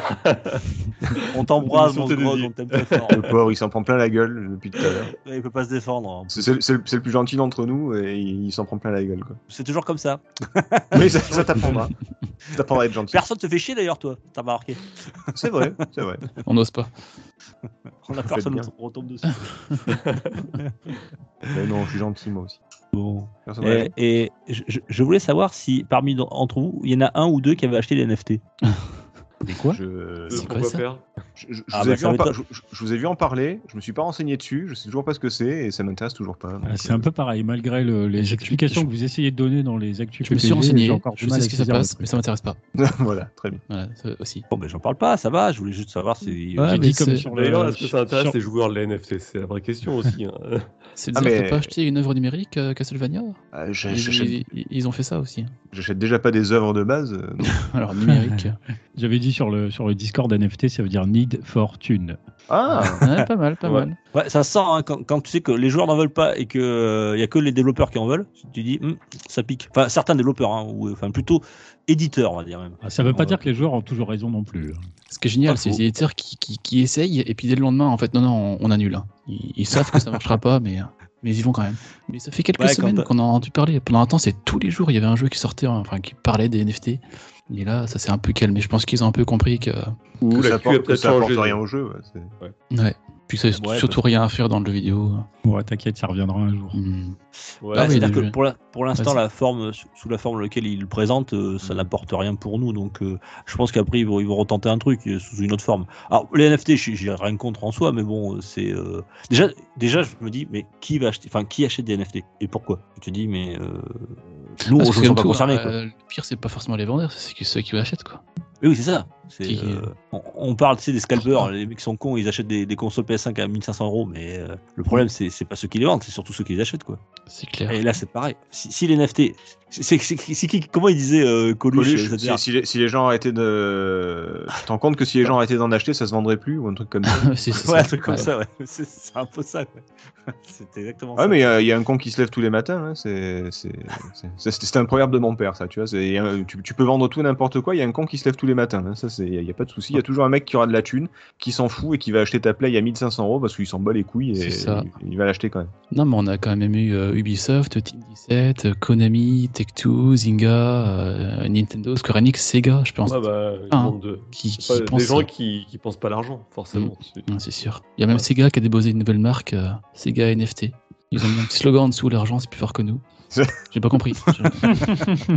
On t'embrasse, L'émission mon gros, télévisée. on t'aime très fort. Le pauvre, il s'en prend plein la gueule depuis tout à l'heure. Il peut pas se défendre. en C'est plus. c'est- c'est le, c'est le plus gentil d'entre nous et il s'en prend plein la gueule. Quoi. C'est toujours comme ça. Oui, ça, ça t'apprendra. Ça t'apprendra à être gentil. Personne te fait chier d'ailleurs, toi. T'as remarqué. C'est vrai, c'est vrai. On n'ose pas. On a Faites personne, bien. on retombe dessus. Mais non, je suis gentil moi aussi. Bon. Personne va- Et, et je, je- je voulais savoir si parmi entre vous, il y en a un ou deux qui avaient acheté les N F T. Des quoi? Je... C'est quoi Pourquoi ça faire Je, je- je Ah vous bah, ai vu ça en par- m'étonne. je- je- je vous ai vu en parler, je me suis pas renseigné dessus, je sais toujours pas ce que c'est et ça m'intéresse toujours pas. donc, Ah, C'est euh, un peu pareil, malgré le- les explications que vous essayez de donner dans les actus Je me suis P P G, renseigné, j'ai encore du je mal sais à ce qui se saisir le passe, truc. mais ça m'intéresse pas. voilà, très bien. Voilà, ça aussi. Bon, ben j'en parle pas, ça va. Je voulais juste savoir si. Ouais, J'ai mais dit comme c'est- sur le. D'ailleurs, est-ce que ça intéresse sur- les joueurs de la N F T? C'est la vraie question aussi. hein. C'est Ah, dire, mais- t'as pas acheté une œuvre numérique, euh, Castlevania Euh, j'ai- ils, J'achète ils- ils ont fait ça aussi. j'achète déjà pas des œuvres de base. euh, non. Alors numérique. J'avais dit sur le, sur le Discord N F T, ça veut dire Need for Thune. Ah, Ouais, pas mal, pas Ouais. mal. Ouais, ça sent hein, quand, quand tu sais que les joueurs n'en veulent pas et qu'il il n'y a que les développeurs qui en veulent, tu dis Hm, ça pique. Enfin, certains développeurs, hein, ou enfin plutôt éditeurs, on va dire même. Ah, ça veut pas Ouais. dire que les joueurs ont toujours raison non plus. Ce qui est génial, Pas c'est faux. les éditeurs qui, qui, qui essayent et puis dès le lendemain, en fait, non, non, on, on annule. hein. Ils, ils savent que ça marchera pas, mais, mais ils y vont quand même. Mais ça fait quelques Ouais, quand semaines t'as- qu'on a entendu parler. Pendant un temps, c'est tous les jours, il y avait un jeu qui sortait, enfin, qui parlait des N F T. Et là, ça s'est un peu calmé. Je pense qu'ils ont un peu compris que. Ou que la ça queue a apporte, que peut-être ça apporte changé. rien au jeu. Ouais, c'est- Ouais. Puis ça, Ouais, surtout rien à faire dans le jeu vidéo. Ouais, t'inquiète, ça reviendra un jour. Hmm. Ouais, Ah, oui, c'est-à-dire le que jeu. pour, la- pour l'instant, Vas-y. la forme, sous sous la forme laquelle ils le présentent, euh, ça n'apporte rien pour nous. Donc, euh, je pense qu'après, ils vont, ils vont retenter un truc euh, sous une autre forme. Alors, les N F T, j'ai j'ai rien contre en soi, mais bon, euh, c'est. euh, Déjà, déjà, je me dis, mais qui va acheter, enfin, qui achète des N F T et pourquoi? Je te dis, mais. euh, Nous, Parce on que ne sont comme pas tout, concernés. hein, quoi. euh, le pire, c'est pas forcément les vendeurs, c'est que ceux qui achètent, quoi. Oui, oui, c'est ça. C'est, Qui- euh, on, on parle, tu sais, des scalpers, les mecs qui sont cons, ils achètent des, des consoles P S cinq à mille cinq cents euros, mais euh, le problème, c'est, c'est pas ceux qui les vendent, c'est surtout ceux qui les achètent, quoi. C'est clair. Et là, c'est pareil. Si, si les N F T, c'est, c'est, c'est- c'est qui, comment il disait euh, Coluche, Coluche, c'est-à-dire- si, si les, si les gens arrêtaient de. Tu te rends compte que si les gens arrêtaient d'en acheter, ça se vendrait plus ou un truc comme ça? c'est c'est Ouais, ça. un truc comme Ouais. ça, ouais. C'est, c'est un peu ça, quoi. C'est exactement Ouais, ça. mais il y a- il y, a un con qui se lève tous les matins. Hein, c'est, c'est, c'est, c'est, c'est un proverbe de mon père, ça. Tu vois, c'est, il y a un- tu, tu peux vendre tout et n'importe quoi. Il y a un con qui se lève tous les matins. Hein, ça, c'est, il n'y a pas de souci. Il y a toujours un mec qui aura de la thune, qui s'en fout et qui va acheter ta play à mille cinq cents euros parce qu'il s'en bat les couilles et C'est ça. il, il va l'acheter quand même. Non, mais on a quand même eu euh, Ubisoft, Team dix-sept, euh, Konami, Tech-Two, Zynga, euh, Nintendo, Square Enix, Sega, je pense. Ouais, bah, Ah, le monde de- qui, c'est qui pas- pensent des gens ça. qui, qui pensent pas à l'argent, forcément. C'est- Ouais, c'est sûr. Il y a même Ouais. Sega qui a déposé une nouvelle marque, euh, Sega N F T. Ils ont mis un petit slogan en dessous, l'argent c'est plus fort que nous. J'ai pas compris. Je-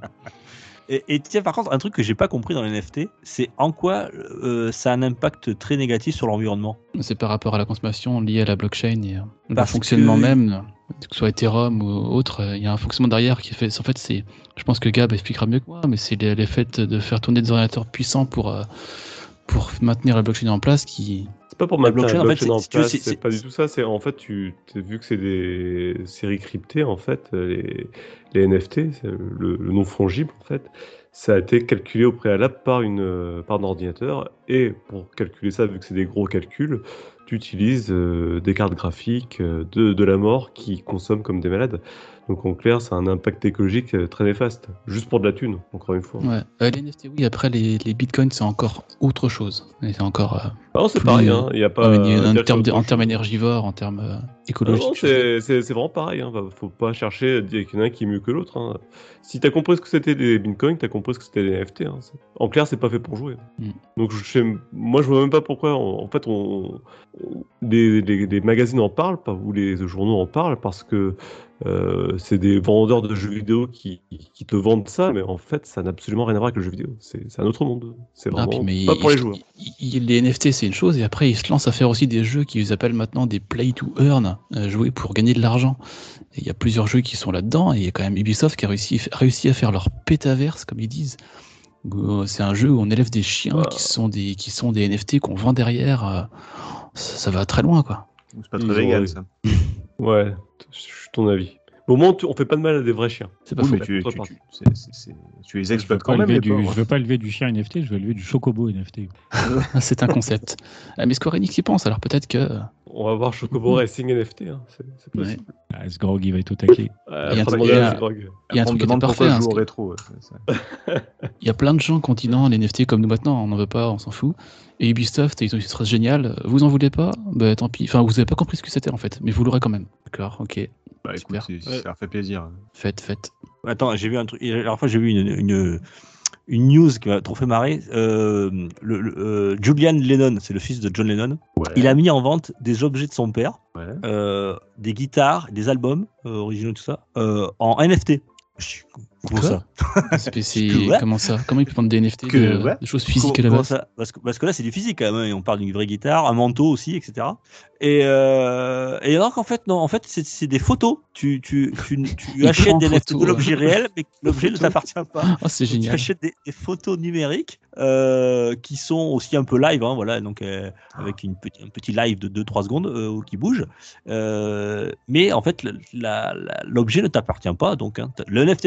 Et, et tiens, par contre, un truc que j'ai pas compris dans les N F T, c'est en quoi euh, ça a un impact très négatif sur l'environnement. C'est par rapport à la consommation liée à la blockchain et euh, le Parce fonctionnement que- même, que ce soit Ethereum ou autre, euh, il y a un fonctionnement derrière qui fait. En fait, c'est. Je pense que Gab expliquera mieux que moi, mais c'est les- l'effet de faire tourner des ordinateurs puissants pour, euh, pour maintenir la blockchain en place qui. C'est pas pour La maintenir la blockchain, en fait, blockchain en c'est- si tu veux, place, c'est- c'est c'est- pas du tout ça. C'est en fait, tu t'as vu que c'est des séries cryptées en fait, les, les N F T, c'est le, le non fongible en fait. Ça a été calculé au préalable par une euh, par un ordinateur et pour calculer ça, vu que c'est des gros calculs, tu utilises euh, des cartes graphiques euh, de, de la mort qui consomment comme des malades. Donc en clair, c'est un impact écologique euh, très néfaste, juste pour de la thune, encore une fois. Ouais. Euh, les N F T, oui, après les, les bitcoins, c'est encore autre chose. Et c'est encore. euh, Ah non, c'est Plus- pareil, hein. Il y a pas. non, mais à en dire termes que de- en autre termes chose. énergivores, en termes euh, Ah écologiques. non, je veux dire. c'est c'est- c'est vraiment pareil. Hein. Va- Faut pas chercher à dire qu'il y en a un qui est mieux que l'autre. Hein. Si t'as compris ce que c'était des bitcoins, t'as compris ce que c'était des N F T. Hein. C'est- En clair, c'est pas fait pour jouer. Mm. Donc, je sais- moi, je vois même pas pourquoi. En, en fait, on, on- les, les- les magazines en parlent, pas ou les journaux en parlent, parce que euh, c'est des vendeurs de jeux vidéo qui, qui te vendent ça, mais en fait, ça n'a absolument rien à voir avec le jeu vidéo. C'est c'est un autre monde. C'est Ah, vraiment puis, mais pas pour il- les joueurs. il- il- les N F T, c'est une chose, et après, ils se lancent à faire aussi des jeux qu'ils appellent maintenant des play to earn, euh, jouer pour gagner de l'argent. Et il y a plusieurs jeux qui sont là-dedans, et il y a quand même Ubisoft qui a réussi, réussi à faire leur pétaverse, comme ils disent. Où, euh, C'est un jeu où on élève des chiens Ah. qui, sont des, qui sont des N F T qu'on vend derrière. euh, ça, ça va très loin, quoi. C'est pas Ils très ont- légal, ça. Ouais, je suis ton avis. Au moins, tu- on fait pas de mal à des vrais chiens. C'est pas Oui, faux. mais tu, tu, contrepartie. tu, c'est- c'est- c'est- tu les Je veux exploites pas quand même, élever les du, pauvres. je veux pas élever du chien N F T, je veux élever du chocobo N F T. C'est un concept. Ah, mais Square Enix y pense, alors peut-être que. On va voir Chocobo Racing N F T. Hein. C'est c'est Ouais. possible. Ah, ce grog, il va être au taquet. Ouais, Il y a un faut truc- demander il y à a- Grog. Il y a un Après, on truc me qui était demande parfait. pourquoi hein, je parce joue au que- rétro. ouais, c'est ça. Il y a plein de gens continents, les N F T comme nous maintenant, on n'en veut pas, on s'en fout. Et Ubisoft, ils ont dit ce serait génial, vous en voulez pas? Bah tant pis. Enfin, vous avez pas compris ce que c'était en fait, mais vous l'aurez quand même. D'accord, ok. Bah écoute, Super. c'est- Ouais. ça leur fait plaisir. Faites, faites. Attends, j'ai vu un truc. La dernière fois, j'ai vu une, une, une news qui m'a trop fait marrer. Euh, le, le- euh, Julian Lennon, c'est le fils de John Lennon. Ouais. Il a mis en vente des objets de son père, Ouais. euh, des guitares, des albums euh, originaux, tout ça, euh, en N F T. Je dis, Comment Quoi ça C'est- c'est- Que ouais. Comment ça? Comment ils peuvent vendre des N F T Que de, ouais. de choses Comment- physiques à la comment base? ça parce, que, parce que là, c'est du physique quand même. hein. On parle d'une vraie guitare, un manteau aussi, et cetera. Et, euh, et alors qu'en fait, non, en fait, c'est c'est des photos. Tu, tu, tu, tu Il achètes prend en des N F T photo, de l'objet réel, mais l'objet ne Photo. t'appartient pas. Oh, c'est Tu génial. achètes des, des photos numériques euh, qui sont aussi un peu live, hein, voilà, donc euh, avec une petit, un petit live de deux trois secondes euh, qui bouge. Euh, mais en fait, le- la- la- l'objet ne t'appartient pas, donc hein, t- le N F T t'appartient, J'ai-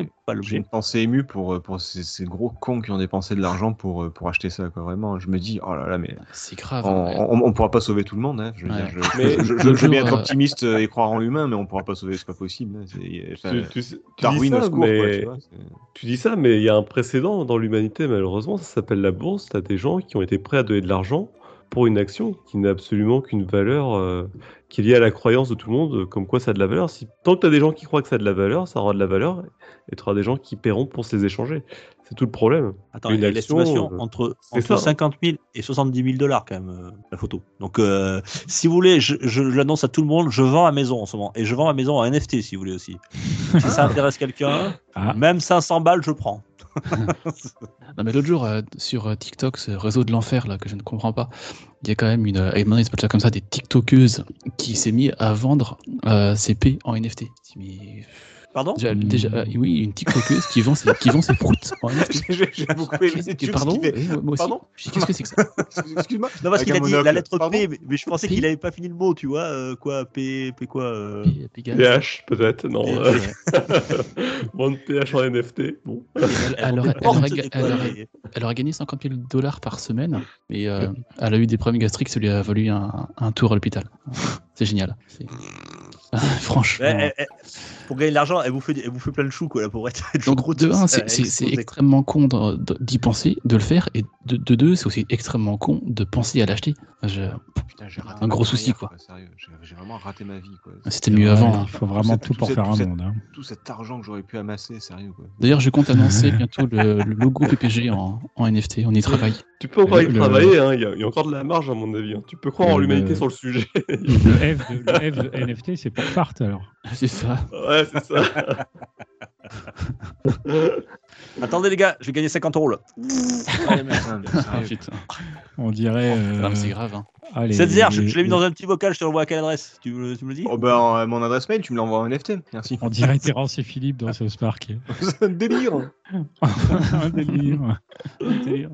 pas, pas J'ai l'objet. une pensée émue pour, pour ces, ces gros cons qui ont dépensé de l'argent pour, pour acheter ça, quoi. Vraiment, je me dis, oh là là, mais C'est grave. on, hein. on, on pourra pas sauver tout le monde. Hein. Je, veux Ouais. dire, je, Mais je, je, le je veux jour, bien être euh, optimiste et croire en l'humain, mais on pourra pas sauver, c'est pas possible. Hein. C'est, enfin, Tu, tu sais- tu dis Darwin au ça, secours, quoi, mais tu vois. c'est- tu dis ça, mais il y a un précédent dans l'humanité, malheureusement, ça s'appelle la bourse. Tu as des gens qui ont été prêts à donner de l'argent pour une action qui n'a absolument qu'une valeur euh, qui est liée à la croyance de tout le monde, euh, comme quoi ça a de la valeur. Si, tant que tu as des gens qui croient que ça a de la valeur, ça aura de la valeur, et tu auras des gens qui paieront pour se les échanger. C'est tout le problème. Attends, Une il y a action, l'estimation euh, entre, c'est entre ça, hein. cinquante mille et soixante-dix mille dollars quand même, euh, la photo. Donc, euh, si vous voulez, je, je l'annonce à tout le monde, je vends ma maison en ce moment. Et je vends ma maison en N F T si vous voulez aussi. Si ça intéresse quelqu'un, Ah. même cinq cents balles, je prends. Non, mais l'autre jour, euh, sur euh, TikTok, ce réseau de l'enfer là que je ne comprends pas, il y a quand même une, euh, et maintenant, ils s'appellent ça comme ça, des TikTokeuses qui s'est mis à vendre euh, ses P en N F T. Mais Pardon déjà, déjà, euh, oui, une TikTokeuse qui vend ses, qui vend ses proutes en N F T. J'ai j'ai beaucoup aimé Et cette tube pardon, qui fait- oui, moi aussi. Pardon Je dis, qu'est-ce que c'est que ça? Excuse-moi. Non, parce Avec qu'il un a dit monocle. la lettre Pardon P, mais, mais je pensais P. qu'il avait pas fini le mot, tu vois. euh, quoi, P, P quoi euh, P- Pégase. P H, peut-être, non. P- euh, ouais. Vendre P H en N F T, bon. Elle, Elle vend aurait- des elle aurait portes, ga- des quoi, elle aurait- des- Elle aurait gagné cinquante mille dollars par semaine, et euh, elle a eu des problèmes gastriques, ça lui a valu un, un tour à l'hôpital. C'est génial. C'est- Franchement. Ouais, elle- elle- pour gagner de l'argent, elle vous fait, elle vous fait plein de choux, quoi, la pauvreté. Donc de un, c'est c'est- c'est extrêmement con de- de- d'y penser, de le faire, et de, de deux, c'est aussi extrêmement con de penser à l'acheter. Je- Putain, j'ai raté Un ma gros souci, carrière, quoi. Sérieux, j'ai j'ai vraiment raté ma vie, quoi. C'était mieux avant. hein. Il faut vraiment Tout tout cette- pour tout faire un cette- monde. hein. Tout cet argent que j'aurais pu amasser, sérieux, quoi. D'ailleurs, je compte annoncer bientôt le, le logo P P G en, en N F T. On y travaille. Tu peux encore y Le- travailler, hein, il y, a- il y a encore de la marge à mon avis. hein. Tu peux croire en Le- l'humanité sur le sujet. Le F, de, le F de N F T, c'est pour Fart alors. C'est ça. Ouais, c'est ça. Attendez, les gars, je vais gagner cinquante euros là. Putain, mais Ah, sérieux. putain. On dirait. euh, Non, mais c'est grave. Hein. ah, les- Cette zère, je, les- je l'ai mis dans un petit vocal, je te l'envoie à quelle adresse tu me, tu me le dis Oh ben, euh, mon adresse mail, tu me l'envoies en N F T. Merci. On dirait Terence et Philippe dans South Park. C'est un délire. Un délire. Un délire.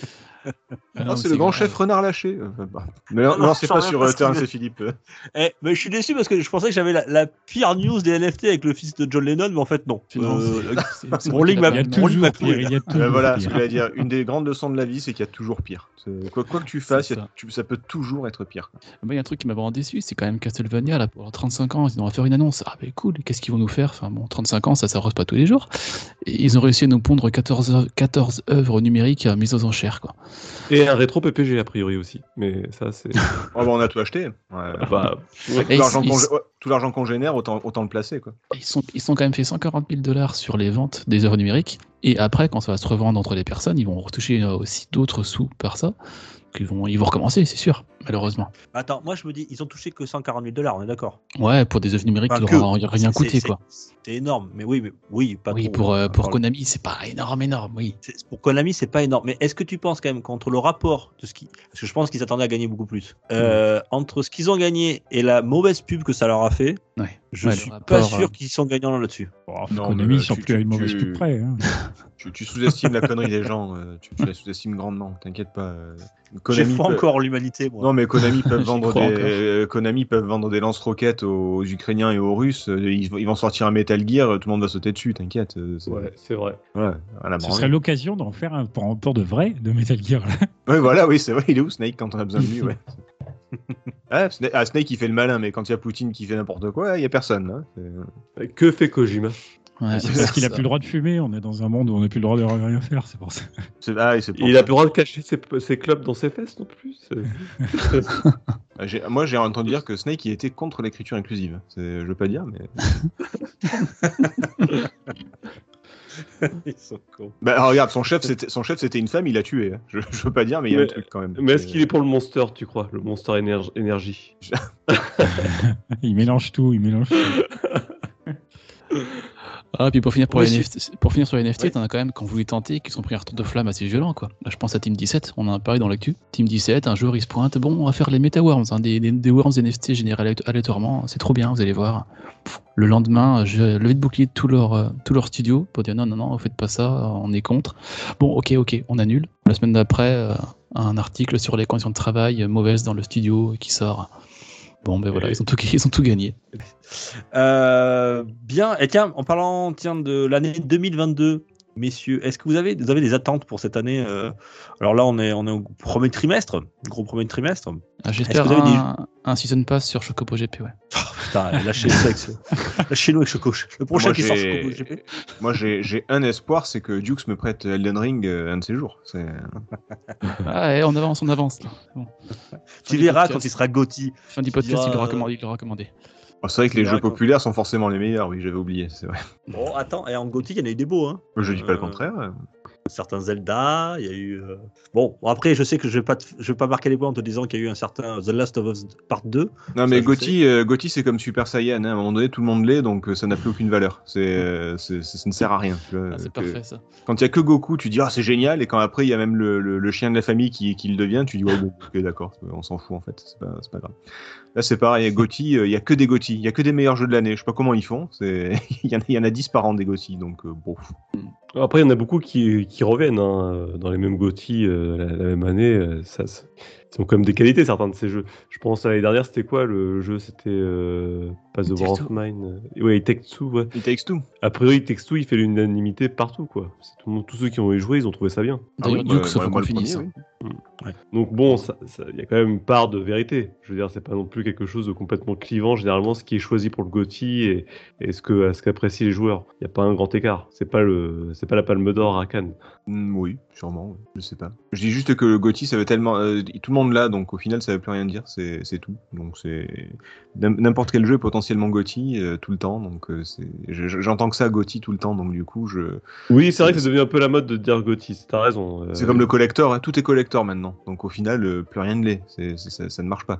Ah non, Ah, mais c'est le grand grave. chef renard lâché. Enfin, bah. Mais non, Non, non, c'est je pas saurais sur pas euh, ce qu'il Terence veut. et Philippe. Eh, mais je suis déçu parce que je pensais que j'avais la, la pire news des N F T avec le fils de John Lennon, mais en fait non. Non, Euh, c'est- c'est- c'est mon moi qui link l'a m'a- Il y a pas- mon lit m'a toujours pire. cloué. Il y a Euh, toujours voilà ce que pire. je voulais dire. Une des grandes leçons de la vie, c'est qu'il y a toujours pire. C'est- Quoi, quoi que tu fasses, C'est il y a- ça. tu- ça peut toujours être pire. quoi. Moi, il y a un truc qui m'a vraiment déçu, c'est quand même Castlevania, là, pour trente-cinq ans, ils vont faire une annonce. Ah, ben cool, qu'est-ce qu'ils vont nous faire? Enfin, bon, trente-cinq ans, ça s'arrose pas tous les jours. Et ils ont réussi à nous pondre quatorze, œuvres- quatorze œuvres numériques euh, mises aux enchères, quoi. Et un rétro P P G a priori aussi. Mais ça, c'est. Oh, bah, on a tout acheté. Ouais. bah, Tout Et l'argent ils- qu'on ils- gé- ouais, tout l'argent qu'on génère, autant, autant le placer. Quoi. Ils sont, ils sont quand même fait cent quarante mille dollars sur les ventes des œuvres numériques. Et après, quand ça va se revendre entre les personnes, ils vont retoucher euh, aussi d'autres sous par ça. Donc, Ils vont, ils vont recommencer, c'est sûr, malheureusement. Attends, moi je me dis, ils ont touché que cent quarante mille dollars, on est d'accord. Ouais, pour des œuvres numériques Enfin, qui que- n'auront rien c'est- coûté, c'est- quoi. C'est énorme, mais oui, mais oui, pas Oui, trop. pour, euh, hein, pour par- Konami, c'est pas énorme, énorme, oui. c'est- Pour Konami, c'est pas énorme. Mais est-ce que tu penses quand même qu'entre le rapport de ce qui, parce que je pense qu'ils s'attendaient à gagner beaucoup plus, euh, entre ce qu'ils ont gagné et la mauvaise pub que ça leur a fait, Ouais. je Ouais, le suis rapport, pas sûr euh, qu'ils sont gagnants là-dessus. Oh, Non, Konami, mais, ils euh, sont tu- plus à tu- une mauvaise tu- pub près. hein. Tu, tu sous-estimes la connerie des gens. euh, tu, tu la sous-estimes grandement. T'inquiète pas. euh, J'ai Konami foi peut- encore l'humanité, moi. Non, mais Konami peuvent J'y vendre crois des encore. euh, Konami peuvent vendre des lance-roquettes aux, aux Ukrainiens et aux Russes. euh, Ils, ils vont sortir un Metal Gear, tout le monde va sauter dessus. T'inquiète. euh, c'est- ouais, c'est vrai. Ouais, à la Ce branlée. serait l'occasion d'en faire un pour, pour de vrai de Metal Gear. Là. Ouais, voilà, oui, c'est vrai. Il est où Snake quand on a besoin de lui, ouais. Ah, Snake, ah, Snake, il fait le malin, mais quand il y a Poutine qui fait n'importe quoi, il y a personne. Hein. C'est- Que fait Kojima? Ouais, C'est parce qu'il a plus le droit de fumer. On est dans un monde où on n'a plus le droit de rien faire. C'est pour ça. c'est- Ah, et c'est pour Il ça. a plus le droit de cacher ses, ses clubs dans ses fesses non plus. c'est- Ah, j'ai- Moi, j'ai entendu dire que Snake, il était contre l'écriture inclusive. C'est- Je veux pas dire, mais. Ils sont cons. Bah, alors, regarde, son chef, c'était son chef, c'était une femme, il l'a tué. hein. Je, je veux pas dire, mais il y a un Mais- truc quand même. Mais est-ce C'est- qu'il est pour le Monster, tu crois? Le Monster Éner- Énergie. Il mélange tout. Il mélange tout. Ah, puis pour finir, pour, Oui, les c'est- N F T, pour finir sur les N F T, Ouais. t'en as quand même qui ont voulu tenter, qui sont pris un retour de flamme assez violent, quoi. Là, je pense à Team dix-sept, on en a parlé dans l'actu. Team dix-sept, un jour, ils se pointent, bon, on va faire les Meta-Worms, hein, des, des, des Worms N F T générés alé- aléatoirement, c'est trop bien, vous allez voir. Pff, Le lendemain, j'ai levé de bouclier de tout leur, euh, tout leur studio pour dire non, non, non, vous faites pas ça, on est contre. Bon, ok, ok, on annule. La semaine d'après, euh, un article sur les conditions de travail euh, mauvaises dans le studio qui sort. Bon, ben voilà, ils ont tout, ils ont tout gagné. Euh, bien, et tiens, en parlant tiens, de l'année deux mille vingt-deux, messieurs, est-ce que vous avez, vous avez des attentes pour cette année euh, Alors là, on est, on est au premier trimestre, gros premier trimestre. Ah, j'espère Est-ce que vous avez un, un season pass sur Chocobo G P, ouais. Oh, putain, lâchez-nous avec, ce... lâchez-nous avec Choco. Le prochain Moi, qui sort j'ai- Chocobo G P. Moi, j'ai j'ai un espoir, c'est que Dukes me prête Elden Ring euh, un de ces jours. C'est... Ah, ouais, on avance, on avance. Là. Bon. Tu du verras podcast. quand il sera Gotti. Fin du Tu podcast, il diras, l'a recommandé. Il l'a recommandé. Oh, c'est vrai que Tu les verras jeux quand- populaires sont forcément les meilleurs, oui, j'avais oublié, c'est vrai. Bon, attends, et en Gotti, il y en a eu des beaux, hein. Je dis pas le Euh, contraire. Certains Zelda, il y a eu. euh, Bon, bon, après, je sais que je vais pas, te- je vais pas marquer les points en te disant qu'il y a eu un certain The Last of Us Part deux. Non, ça, mais je Gotti, euh, Gotti, c'est comme Super Saiyan, hein. À un moment donné, tout le monde l'est, donc euh, ça n'a plus aucune valeur. C'est, euh, c'est- c'est- ça ne sert à rien. tu vois, Ah, c'est que- parfait, ça. Quand il y a que Goku, tu dis ah c'est génial, et quand après il y a même le, le- le chien de la famille qui, qui le devient, tu dis ouais bon, ok d'accord, on s'en fout en fait, c'est pas, c'est pas grave. Là c'est pareil, Gotti, euh, il y a que des Gotti, il y a que des meilleurs jeux de l'année. Je sais pas comment ils font, c'est il y en a, il y en a dix par an des Gotti, donc euh, bon. Après, il y en a beaucoup qui, qui reviennent hein, dans les mêmes GOTY euh, la, la même année. euh, Ça, ça- ils ont quand même des qualités, certains de ces jeux. Je pense à l'année dernière, c'était quoi le jeu C'était euh, pas The It War Takes of Two. Mine. euh, Ouais, It Takes Two, ouais. It Takes Two. A priori, It Takes Two, il fait l'unanimité partout, quoi. C'est tout le monde- tous ceux qui ont y joué, ils ont trouvé ça bien. D'ailleurs, Ah oui, Dukes, bah, faut moi, qu'on moi, le finisse. premier, hein. oui. Donc bon, ça- ça- il y a quand même une part de vérité. Je veux dire, c'est pas non plus quelque chose de complètement clivant. Généralement, ce qui est choisi pour le GOTY et, et ce que ce qu'apprécient les joueurs, il n'y a pas un grand écart. C'est pas le, c'est pas la Palme d'Or à Cannes. Mm, oui, sûrement, ouais, je sais pas. Je dis juste que le Gotti ça veut tellement, euh, tout le monde l'a, donc au final ça veut plus rien dire, c'est c'est tout. Donc c'est N'im- n'importe quel jeu est potentiellement Gotti euh, tout le temps, donc euh, c'est, je- je- j'entends que ça Gotti tout le temps, donc du coup je, Oui, c'est vrai que c'est devenu un peu la mode de dire GOTY. T'as raison. euh, c'est comme le collector, hein, tout est collector maintenant, donc au final euh, plus rien ne l'est, c'est, c'est- ça, ça ne marche pas.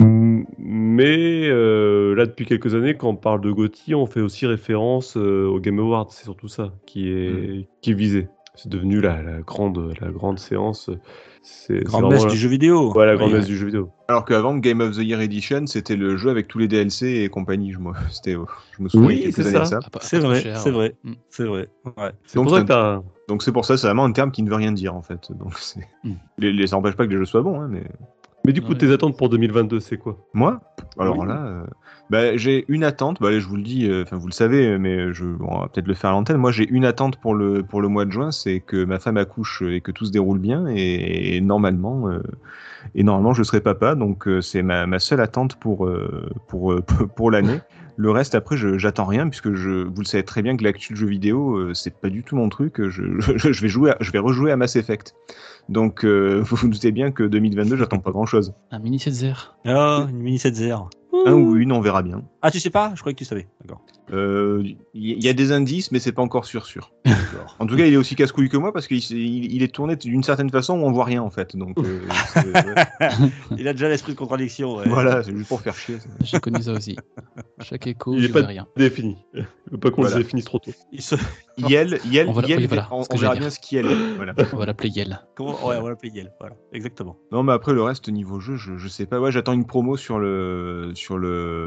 Mais euh, là, depuis quelques années, quand on parle de GOTY, on fait aussi référence euh, au Game Awards. C'est surtout ça qui est, qui est visé. C'est devenu la, la grande, la grande séance. C'est, Grande c'est messe vraiment du la- jeu vidéo. Ouais, la grande Oui, messe ouais. du jeu vidéo. Alors qu'avant Game of the Year Edition c'était le jeu avec tous les D L C et compagnie, je, moi, c'était, euh, je me souviens Oui, il y a quelques c'est années de ça. ça. Ah, pas- C'est pas trop vrai, cher, c'est ouais. vrai, Mm. c'est vrai. Ouais. C'est Donc, pour ça c'est que t'as. Donc c'est pour ça, c'est vraiment un terme qui ne veut rien dire en fait. Donc c'est... Mm. Les, les, ça n'empêche pas que les jeux soient bons, hein, mais Mais du coup, Ouais. tes attentes pour deux mille vingt-deux, c'est quoi? moi, alors Oui. là, euh, bah, j'ai une attente. Bah, allez, je vous le dis, euh, enfin vous le savez, mais je, on va peut-être le faire à l'antenne. Moi, j'ai une attente pour le pour le mois de juin, c'est que ma femme accouche et que tout se déroule bien et, et normalement, euh, et normalement, je serai papa. Donc euh, c'est ma, ma seule attente pour euh, pour euh, pour l'année. Le reste, après, je, j'attends rien puisque je, vous le savez très bien que l'actu de jeu vidéo, euh, c'est pas du tout mon truc. Je, je, je vais jouer, à- je vais rejouer à Mass Effect. Donc, euh, vous vous doutez bien que deux mille vingt-deux, j'attends pas grand-chose. Un mini Setzer. Ah, une mini sept zéro. Un ou une, on verra bien. Ah, tu sais pas? Je croyais que tu savais. D'accord. Euh, Il y a des indices, mais c'est pas encore sûr sûr. En tout cas, il est aussi casse-couille que moi parce qu'il s'est- il, il est tourné d'une certaine façon où on voit rien en fait. Donc, euh, c'est- ouais. Il a déjà l'esprit de contradiction. Ouais. Voilà, c'est juste pour faire chier. ça. J'ai connu ça aussi. Chaque écho, Il je est pas vois rien. défini. Je veux pas qu'on Voilà. le définisse trop tôt. Il se... Yel, Yel, On va la- Yel, oui, voilà, on, ce que on verra j'allais bien dire. ce qu'il est. Voilà. On va l'appeler Yel. Comment... Ouais, on va l'appeler Yel. Voilà, exactement. Non, mais après le reste niveau jeu, je, je sais pas. Ouais, j'attends une promo sur le sur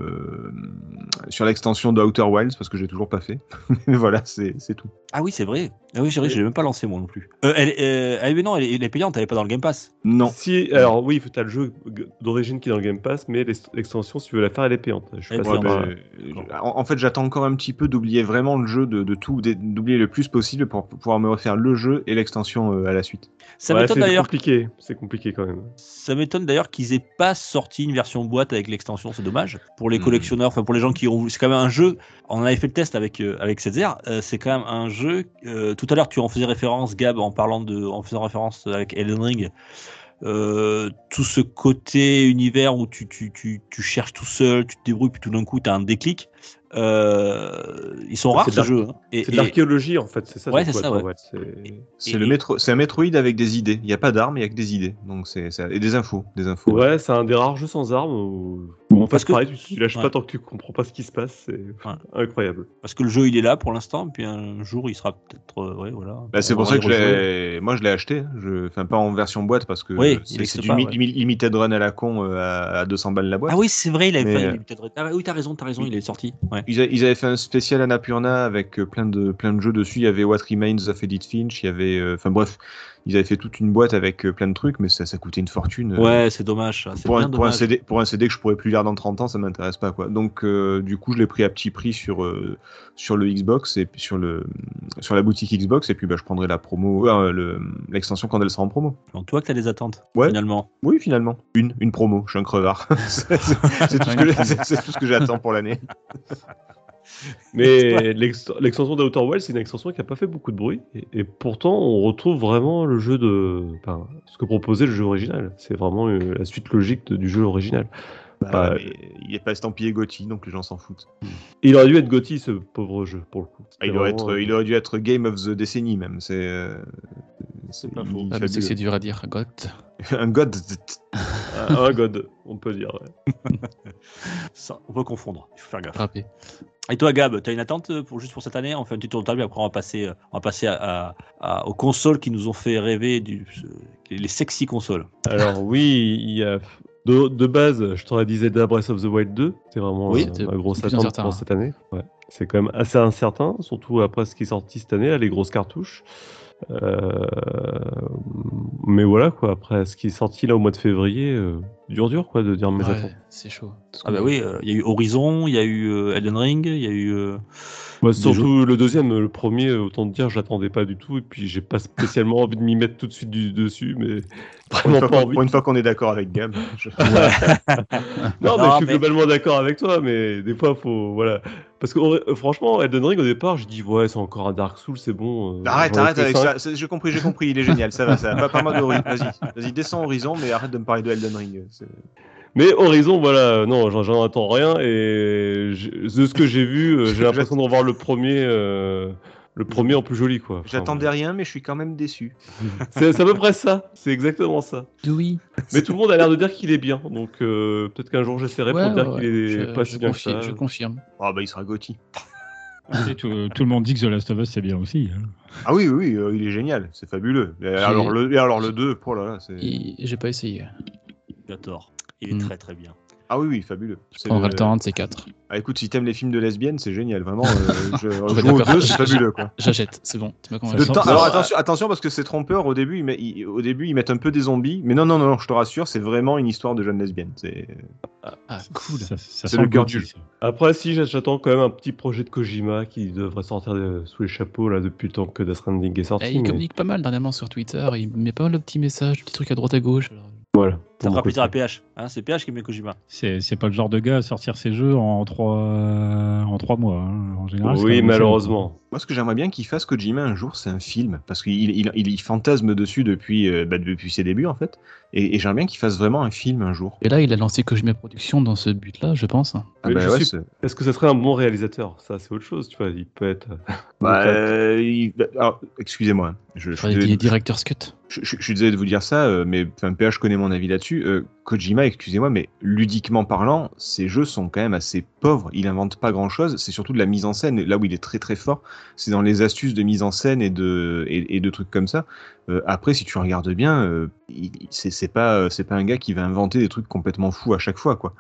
le sur l'extension de Outer Wilds parce que j'ai toujours pas fait. Mais voilà, c'est c'est tout. Ah oui, c'est vrai. Ah oui, c'est vrai, je l'ai même pas lancé moi non plus. Euh, elle, euh, ah, mais non, elle, est- elle est payante, elle est pas dans le Game Pass. Non. Si, alors oui, tu as le jeu d'origine qui est dans le Game Pass, mais l'ex- l'extension, si tu veux la faire, elle est payante. Je suis Elle est passé Ouais, payante. par ben, là. euh, en, en fait, j'attends encore un petit peu d'oublier vraiment le jeu, de, de tout, d'oublier le plus possible pour pouvoir me refaire le jeu et l'extension euh, à la suite. Ça Ouais, m'étonne c'est d'ailleurs. compliqué. C'est compliqué quand même. Ça m'étonne d'ailleurs qu'ils aient pas sorti une version boîte avec l'extension. C'est dommage pour les Hmm. collectionneurs, enfin pour les gens qui ont. C'est quand même un jeu. On avait fait le test avec euh, avec Setzer. Euh, c'est quand même un jeu. euh, tout à l'heure, tu en faisais référence, Gab, en parlant de, en faisant référence avec Elden Ring. Euh, tout ce côté univers où tu, tu, tu, tu cherches tout seul, tu te débrouilles, puis tout d'un coup, tu as un déclic. Euh, ils sont rares C'est de ce l'ar- jeu. hein. Et- C'est de et- l'archéologie en fait, c'est ça. Ouais, donc, c'est ça, attends, ouais. c'est- C'est Et- le métro, c'est un Metroid avec des idées. Il n'y a pas d'armes, il y a que des idées. Donc c'est ça- et des infos, des infos. Ouais, c'est un des rares jeux sans armes où, où en Parce fait, que- pareil, tu, tu lâches ouais. pas tant que tu comprends pas ce qui se passe. C'est incroyable. Parce que le jeu, il est là pour l'instant, puis un jour, il sera peut-être. euh, ouais, voilà. Bah, c'est On pour va ça y que je rejouer. l'ai, moi je l'ai acheté. Je, enfin pas en version boîte parce que Oui, il c'est, existe c'est du pas, mi- ouais. limi- limited run à la con euh, à, à deux cents balles la boîte. Ah oui, c'est vrai, il avait Mais, fait. euh, il est peut-être- Ah oui, t'as raison, t'as raison, il est sorti. Ouais. Ils, a- ils avaient fait un spécial Annapurna avec euh, plein de plein de jeux dessus. Il y avait What Remains of Edith Finch. Il y avait, euh, enfin bref, ils avaient fait toute une boîte avec euh, plein de trucs, mais ça, ça coûtait une fortune. euh, Ouais, c'est dommage. ça, C'est pour, bien un, pour, un dommage. C D, pour un C D que je pourrais plus lire dans trente ans, ça m'intéresse pas, quoi. Donc, euh, du coup, je l'ai pris à petit prix sur, euh, sur le Xbox et puis sur, le, sur la boutique Xbox, et puis bah, je prendrai la promo, euh, le, l'extension quand elle sera en promo. Donc, toi que t'as des attentes, Ouais. finalement. Oui, finalement. Une, une promo. Je suis un crevard. c'est, c'est- c'est tout ce que j'ai- c'est- c'est tout ce que j'attends pour l'année. Mais l'ex- l'extension d'Outer Wilds, c'est une extension qui n'a pas fait beaucoup de bruit. Et, et pourtant, on retrouve vraiment le jeu de. Enfin, ce que proposait le jeu original. C'est vraiment euh, la suite logique de- du jeu original. Bah, Bah, mais il est pas estampillé Gotti, donc les gens s'en foutent. Il aurait dû être Gotti, ce pauvre jeu, pour le coup. Ah, il, C'était aurait vraiment, être, euh, il aurait dû être Game of the Décennie, même. C'est, euh, C'est pas il- faux. il Ah, mais c'est que fabuleux. c'est dur à dire, God. Un god. un, un god, on peut dire. ouais. Ça, on peut confondre. Il faut faire gaffe. Frappé. Et toi, Gab, t'as une attente pour, juste pour cette année? On fait un petit tour de table et après on va passer, euh, on va passer à, à- à- aux consoles qui nous ont fait rêver, du, les sexy consoles. Alors, oui, il y a. De, de base, je t'aurais dit Zelda Breath of the Wild deux. C'est vraiment Oui, euh, c'était ma grosse plus attente incertain, pour hein. cette année. Ouais. C'est quand même assez incertain, surtout après ce qui est sorti cette année, là, les grosses cartouches. Euh, Mais voilà, quoi. Après ce qui est sorti là au mois de février, euh, dur, dur, quoi, de dire mes attentes. Ouais, c'est chaud. Ah bah oui, euh, il y a eu Horizon, il y a eu euh, Elden Ring, il y a eu. euh, Moi, Des surtout le deuxième, le premier, autant te dire, j'attendais pas du tout. Et puis, j'ai pas spécialement envie de m'y mettre tout de suite du, dessus, mais Pour une, vraiment fois pas qu'on, envie. pour une fois qu'on est d'accord avec Gab. je- Non, mais Non, je suis mais- globalement d'accord avec toi, mais des fois, faut. Voilà. Parce que euh, franchement, Elden Ring, au départ, je dis, ouais, c'est encore un Dark Souls, c'est bon. euh, Arrête, j'en ai arrête fait avec cinq. ça. C'est- J'ai compris, j'ai compris. Il est génial. Ça va, ça va. Pas parle-moi de Horizon. Vas-y, vas-y, descends Horizon, mais arrête de me parler de Elden Ring. C'est- Mais Horizon, voilà, non, j'en, j'en attends rien. Et je- de ce que j'ai vu, euh, j'ai l'impression de revoir le premier, euh, le premier en plus joli, quoi. Enfin, J'attendais rien, mais je suis quand même déçu. c'est, c'est à peu près ça. C'est exactement ça. Oui. Mais tout le monde a l'air de dire qu'il est bien. Donc euh, peut-être qu'un jour j'essaierai Ouais, pour dire ouais, qu'il est je, pas je si bien que confirme, ça. je confirme. Ah bah il sera Gotti. Et tout, tout le monde dit que The Last of Us c'est bien aussi. hein. Ah oui, oui, oui, euh, il est génial. C'est fabuleux. Et alors le, et alors le deux, oh là là, c'est. Et j'ai pas essayé. Tu as tort. Il est Hmm. très très bien. Ah oui, oui, fabuleux. Je C'est prendrai le- le temps, un de ces quatre. Ah écoute, si t'aimes les films de lesbiennes, c'est génial, vraiment. Euh, je... Ouais, jouer aux d'accord. deux, c'est fabuleux, quoi. J'achète, c'est bon. Tu m'as De convaincu. Ça temps- sent- Alors ça- attention, attention parce que c'est trompeur au début. Ils, met- ils- au début, ils mettent un peu des zombies, mais non, non, non, je te rassure, c'est vraiment une histoire de jeunes lesbiennes. C'est Ah, cool. Ça, ça C'est sent le cœur Gotti, du- ça. Après, si j'attends quand même un petit projet de Kojima qui devrait sortir de- sous les chapeaux là depuis le temps que Death Stranding est sorti. Eh, il mais communique pas mal dernièrement sur Twitter. Il met pas mal de petits messages, de petits trucs à droite à gauche. Alors, voilà. Ça Pour mon fera plaisir à côté. P H. Hein, c'est P H qui met Kojima. C'est c'est pas le genre de gars à sortir ses jeux en trois, en trois mois. hein. En général, c'est quand Oui, même malheureusement. moi ce que j'aimerais bien qu'il fasse Kojima un jour, c'est un film parce qu'il il, il, il fantasme dessus depuis euh, bah, depuis ses débuts en fait. Et, et j'aimerais bien qu'il fasse vraiment un film un jour. Et là, il a lancé Kojima Productions dans ce but-là, je pense. Ah Mais bah je ouais, suis- c'est- Est-ce que ça serait un bon réalisateur? Ça, c'est autre chose, tu vois. Il peut être. bah, Donc, euh, il- bah, alors, excusez-moi, je, je, suis Enfin, désolé des de- Director's Cut. je- je- je suis désolé de vous dire ça, euh, mais enfin, P H connaît mon avis là-dessus. Euh, Kojima, excusez-moi, mais ludiquement parlant, ses jeux sont quand même assez pauvres. Il invente pas grand-chose. C'est surtout de la mise en scène. Là où il est très très fort, c'est dans les astuces de mise en scène et de et, et de trucs comme ça. Euh, après, si tu regardes bien, euh, il- c'est c'est pas c'est pas un gars qui va inventer des trucs complètement fous à chaque fois, quoi.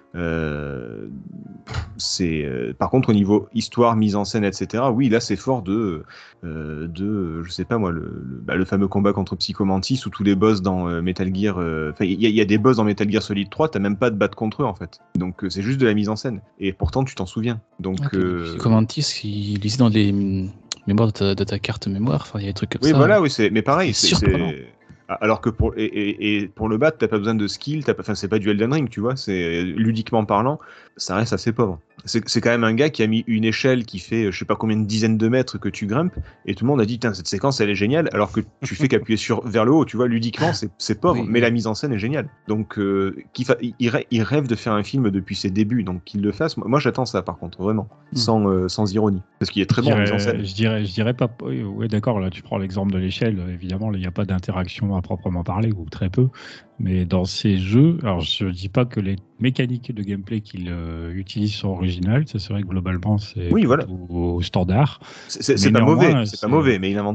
Euh, c'est euh, par contre au niveau histoire, mise en scène, et cetera. Oui, là c'est fort de euh, de je sais pas moi le, le, bah, le fameux combat contre Psychomantis ou tous les boss dans euh, Metal Gear. euh, Enfin, il y, a- il y a des boss dans Metal Gear Solid trois, t'as même pas de battre contre eux en fait. Donc euh, c'est juste de la mise en scène. Et pourtant tu t'en souviens. Donc Ok, euh, Psychomantis, il lisait dans les hum, mémoires de ta, de ta carte mémoire. Enfin, il y a des trucs comme oui, ça. voilà, oui, c'est mais pareil, C'est c'est surprenant. c'est- alors que pour et, et, et pour le battre, t'as pas besoin de skill, t'as pas, enfin c'est pas du Elden Ring, tu vois, c'est ludiquement parlant, ça reste assez pauvre. C'est c'est quand même un gars qui a mis une échelle qui fait je sais pas combien de dizaines de mètres que tu grimpes et tout le monde a dit tiens cette séquence elle est géniale alors que tu fais qu'appuyer sur vers le haut, tu vois, ludiquement c'est c'est pauvre, Oui, mais oui. la mise en scène est géniale. Donc euh, qu'il fa- il, rê- il rêve de faire un film depuis ses débuts, donc qu'il le fasse. Moi, moi, j'attends ça par contre vraiment, Hmm. sans euh, sans ironie, parce qu'il est très Je bon en dirais, mise en scène. je dirais, je dirais pas. Oui, ouais, d'accord. Là, tu prends l'exemple de l'échelle. Évidemment, là, il n'y a pas d'interaction à proprement parler ou très peu. Mais dans ces jeux, alors je dis pas que les mécaniques de gameplay qu'il euh, utilise sont originales. Ça serait que globalement, c'est Oui, voilà. au standard. C'est- C'est c'est Mais pas néanmoins, mauvais, c'est pas c'est- mauvais, mais il invente rien. Voilà.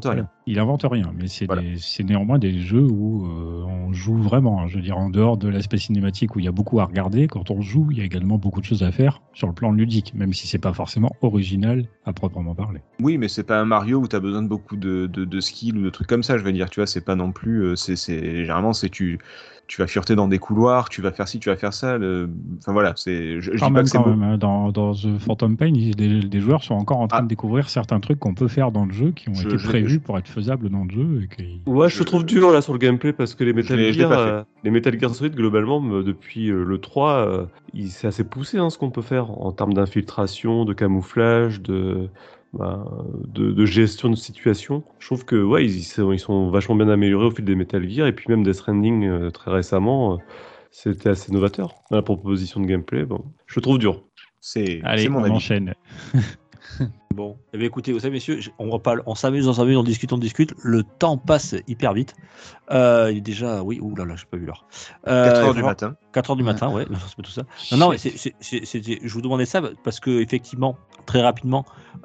il invente rien, mais c'est, Voilà. des- c'est néanmoins des jeux où euh, on joue vraiment. hein. Je veux dire, en dehors de l'aspect cinématique où il y a beaucoup à regarder, quand on joue, il y a également beaucoup de choses à faire sur le plan ludique, même si c'est pas forcément original à proprement parler. Oui, mais c'est pas un Mario où tu as besoin de beaucoup de, de, de skills ou de trucs comme ça, je veux dire, tu vois, c'est pas non plus, euh, c'est, c'est, généralement, c'est tu, tu vas fureter dans des couloirs, tu vas faire ci, tu vas faire ça, le- enfin voilà, c'est, je, je Quand dis pas même, que c'est quand beau. même, hein, dans, dans The Phantom Pain, il- les, les joueurs sont encore en train Ah. de découvrir certains trucs qu'on peut faire dans le jeu qui ont Je- été je- prévus je- pour être faisables dans le jeu. Et qui... Ouais, je, Je- te trouve dur là sur le gameplay parce que les Metal l'ai- je l'ai Gear, pas fait. euh, les Metal Gear Solid globalement me- depuis euh, le trois, euh, il- c'est assez poussé hein, ce qu'on peut faire en termes d'infiltration, de camouflage, de, bah, de, de gestion de situation. Je trouve que ouais, ils, ils sont, ils sont vachement bien améliorés au fil des Metal Gear et puis même Death Stranding euh, très récemment, euh, c'était assez novateur. La proposition de gameplay, bon, je le trouve dur. C'est, Allez, c'est mon on avis. enchaîne. Bon, eh bien, écoutez, vous savez, messieurs, j- on, reparle, on s'amuse, on s'amuse, on discute, on discute. Le temps passe hyper vite. Euh, il est déjà, oui, ouh là là, j'ai pas vu l'heure. Euh, quatre il heures va du falloir- matin. quatre heures du Ouais. matin, ouais, non, c'est pas tout ça. Non, non, mais c'est, c'est, c'est- c'est- je vous demandais ça parce que, effectivement, très rapidement,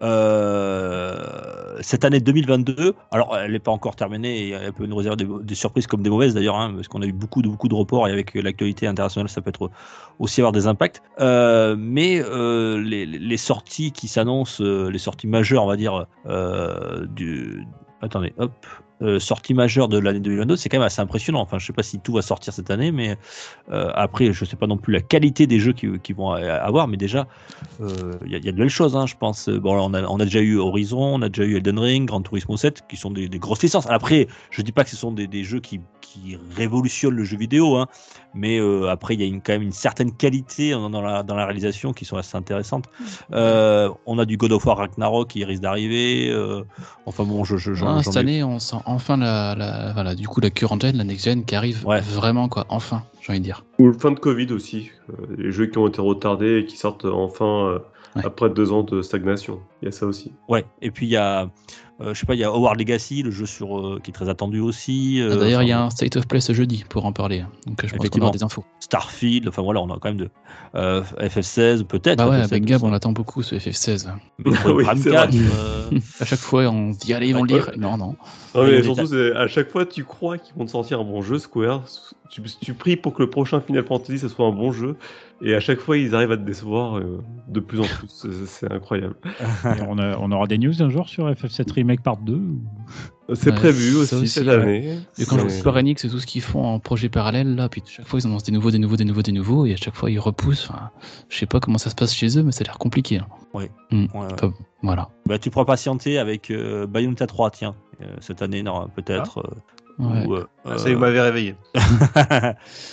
euh, cette année deux mille vingt-deux, alors elle n'est pas encore terminée et elle peut nous réserver des, des surprises comme des mauvaises d'ailleurs, hein, parce qu'on a eu beaucoup de, beaucoup de reports et avec l'actualité internationale, ça peut être aussi avoir des impacts. Euh, mais euh, les, les sorties qui s'annoncent, euh, les sorties majeures, on va dire, euh, du. Attendez, hop. Euh, sortie majeure de l'année deux mille vingt-deux, c'est quand même assez impressionnant. Enfin, je sais pas si tout va sortir cette année, mais euh, après, je sais pas non plus la qualité des jeux qui, qui vont avoir, mais déjà, il euh, y, y a de belles choses, hein, je pense. Bon, là, on a, on a déjà eu Horizon, on a déjà eu Elden Ring, Gran Turismo sept, qui sont des, des grosses licences. Après, je dis pas que ce sont des, des jeux qui, qui révolutionnent le jeu vidéo, hein, mais euh, après, il y a une, quand même une certaine qualité dans, dans, la, dans la réalisation qui sont assez intéressantes. Euh, on a du God of War Ragnarok qui risque d'arriver. Euh, enfin bon, je, je, j'en, Ah, j'en cette ai- année, on sent enfin la, la, voilà, du coup, la current gen, la next gen qui arrive Ouais. vraiment, quoi, enfin, j'ai envie de dire. Ou le fin de Covid aussi, euh, les jeux qui ont été retardés et qui sortent enfin euh, Ouais. après deux ans de stagnation. Il y a ça aussi. Ouais, et puis il y a, euh, je sais pas, il y a Hogwarts Legacy, le jeu sur, euh, qui est très attendu aussi. euh, Ah, D'ailleurs, il y a enfin, un State of Play ce jeudi pour en parler. Donc, je pense qu'on Effectivement. aura des infos. Starfield, enfin voilà, on a quand même de euh, F F seize, peut-être. Bah ouais, F F seize, avec Gab, ça. on l'attend beaucoup, ce F F seize. Metroid Oui, Prime c'est quatre, vrai. euh, À chaque fois, on se dit, allez, ils vont le lire. Non, non. Non, Ouais, il y mais a surtout, c'est, à chaque fois, tu crois qu'ils vont te sortir un bon jeu, Square. Tu, tu pries pour que le prochain Final Fantasy, ce soit un bon jeu. Et à chaque fois, ils arrivent à te décevoir euh, de plus en plus. C'est, c'est incroyable. Et on, a- on aura des news un jour sur F F sept Remake Part deux ou- C'est Ouais, prévu ça aussi, aussi, cette ouais. année. Et quand je vois C'est- Square Enix et tout ce qu'ils font en projet parallèle, là, puis chaque fois, ils annoncent des nouveaux, des nouveaux, des nouveaux, des nouveaux, et à chaque fois, ils repoussent. Enfin, je sais pas comment ça se passe chez eux, mais ça a l'air compliqué. hein. Ouais. Hmm. Ouais, ouais. Enfin, voilà. Bah, tu pourras patienter avec euh, Bayonetta trois, tiens, euh, cette année, non, peut-être. euh, Ouais. ou, euh, Ah, ça, vous m'avez réveillé. euh,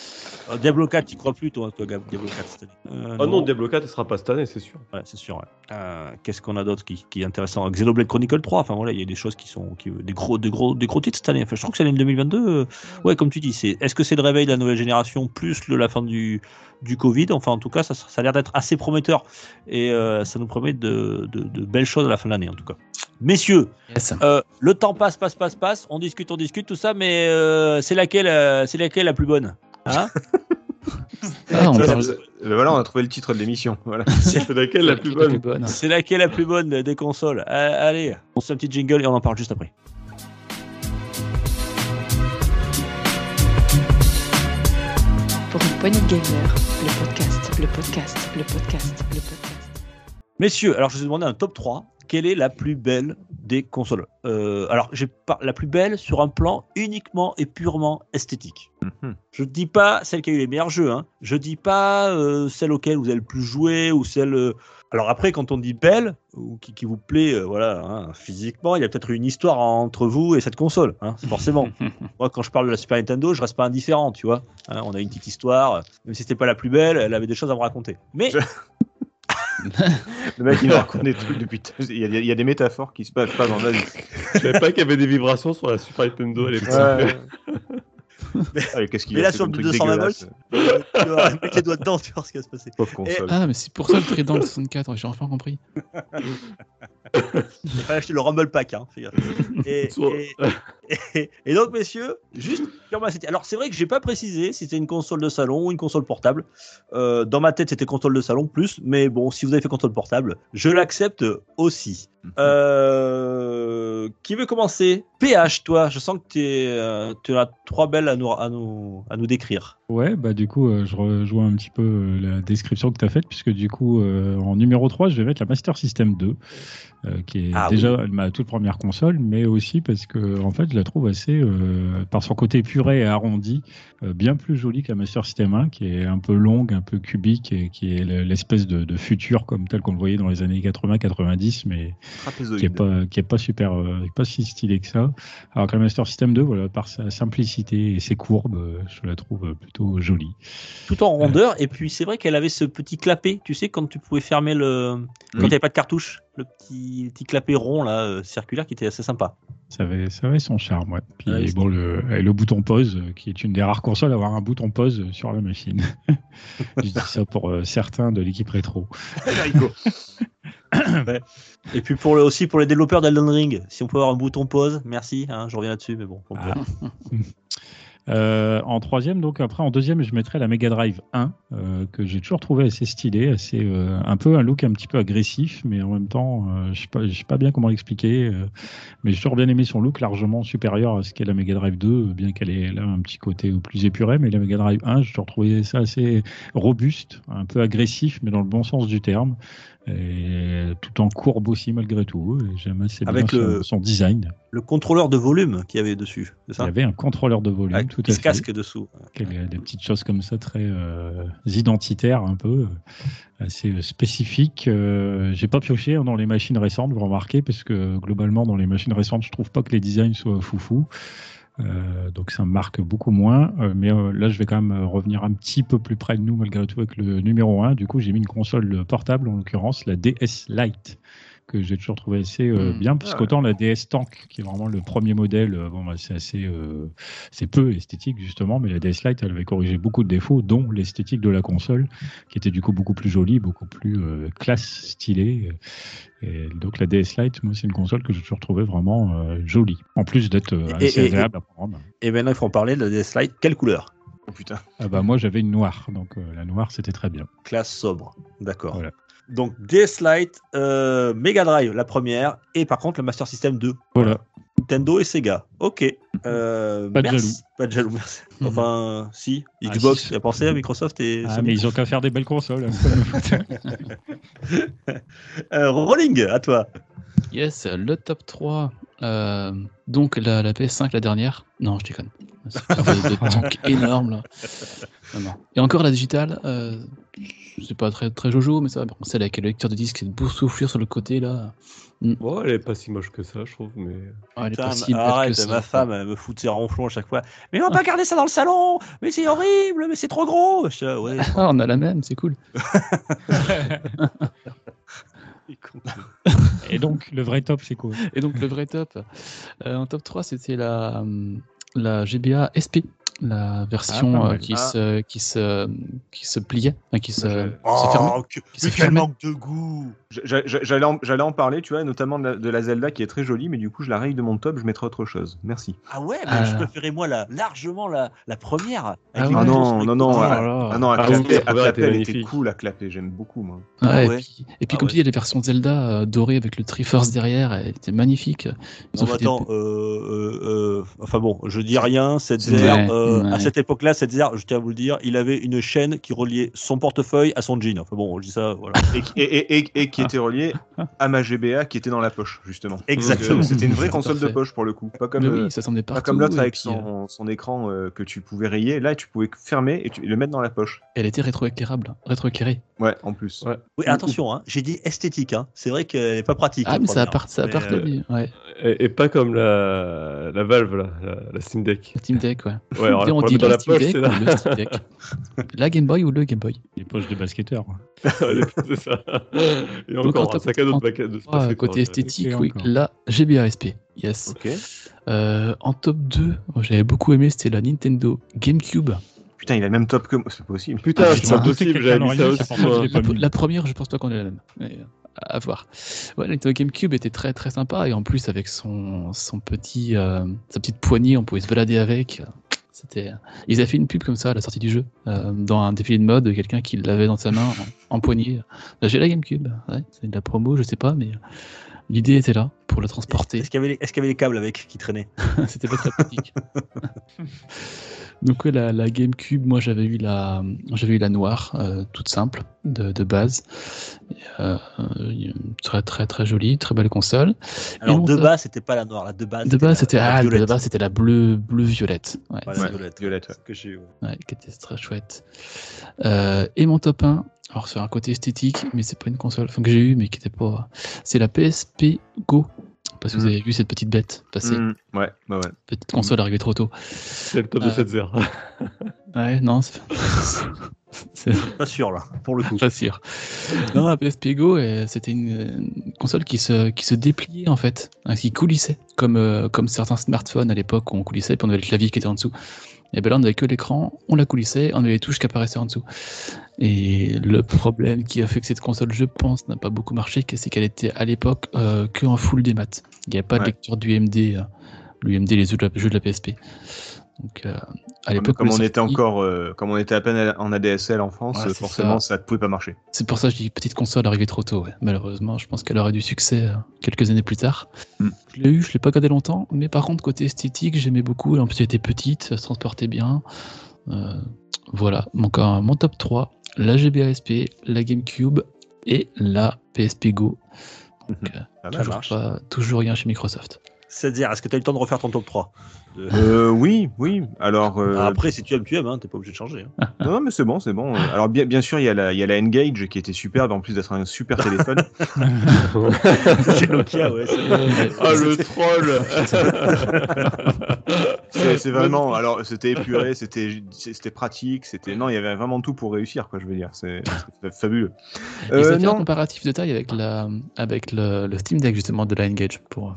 Diablo quatre, tu crois plus, toi, toi Gab, Diablo quatre cette année. Euh, Ah non, Diablo quatre, ne sera pas cette année, c'est sûr. Ouais, c'est sûr. Ouais. Euh, qu'est-ce qu'on a d'autre qui, qui est intéressant? Xenoblade Chronicle trois, enfin voilà, il y a des choses qui sont qui, des gros des gros des gros titres cette année. Enfin, je trouve que c'est l'année deux mille vingt-deux. euh, ouais, comme tu dis, c'est est-ce que c'est le réveil de la nouvelle génération plus le, la fin du du Covid? Enfin, en tout cas, ça, ça a l'air d'être assez prometteur et euh, ça nous promet de, de, de belles choses à la fin de l'année, en tout cas. Messieurs, Yes. euh, le temps passe, passe, passe, passe. On discute, on discute, tout ça, mais euh, c'est laquelle, euh, c'est laquelle la plus bonne, hein? Ah, on Ça, parle. c'est- ben voilà, on a trouvé le titre de l'émission. Voilà. C'est laquelle la plus bonne? bonne. C'est laquelle la plus bonne des consoles? Ah, allez, on se fait un petit jingle et on en parle juste après. Pour une poignée de gamers, le podcast, le podcast, le podcast, le podcast. Messieurs, alors je vous ai demandé un top trois. Quelle est la plus belle des consoles? euh, Alors, j'ai pas la plus belle sur un plan uniquement et purement esthétique. Mhm. Je ne dis pas celle qui a eu les meilleurs jeux. Hein. Je dis pas euh, celle auquel vous avez le plus joué ou celle. euh, Alors après, quand on dit belle ou qui, qui vous plaît, euh, voilà, hein, physiquement, il y a peut-être une histoire entre vous et cette console. Hein, c'est forcément. Moi, quand je parle de la Super Nintendo, je reste pas indifférent, tu vois. Hein, on a une petite histoire. Même si c'était pas la plus belle, elle avait des choses à me raconter. Mais Je- Le mec, il nous raconte des trucs depuis. Il y, a des, il y a des métaphores qui se passent pas dans la vie. Je savais pas qu'il y avait des vibrations sur la Super Nintendo à l'époque. Ah, qu'est-ce qu'il Mais a là, fait sur comme le truc deux cent vingt dégueulasse. tu vas mettre les doigts dedans, tu vois ce qui va se passer. Pauvre console. Ah, mais c'est pour ça le trident le soixante-quatre, j'ai enfin compris. Il fallait acheter le Rumble Pack, hein, fais gaffe. Et, Soit- et- Et, et donc, messieurs, juste alors c'est vrai que j'ai pas précisé si c'était une console de salon ou une console portable. Euh, dans ma tête, c'était console de salon plus, mais bon, si vous avez fait console portable, je l'accepte aussi. Euh, qui veut commencer? P H, toi, je sens que tu euh, as trois belles à nous, à nous, à nous décrire. Ouais, bah du coup, euh, je rejoins un petit peu euh, la description que tu as faite, puisque du coup, euh, en numéro trois, je vais mettre la Master System deux, euh, qui est ah, déjà oui. ma toute première console, mais aussi parce que en fait, je la trouve assez, euh, par son côté épuré et arrondi, euh, bien plus jolie que la Master System un, qui est un peu longue, un peu cubique, et qui est l'espèce de, de futur comme tel qu'on le voyait dans les années quatre-vingts quatre-vingt-dix, mais qui est pas, qui est pas super, euh, pas si stylé que ça. Alors que la Master System deux, voilà, par sa simplicité et ses courbes, euh, je la trouve plutôt jolie. Tout en rondeur, euh, et puis c'est vrai qu'elle avait ce petit clapet, tu sais, quand tu pouvais fermer le, oui. quand il n'y avait pas de cartouche, le petit, petit clapet rond là, euh, circulaire, qui était assez sympa. Ça avait, ça avait son charme, ouais. Puis ouais, bon, le, le bouton pause, euh, qui est une des rares consoles à avoir un bouton pause sur la machine. Je dis ça pour euh, certains de l'équipe rétro. Ouais. Et puis pour le, aussi pour les développeurs d'Elden Ring, si on peut avoir un bouton pause, merci, hein, je reviens là-dessus, mais bon. On peut. Ah. Euh, en troisième, donc après en deuxième, je mettrais la Mega Drive un, euh, que j'ai toujours trouvé assez stylé, assez, euh, un peu un look un petit peu agressif, mais en même temps, euh, je sais pas, je sais pas bien comment l'expliquer, euh, mais j'ai toujours bien aimé son look, largement supérieur à ce qu'est la Mega Drive deux, bien qu'elle ait là un petit côté plus épuré, mais la Mega Drive un, j'ai toujours trouvé ça assez robuste, un peu agressif, mais dans le bon sens du terme, et tout en courbe aussi malgré tout. J'aime assez bien son, le, son design. Le contrôleur de volume qu'il y avait dessus, c'est ça ? Il y avait un contrôleur de volume, avec tout à fait. fait. Casque dessous. Des, des petites choses comme ça, très euh, identitaires un peu, assez spécifiques. Euh, j'ai pas pioché dans les machines récentes, vous remarquez, parce que globalement dans les machines récentes, je trouve pas que les designs soient foufou. Euh, donc ça me marque beaucoup moins, euh, mais euh, là je vais quand même revenir un petit peu plus près de nous malgré tout avec le numéro un. Du coup j'ai mis une console portable, en l'occurrence la D S Lite, que j'ai toujours trouvé assez euh, mmh. bien, puisqu'autant la D S Tank, qui est vraiment le premier modèle, euh, bon, bah, c'est assez, euh, c'est peu esthétique justement, mais la D S Lite, elle avait corrigé beaucoup de défauts, dont l'esthétique de la console, qui était du coup beaucoup plus jolie, beaucoup plus euh, classe, stylée. Et donc la D S Lite, moi, c'est une console que j'ai toujours trouvée vraiment euh, jolie, en plus d'être euh, assez et, agréable et, à prendre. Et maintenant, il faut en parler de la D S Lite. Quelle couleur ? Oh putain. Ah bah moi, j'avais une noire, donc euh, la noire, c'était très bien. Classe sobre, d'accord. Voilà. Donc D S Lite, euh, Mega Drive la première, et par contre le Master System deux. Voilà. Nintendo et Sega. Ok. Euh, pas de merci. jaloux. Pas de jaloux, merci. Enfin, si. Xbox, il a pensé à Microsoft et. Ah, mais ils ont qu'à faire des belles consoles. euh, Rolling, à toi. Yes, le top trois. Euh, donc la, la P S cinq, la dernière. Non, je déconne. C'est des tanks énormes là. Non, non. Et encore la digitale. Euh, c'est pas très, très jojo, mais ça va. Bon, celle avec le lecteur de disque et de boursouflure sur le côté là. Mm. Bon, elle est pas si moche que ça, je trouve. Mais... Ouais, elle est Putain, pas si arrête, que ça, ma femme elle me fout de ses ronflons à chaque fois. Mais on va pas garder ça dans le salon. Mais c'est horrible, mais c'est trop gros. Je, ouais. Ah, on a la même, c'est cool. Et donc, le vrai top, c'est quoi ? Et donc, le vrai top. Euh, en top trois, c'était la, la G B A S P. La version ah, euh, qui, ah. se, qui, se, qui se pliait, enfin, qui se, je... se oh, fermait. Que... Qui mais se quel manque de goût. J'allais en, j'allais en parler, tu vois, notamment de la, de la Zelda qui est très jolie, mais du coup je la raye de mon top, je mettrai autre chose. Merci. Ah ouais, mais ah. je préférais moi la, largement la, la première. Ah, oui, ah non, non, non, ah, ah non, à clapper, à clapper elle était cool, à clapper, j'aime beaucoup moi. Ah, ah, ouais. Et puis, et puis ah, comme tu ouais. dis, les versions Zelda euh, dorées avec le Triforce derrière, elle était magnifique. Non, mais attends, des... euh, euh, euh, enfin bon, je dis rien, cette Zelda, euh, à cette époque-là, cette Zelda, je tiens à vous le dire, il avait une chaîne qui reliait son portefeuille à son jean. Enfin bon, je dis ça, voilà. Et, et, et, et qui était relié à ma G B A qui était dans la poche, justement. Exactement. Donc, euh, c'était une vraie console de poche pour le coup. Pas comme, oui, ça semblait partout, pas comme l'autre avec puis, son, son écran euh, que tu pouvais rayer. Là, tu pouvais fermer et, tu, et le mettre dans la poche. Elle était rétroéclairable, rétroéclairée. Ouais, en plus. Ouais. Oui, attention, hein, j'ai dit esthétique. Hein. C'est vrai qu'elle n'est pas pratique. Ah, mais ça a part, ça a part euh... ouais. et, et pas comme la, la Valve, là, la, la Steam Deck. La Steam Deck, ouais. Ouais, alors, on dit dans la Steam poche, Deck c'est là. ou le Steam Deck. La Game Boy ou le Game Boy. Les poches de basketteur. C'est ça. Et encore, donc, un sac à dos de basketteur. Ah, côté esthétique, oui, la G B A S P. Yes. Ok. Euh, en top deux, j'avais beaucoup aimé, c'était la Nintendo GameCube. Putain, il a le même top que moi, c'est possible. Putain, ah, c'est pas possible, j'avais mis ça aussi. La, la première, je pense pas qu'on ait la même. Mais... à voir. Ouais, la Nintendo GameCube était très très sympa et en plus avec son, son petit, euh, sa petite poignée, on pouvait se balader avec. C'était... Ils avaient fait une pub comme ça à la sortie du jeu, euh, dans un défilé de mode, quelqu'un qui l'avait dans sa main en, en poignée. J'ai la GameCube, ouais, c'est de la promo, je sais pas, mais l'idée était là pour la transporter. Est-ce qu'il y avait les, est-ce qu'il y avait les câbles avec qui traînaient? C'était pas très pratique. Donc ouais, la, la GameCube, moi j'avais eu la, j'avais eu la noire, euh, toute simple, de, de base. Euh, très très très jolie, très belle console. Alors non, de ça... base, c'était pas la noire, la de base. De base, c'était, la, ah, la de base, c'était la bleue, bleu violette. Ouais, voilà, ouais, violette, violette, ouais. que j'ai eu. Ouais. Ouais, qui était très chouette. Euh, et mon top un, alors sur un côté esthétique, mais c'est pas une console, enfin que j'ai eu, mais qui était pas. C'est la P S P Go. Parce que vous avez vu cette petite bête passer. Mmh, ouais, ouais, ouais. Petite console arrivée trop tôt. C'est le top de Euh, cette zère. Ouais, non, c'est, c'est Pas sûr là, pour le coup. pas sûr. Non, la P S P Go, euh, c'était une, une console qui se, qui se dépliait en fait, hein, qui coulissait, comme, euh, comme certains smartphones à l'époque où on coulissait, puis on avait le clavier qui était en dessous. Et bien là, on n'avait que l'écran, on la coulissait, on avait les touches qui apparaissaient en dessous. Et le problème qui a fait que cette console, je pense, n'a pas beaucoup marché, c'est qu'elle était à l'époque euh, que en full démat. Il n'y avait pas de Ouais. lecture du U M D, euh, l'U M D, les jeux de la, jeux de la P S P. Donc, euh, à l'époque, Comme, comme où on elle est était sortie- encore, euh, comme on était à peine en A D S L en France, Ouais, euh, c'est forcément, ça. ça ne pouvait pas marcher. C'est pour ça que je dis petite console arrivée trop tôt. Ouais. Malheureusement, je pense qu'elle aurait du succès euh, quelques années plus tard. Mm. Je l'ai eu, je l'ai pas gardé longtemps, mais par contre côté esthétique, j'aimais beaucoup. En plus, elle était petite, ça se transportait bien. Euh, voilà, donc euh, mon top trois, la G B A S P, la GameCube et la P S P Go. Donc, euh, Ah, bah, toujours, marche. pas, toujours rien chez Microsoft. C'est-à-dire, est-ce que tu as eu le temps de refaire ton top trois? De- Euh, oui, oui. Alors, euh, Après, si tu aimes, tu aimes, hein, t'es pas obligé de changer. Hein. non, non, mais c'est bon, c'est bon. Alors, bien, bien sûr, il y a la, il y a la N-Gage qui était superbe, en plus d'être un super téléphone. Chez Nokia, ouais. c'est- Ah, le troll. c'est, c'est vraiment, alors, c'était épuré, c'était, c'était pratique, c'était, non, il y avait vraiment tout pour réussir, quoi, je veux dire. C'est, c'est fabuleux. Et Euh, ça fait un non, comparatif de taille avec, la, avec le, le Steam Deck justement de la N-Gage. Pour...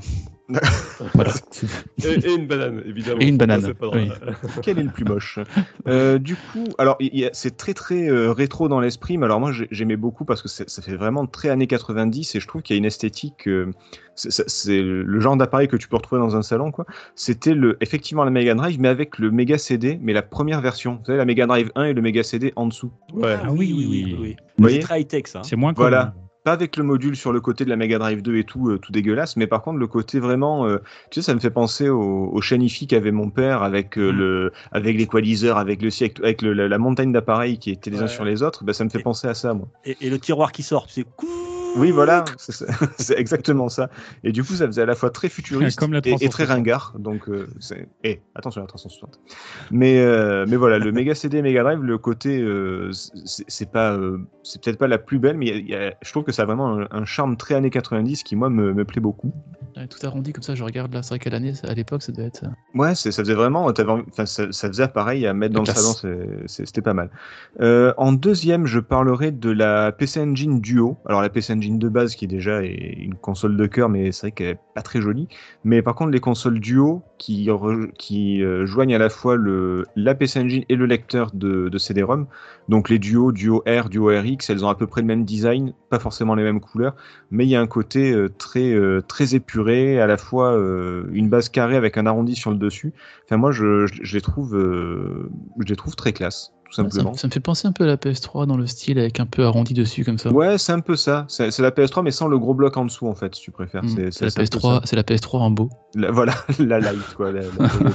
voilà. Et, et une banane, évidemment. Et une banane, Ça, c'est pas oui. drôle. quel est le plus moche? Euh, du coup, alors il y a- c'est très très euh, rétro dans l'esprit, mais alors moi j'ai- j'aimais beaucoup parce que c'est- ça fait vraiment très années quatre-vingt-dix et je trouve qu'il y a une esthétique. euh, c'est- c'est c'est le genre d'appareil que tu peux retrouver dans un salon, quoi. C'était le effectivement la Mega Drive, mais avec le Mega C D, mais la première version. Vous savez, la Mega Drive un et le Mega C D en dessous. Ouais. Ah oui, oui, oui. oui. Vous voyez C'est très high-tech ça. hein. C'est moins Voilà. commun. Pas avec le module sur le côté de la Mega Drive deux et tout, euh, tout dégueulasse, mais par contre le côté vraiment, euh, tu sais, ça me fait penser au, au Shanifi qu'avait mon père avec euh, Mm. le, avec l'équaliseur, avec le avec, avec le- la, la montagne d'appareils qui étaient les uns Ouais. sur les autres. Bah, ça me fait Et- penser à ça, moi. Et, et le tiroir qui sort, tu sais. couh. Oui, voilà, c'est, c'est- c'est exactement ça. Et du coup, ça faisait à la fois très futuriste Comme la et, et très trois cent soixante. ringard. Donc, euh, c'est... Eh, attention à la trois cent soixante. Mais, euh, mais voilà, le Mega C D, Mega Drive, le côté, euh, c'est, c'est pas, euh, c'est peut-être pas la plus belle, mais il y a- il y a- je trouve que ça a vraiment un, un charme très années quatre-vingt-dix qui, moi, me, me plaît beaucoup. Ouais, tout arrondi comme ça, je regarde là, c'est vrai quelle année, à l'époque, ça devait être. euh, Ouais, c'est, ça faisait vraiment, t'avais envie- enfin, ça, ça faisait pareil à mettre dans le Classe. salon, c'est, c'est- c'était pas mal. Euh, en deuxième, je parlerai de la P C Engine Duo. Alors la P C Engine de base, qui est déjà est une console de cœur, mais c'est vrai qu'elle est pas très jolie. Mais par contre, les consoles Duo qui, re- qui euh, joignent à la fois le, la P C Engine et le lecteur de, de C D ROM. Donc les Duo, Duo R, Duo R X, elles ont à peu près le même design, pas forcément les mêmes couleurs, mais il y a un côté euh, très, euh, très épuré, à la fois euh, une base carrée avec un arrondi sur le dessus. Enfin, moi, je, je, je les trouve, euh, je les trouve très classe, tout ouais, ça, simplement. me- ça me fait penser un peu à la P S trois dans le style avec un peu arrondi dessus comme ça. Ouais, c'est un peu ça. C'est, c'est la P S trois, mais sans le gros bloc en dessous, en fait, si tu préfères. Mm, C'est, c'est, la c'est un P S peu trois, ça. c'est la P S trois en beau. La- voilà, la light, quoi. la- la-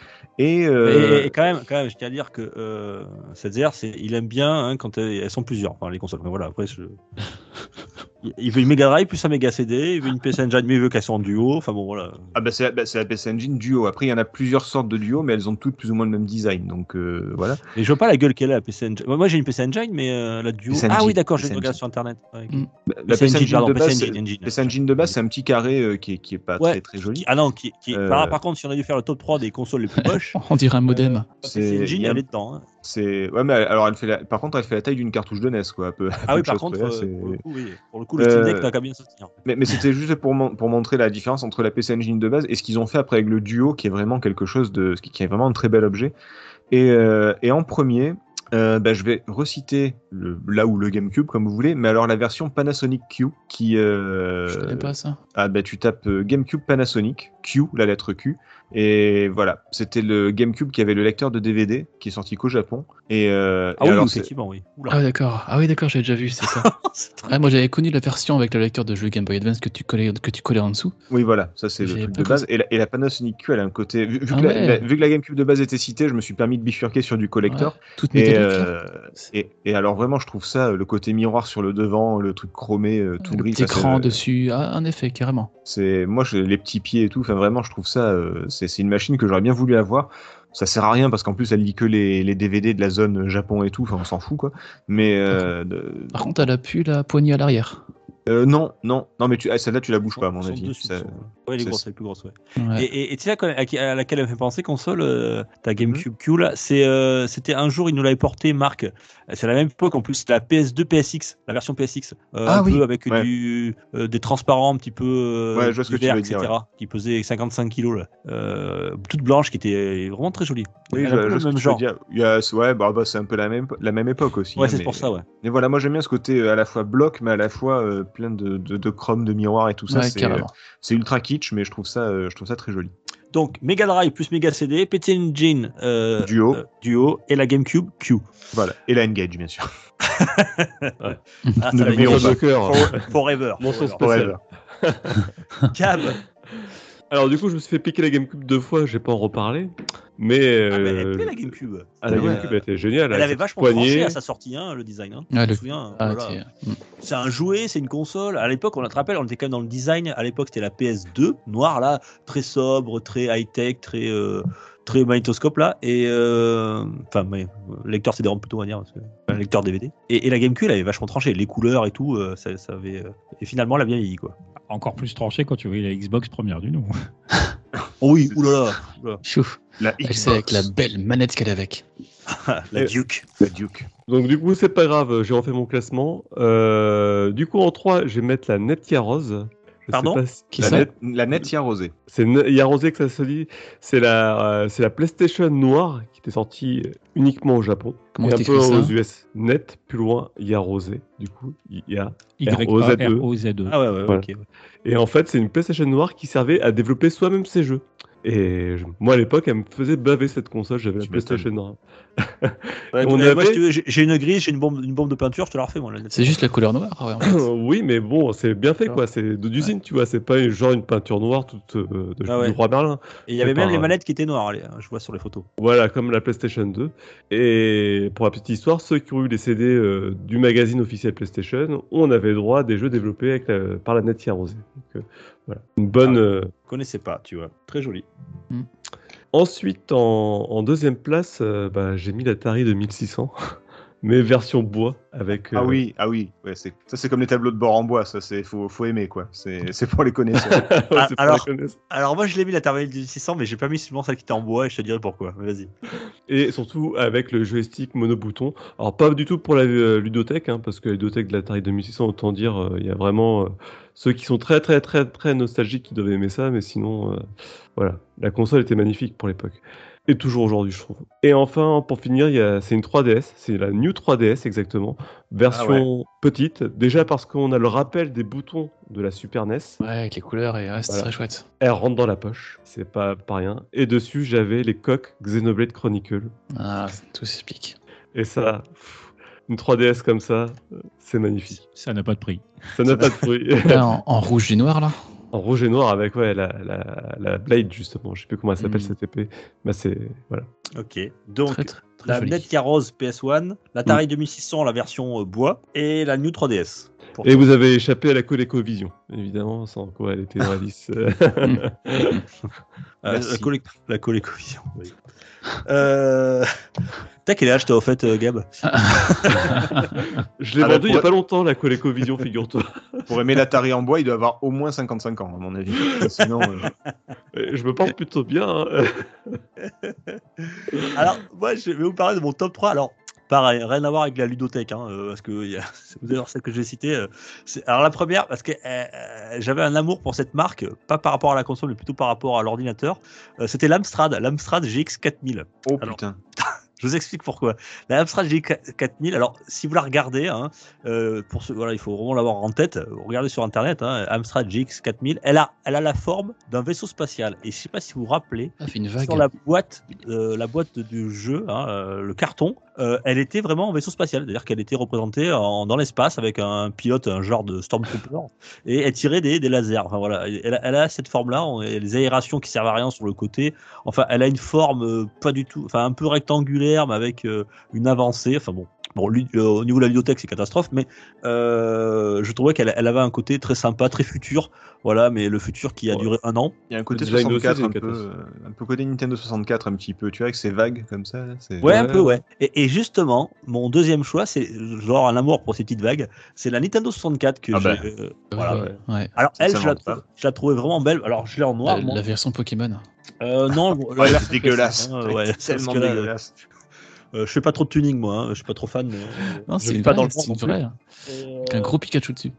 Et, euh, Et, et quand même, quand même, je tiens à dire que euh, cette Z R, c'est, il aime bien hein, quand elles, elles sont plusieurs, enfin les consoles. Mais voilà, après, je... il- il veut une Mega Drive plus un Mega C D, il veut une P C Engine, mais il veut qu'elles soient en duo. Enfin bon, voilà. ah bah c'est, la- bah, c'est la P C Engine Duo. Après, il y en a plusieurs sortes de Duo, mais elles ont toutes plus ou moins le même design. Donc euh, voilà. Et je vois pas la gueule qu'elle a, la P C Engine. Moi, j'ai une P C Engine, mais euh, la duo. P C Ah oui, Engine, d'accord, P je C regarde Engine. sur internet. Ouais, ok. Mm. Bah, P La C P C Engine, Engine pardon, de P C base, Engine, c'est- Engine. P C Engine de base, c'est un petit carré euh, qui, est, qui est pas Ouais. très très joli. Qui- Ah non, qui, qui... Euh, par, par contre, si on a dû faire le top trois des consoles les plus moches, On dirait un modem. euh, la P C C'est- Engine, il y a- elle est dedans. hein. C'est ouais, mais alors elle fait la... par contre, elle fait la taille d'une cartouche de N E S, quoi. Un peu, Ah peu oui, de par choses contre, près, euh, c'est- pour le coup, oui. Pour le coup, le Steam Deck Euh, n'a qu'à bien se tenir. Mais, mais c'était juste pour, mon- pour montrer la différence entre la P C Engine de base et ce qu'ils ont fait après avec le Duo, qui est vraiment quelque chose de, qui est vraiment un très bel objet. Et, euh, et en premier, Euh, bah, je vais reciter le, là où le GameCube, comme vous voulez, mais alors la version Panasonic Q, qui... Euh... Je connais pas ça. Ah bah tu tapes euh, GameCube Panasonic, Q, la lettre Q, et voilà, c'était le GameCube qui avait le lecteur de D V D, qui est sorti qu'au Japon, et, euh, Ah et oui, alors, effectivement, oui. Oula. Ah oui, d'accord. Ah oui, d'accord, j'avais déjà vu, c'est ça. C'est très- Ouais, moi, j'avais connu la version avec le lecteur de jeu Game Boy Advance que tu collais, que tu collais en dessous. Oui, voilà, ça c'est le J'ai truc pas de base. Et la, et la Panasonic Q, elle a un côté. Vu, vu Ah que la, ouais. la- vu que la GameCube de base était citée, je me suis permis de bifurquer sur du collector. Ouais, toute Et, métallique. là. euh, et, et alors, vraiment, je trouve ça, le côté miroir sur le devant, le truc chromé, euh, tout le gris. petit ça, c'est- écran dessus. Ah, en effet, carrément. C'est, moi, je- les petits pieds et tout, enfin, vraiment, je trouve ça. euh, c'est c'est une machine que j'aurais bien voulu avoir. Ça sert à rien parce qu'en plus, elle lit que les, les D V D de la zone Japon et tout, enfin, on s'en fout, quoi. Mais. Euh, de- Par contre, elle a pu la poignée à l'arrière. euh, non, non, non, mais tu, ah, celle-là, tu la bouges pas, à mon Ils sont avis. dessus, Ça- ils sont- Ouais, les c'est- grosses, les plus grosses, ouais. Ouais. Et, et, et tu sais, à, à- à laquelle elle me fait penser, console, euh, ta Mhm. GameCube Q, là, c'est, euh, c'était un jour, il nous l'avait porté, Marc. C'est la même époque, en plus, c'était la P S deux, P S X, la version P S X. Euh, Ah un oui, peu avec ouais. du, euh, des transparents un petit peu. Euh, Ouais, je vois ce que tu vert, veux dire, et cetera, qui pesait cinquante-cinq kilos, là. Euh, toute blanche, qui était vraiment très jolie. Oui, Elle je, a un peu je le vois ce que même tu veux genre. dire. Il y a, ouais, bah, bah, c'est un peu la même, la même époque aussi. Ouais, hein, c'est mais, pour ça, ouais. mais voilà, moi j'aime bien ce côté euh, à la fois bloc, mais à la fois euh, plein de, de, de chrome, de miroir et tout ça. Ouais, c'est, euh, carrément. c'est ultra kitsch, mais je trouve ça, euh, je trouve ça très joli. Donc, Mega Drive plus Mega C D, P C Engine euh, Duo. euh, Duo et la GameCube Q. Voilà. Et la N-Gage, bien sûr. Ah, Ne ça va l'oublions être pas. de cœur. for- Forever. Mention forever. spéciale. Cab. Alors du coup, je me suis fait piquer la GameCube deux fois, j'ai pas en reparlé. Mais, Ah, mais elle euh, plaît la GameCube. ah, la Euh, GameCube elle était géniale. Elle avec avait cette vachement poignée. tranché à sa sortie, hein, le design. Hein. Ah, je le- me souviens. Ah, voilà. t'es- mm. C'est un jouet, c'est une console. À l'époque, on te rappelle, on était quand même dans le design. À l'époque, c'était la P S deux, noire là, très sobre, très high-tech, très euh, très magnétoscope là. Et euh, enfin, mais, lecteur C D-ROM plutôt, on va dire, parce que, enfin, lecteur D V D. Et, et la GameCube, elle avait vachement tranché, les couleurs et tout. Euh, ça, ça avait. euh, et finalement, elle a bien vieilli, quoi. Encore plus tranché quand tu vois la Xbox première du nom. Oh oui, oulala, oulala. Chouf. La Elle Xbox. sait avec la belle manette qu'elle a avec. La Et- Duke. La Duke. Donc du coup, c'est pas grave, j'ai refait mon classement. Euh, du coup, en trois, je vais mettre la Netia Rose. Je sais Pardon pas si- Qui la ça Net- La Netia Rosée. C'est Ne- Yarosé que ça se dit. C'est la, euh, c'est la PlayStation noire qui était sortie uniquement au Japon. Comment et un t'écris peu ça aux U S. Net, plus loin, Yarosé. Du coup, il y a. Y R O Z E. A R O Z E. Ah ouais, ouais, Voilà. ok. ouais. Et en fait, c'est une PlayStation noire qui servait à développer soi-même ses jeux. Et je- moi, à l'époque, elle me faisait baver cette console. J'avais la Tu PlayStation noire. Ouais, On euh, moi, avait- si tu veux, j'ai j'ai une grille, j'ai une bombe, une bombe de peinture, je te la refais, moi. Là, C'est juste la couleur noire. Ouais, en fait. Oui, mais bon, c'est bien fait, quoi. C'est de- d'usine, tu vois. C'est pas une- genre une peinture noire toute euh, de, Ah ouais. du roi Merlin. Et il y avait C'est même pas- les manettes qui étaient noires, allez, hein, je vois sur les photos. Voilà, comme la PlayStation deux. Et pour la petite histoire, ceux qui ont eu les C D euh, du magazine officiel PlayStation, on avait droit à des jeux développés avec la- par la Netia Rosé. Donc, euh, voilà. Une bonne. Ah. euh, Je connaissais pas, tu vois. Très joli. Ensuite, en, en deuxième place, euh, bah, j'ai mis l'Atari deux mille six cents, mais version bois avec. Ah euh, oui, ah oui. Ouais, c'est, ça c'est comme les tableaux de bord en bois. Ça c'est faut, faut aimer quoi. C'est, c'est pour les connaisseurs. ouais, Ah, c'est pour alors- les connaisseurs. Alors moi je l'ai mis la Terminal du six cents, mais j'ai pas mis seulement celle qui était en bois et je te dirai pourquoi. Mais vas-y. Et surtout avec le joystick monobouton. Alors pas du tout pour la euh, ludothèque, hein, parce que la ludothèque de l'Atari deux mille six cents, autant dire, euh, il y a vraiment euh, ceux qui sont très très très très nostalgiques qui doivent aimer ça, mais sinon, euh, voilà, la console était magnifique pour l'époque. Et toujours aujourd'hui, je trouve. Et enfin, pour finir, il y a, c'est une trois D S, c'est la New trois D S exactement, version petite, déjà parce qu'on a le rappel des boutons de la Super N E S. Ouais, avec les couleurs et ouais, c'est Voilà. très chouette. Elle rentre dans la poche, c'est pas, pas rien. Et dessus, j'avais les coques Xenoblade Chronicle. Ah, tout s'explique. Et ça, pff, une trois D S comme ça, euh, c'est magnifique. Ça n'a pas de prix. Ça n'a pas de bruit. Là, en, en rouge et noir, là. En rouge et noir avec ouais, la, la, la Blade, justement. Je sais plus comment elle s'appelle Mm. cette épée. Bah, c'est. Voilà. Ok. Donc Très, très, très la joli. Netia Rose P S un, l'Atari deux mille six cents la version euh, bois et la New trois D S. Pour Et vous avez échappé à la ColecoVision, évidemment, sans quoi elle était dans la liste. Euh, la, Merci. collec- la ColecoVision. Oui. Euh... T'as quel âge toi au fait, euh, Gab? Je l'ai Ah bah, vendu il y a pour- pas longtemps, la ColecoVision, figure-toi. Pour aimer l'Atari en bois, il doit avoir au moins cinquante-cinq ans à mon avis. Sinon, euh, Et je me porte plutôt bien. hein. Alors, moi, je vais vous parler de mon top trois. Alors, pareil, rien à voir avec la ludothèque, hein, euh, parce que il y a- vous allez voir celle que j'ai citée. euh, c'est- alors, la première, parce que euh, euh, j'avais un amour pour cette marque, euh, pas par rapport à la console, mais plutôt par rapport à l'ordinateur. Euh, C'était l'Amstrad, l'Amstrad G X quatre mille. oh Alors, putain. Je vous explique pourquoi. La Amstrad G X quatre mille, alors si vous la regardez, hein, euh, pour ce, voilà, il faut vraiment l'avoir en tête. Regardez sur internet, hein, Amstrad G X quatre mille, elle a, elle a la forme d'un vaisseau spatial. Et je sais pas si vous vous rappelez, Ah, fait une vague. sur la boîte, euh, la boîte du jeu, hein, euh, le carton, euh, elle était vraiment en vaisseau spatial, c'est-à-dire qu'elle était représentée en, dans l'espace avec un pilote, un genre de Stormtrooper, et elle tirait des, des lasers. Enfin voilà, elle, elle a cette forme-là, on- et les aérations qui servent à rien sur le côté. Enfin, elle a une forme euh, pas du tout, enfin un peu rectangulaire, mais avec euh, une avancée. Enfin bon, bon, lui, euh, au niveau de la bibliothèque, c'est catastrophe, mais euh, je trouvais qu'elle elle avait un côté très sympa, très futur. Voilà, mais le futur qui a Ouais. duré un an. Il y a un côté Le design soixante-quatre, aussi, un c'est peu, catastrophe. euh, un peu côté Nintendo soixante-quatre, un petit peu, tu vois, avec ces vagues comme ça. là, C'est... Ouais, un Ouais, peu, ouais. ouais. Et, et justement, mon deuxième choix, c'est genre un amour pour ces petites vagues. C'est la Nintendo soixante-quatre que Ah j'ai. bah. euh, Ouais, voilà. ouais, ouais. Alors, Ça, elle, ça je la, manque pas. trouve- je la trouvais vraiment belle. Alors, je l'ai en noir. La, moi. la version Pokémon. Euh, non, la Ouais, version c'est dégueulasse. classique, hein, ouais, C'est parce tellement que là, dégueulasse. euh, je fais pas trop de tuning, moi. Hein, je suis pas trop fan. Mais, euh, Non, je c'est vis une pas vraie, dans le c'est monde une non plus. vraie. hein. Et, Avec un euh, gros Pikachu dessus.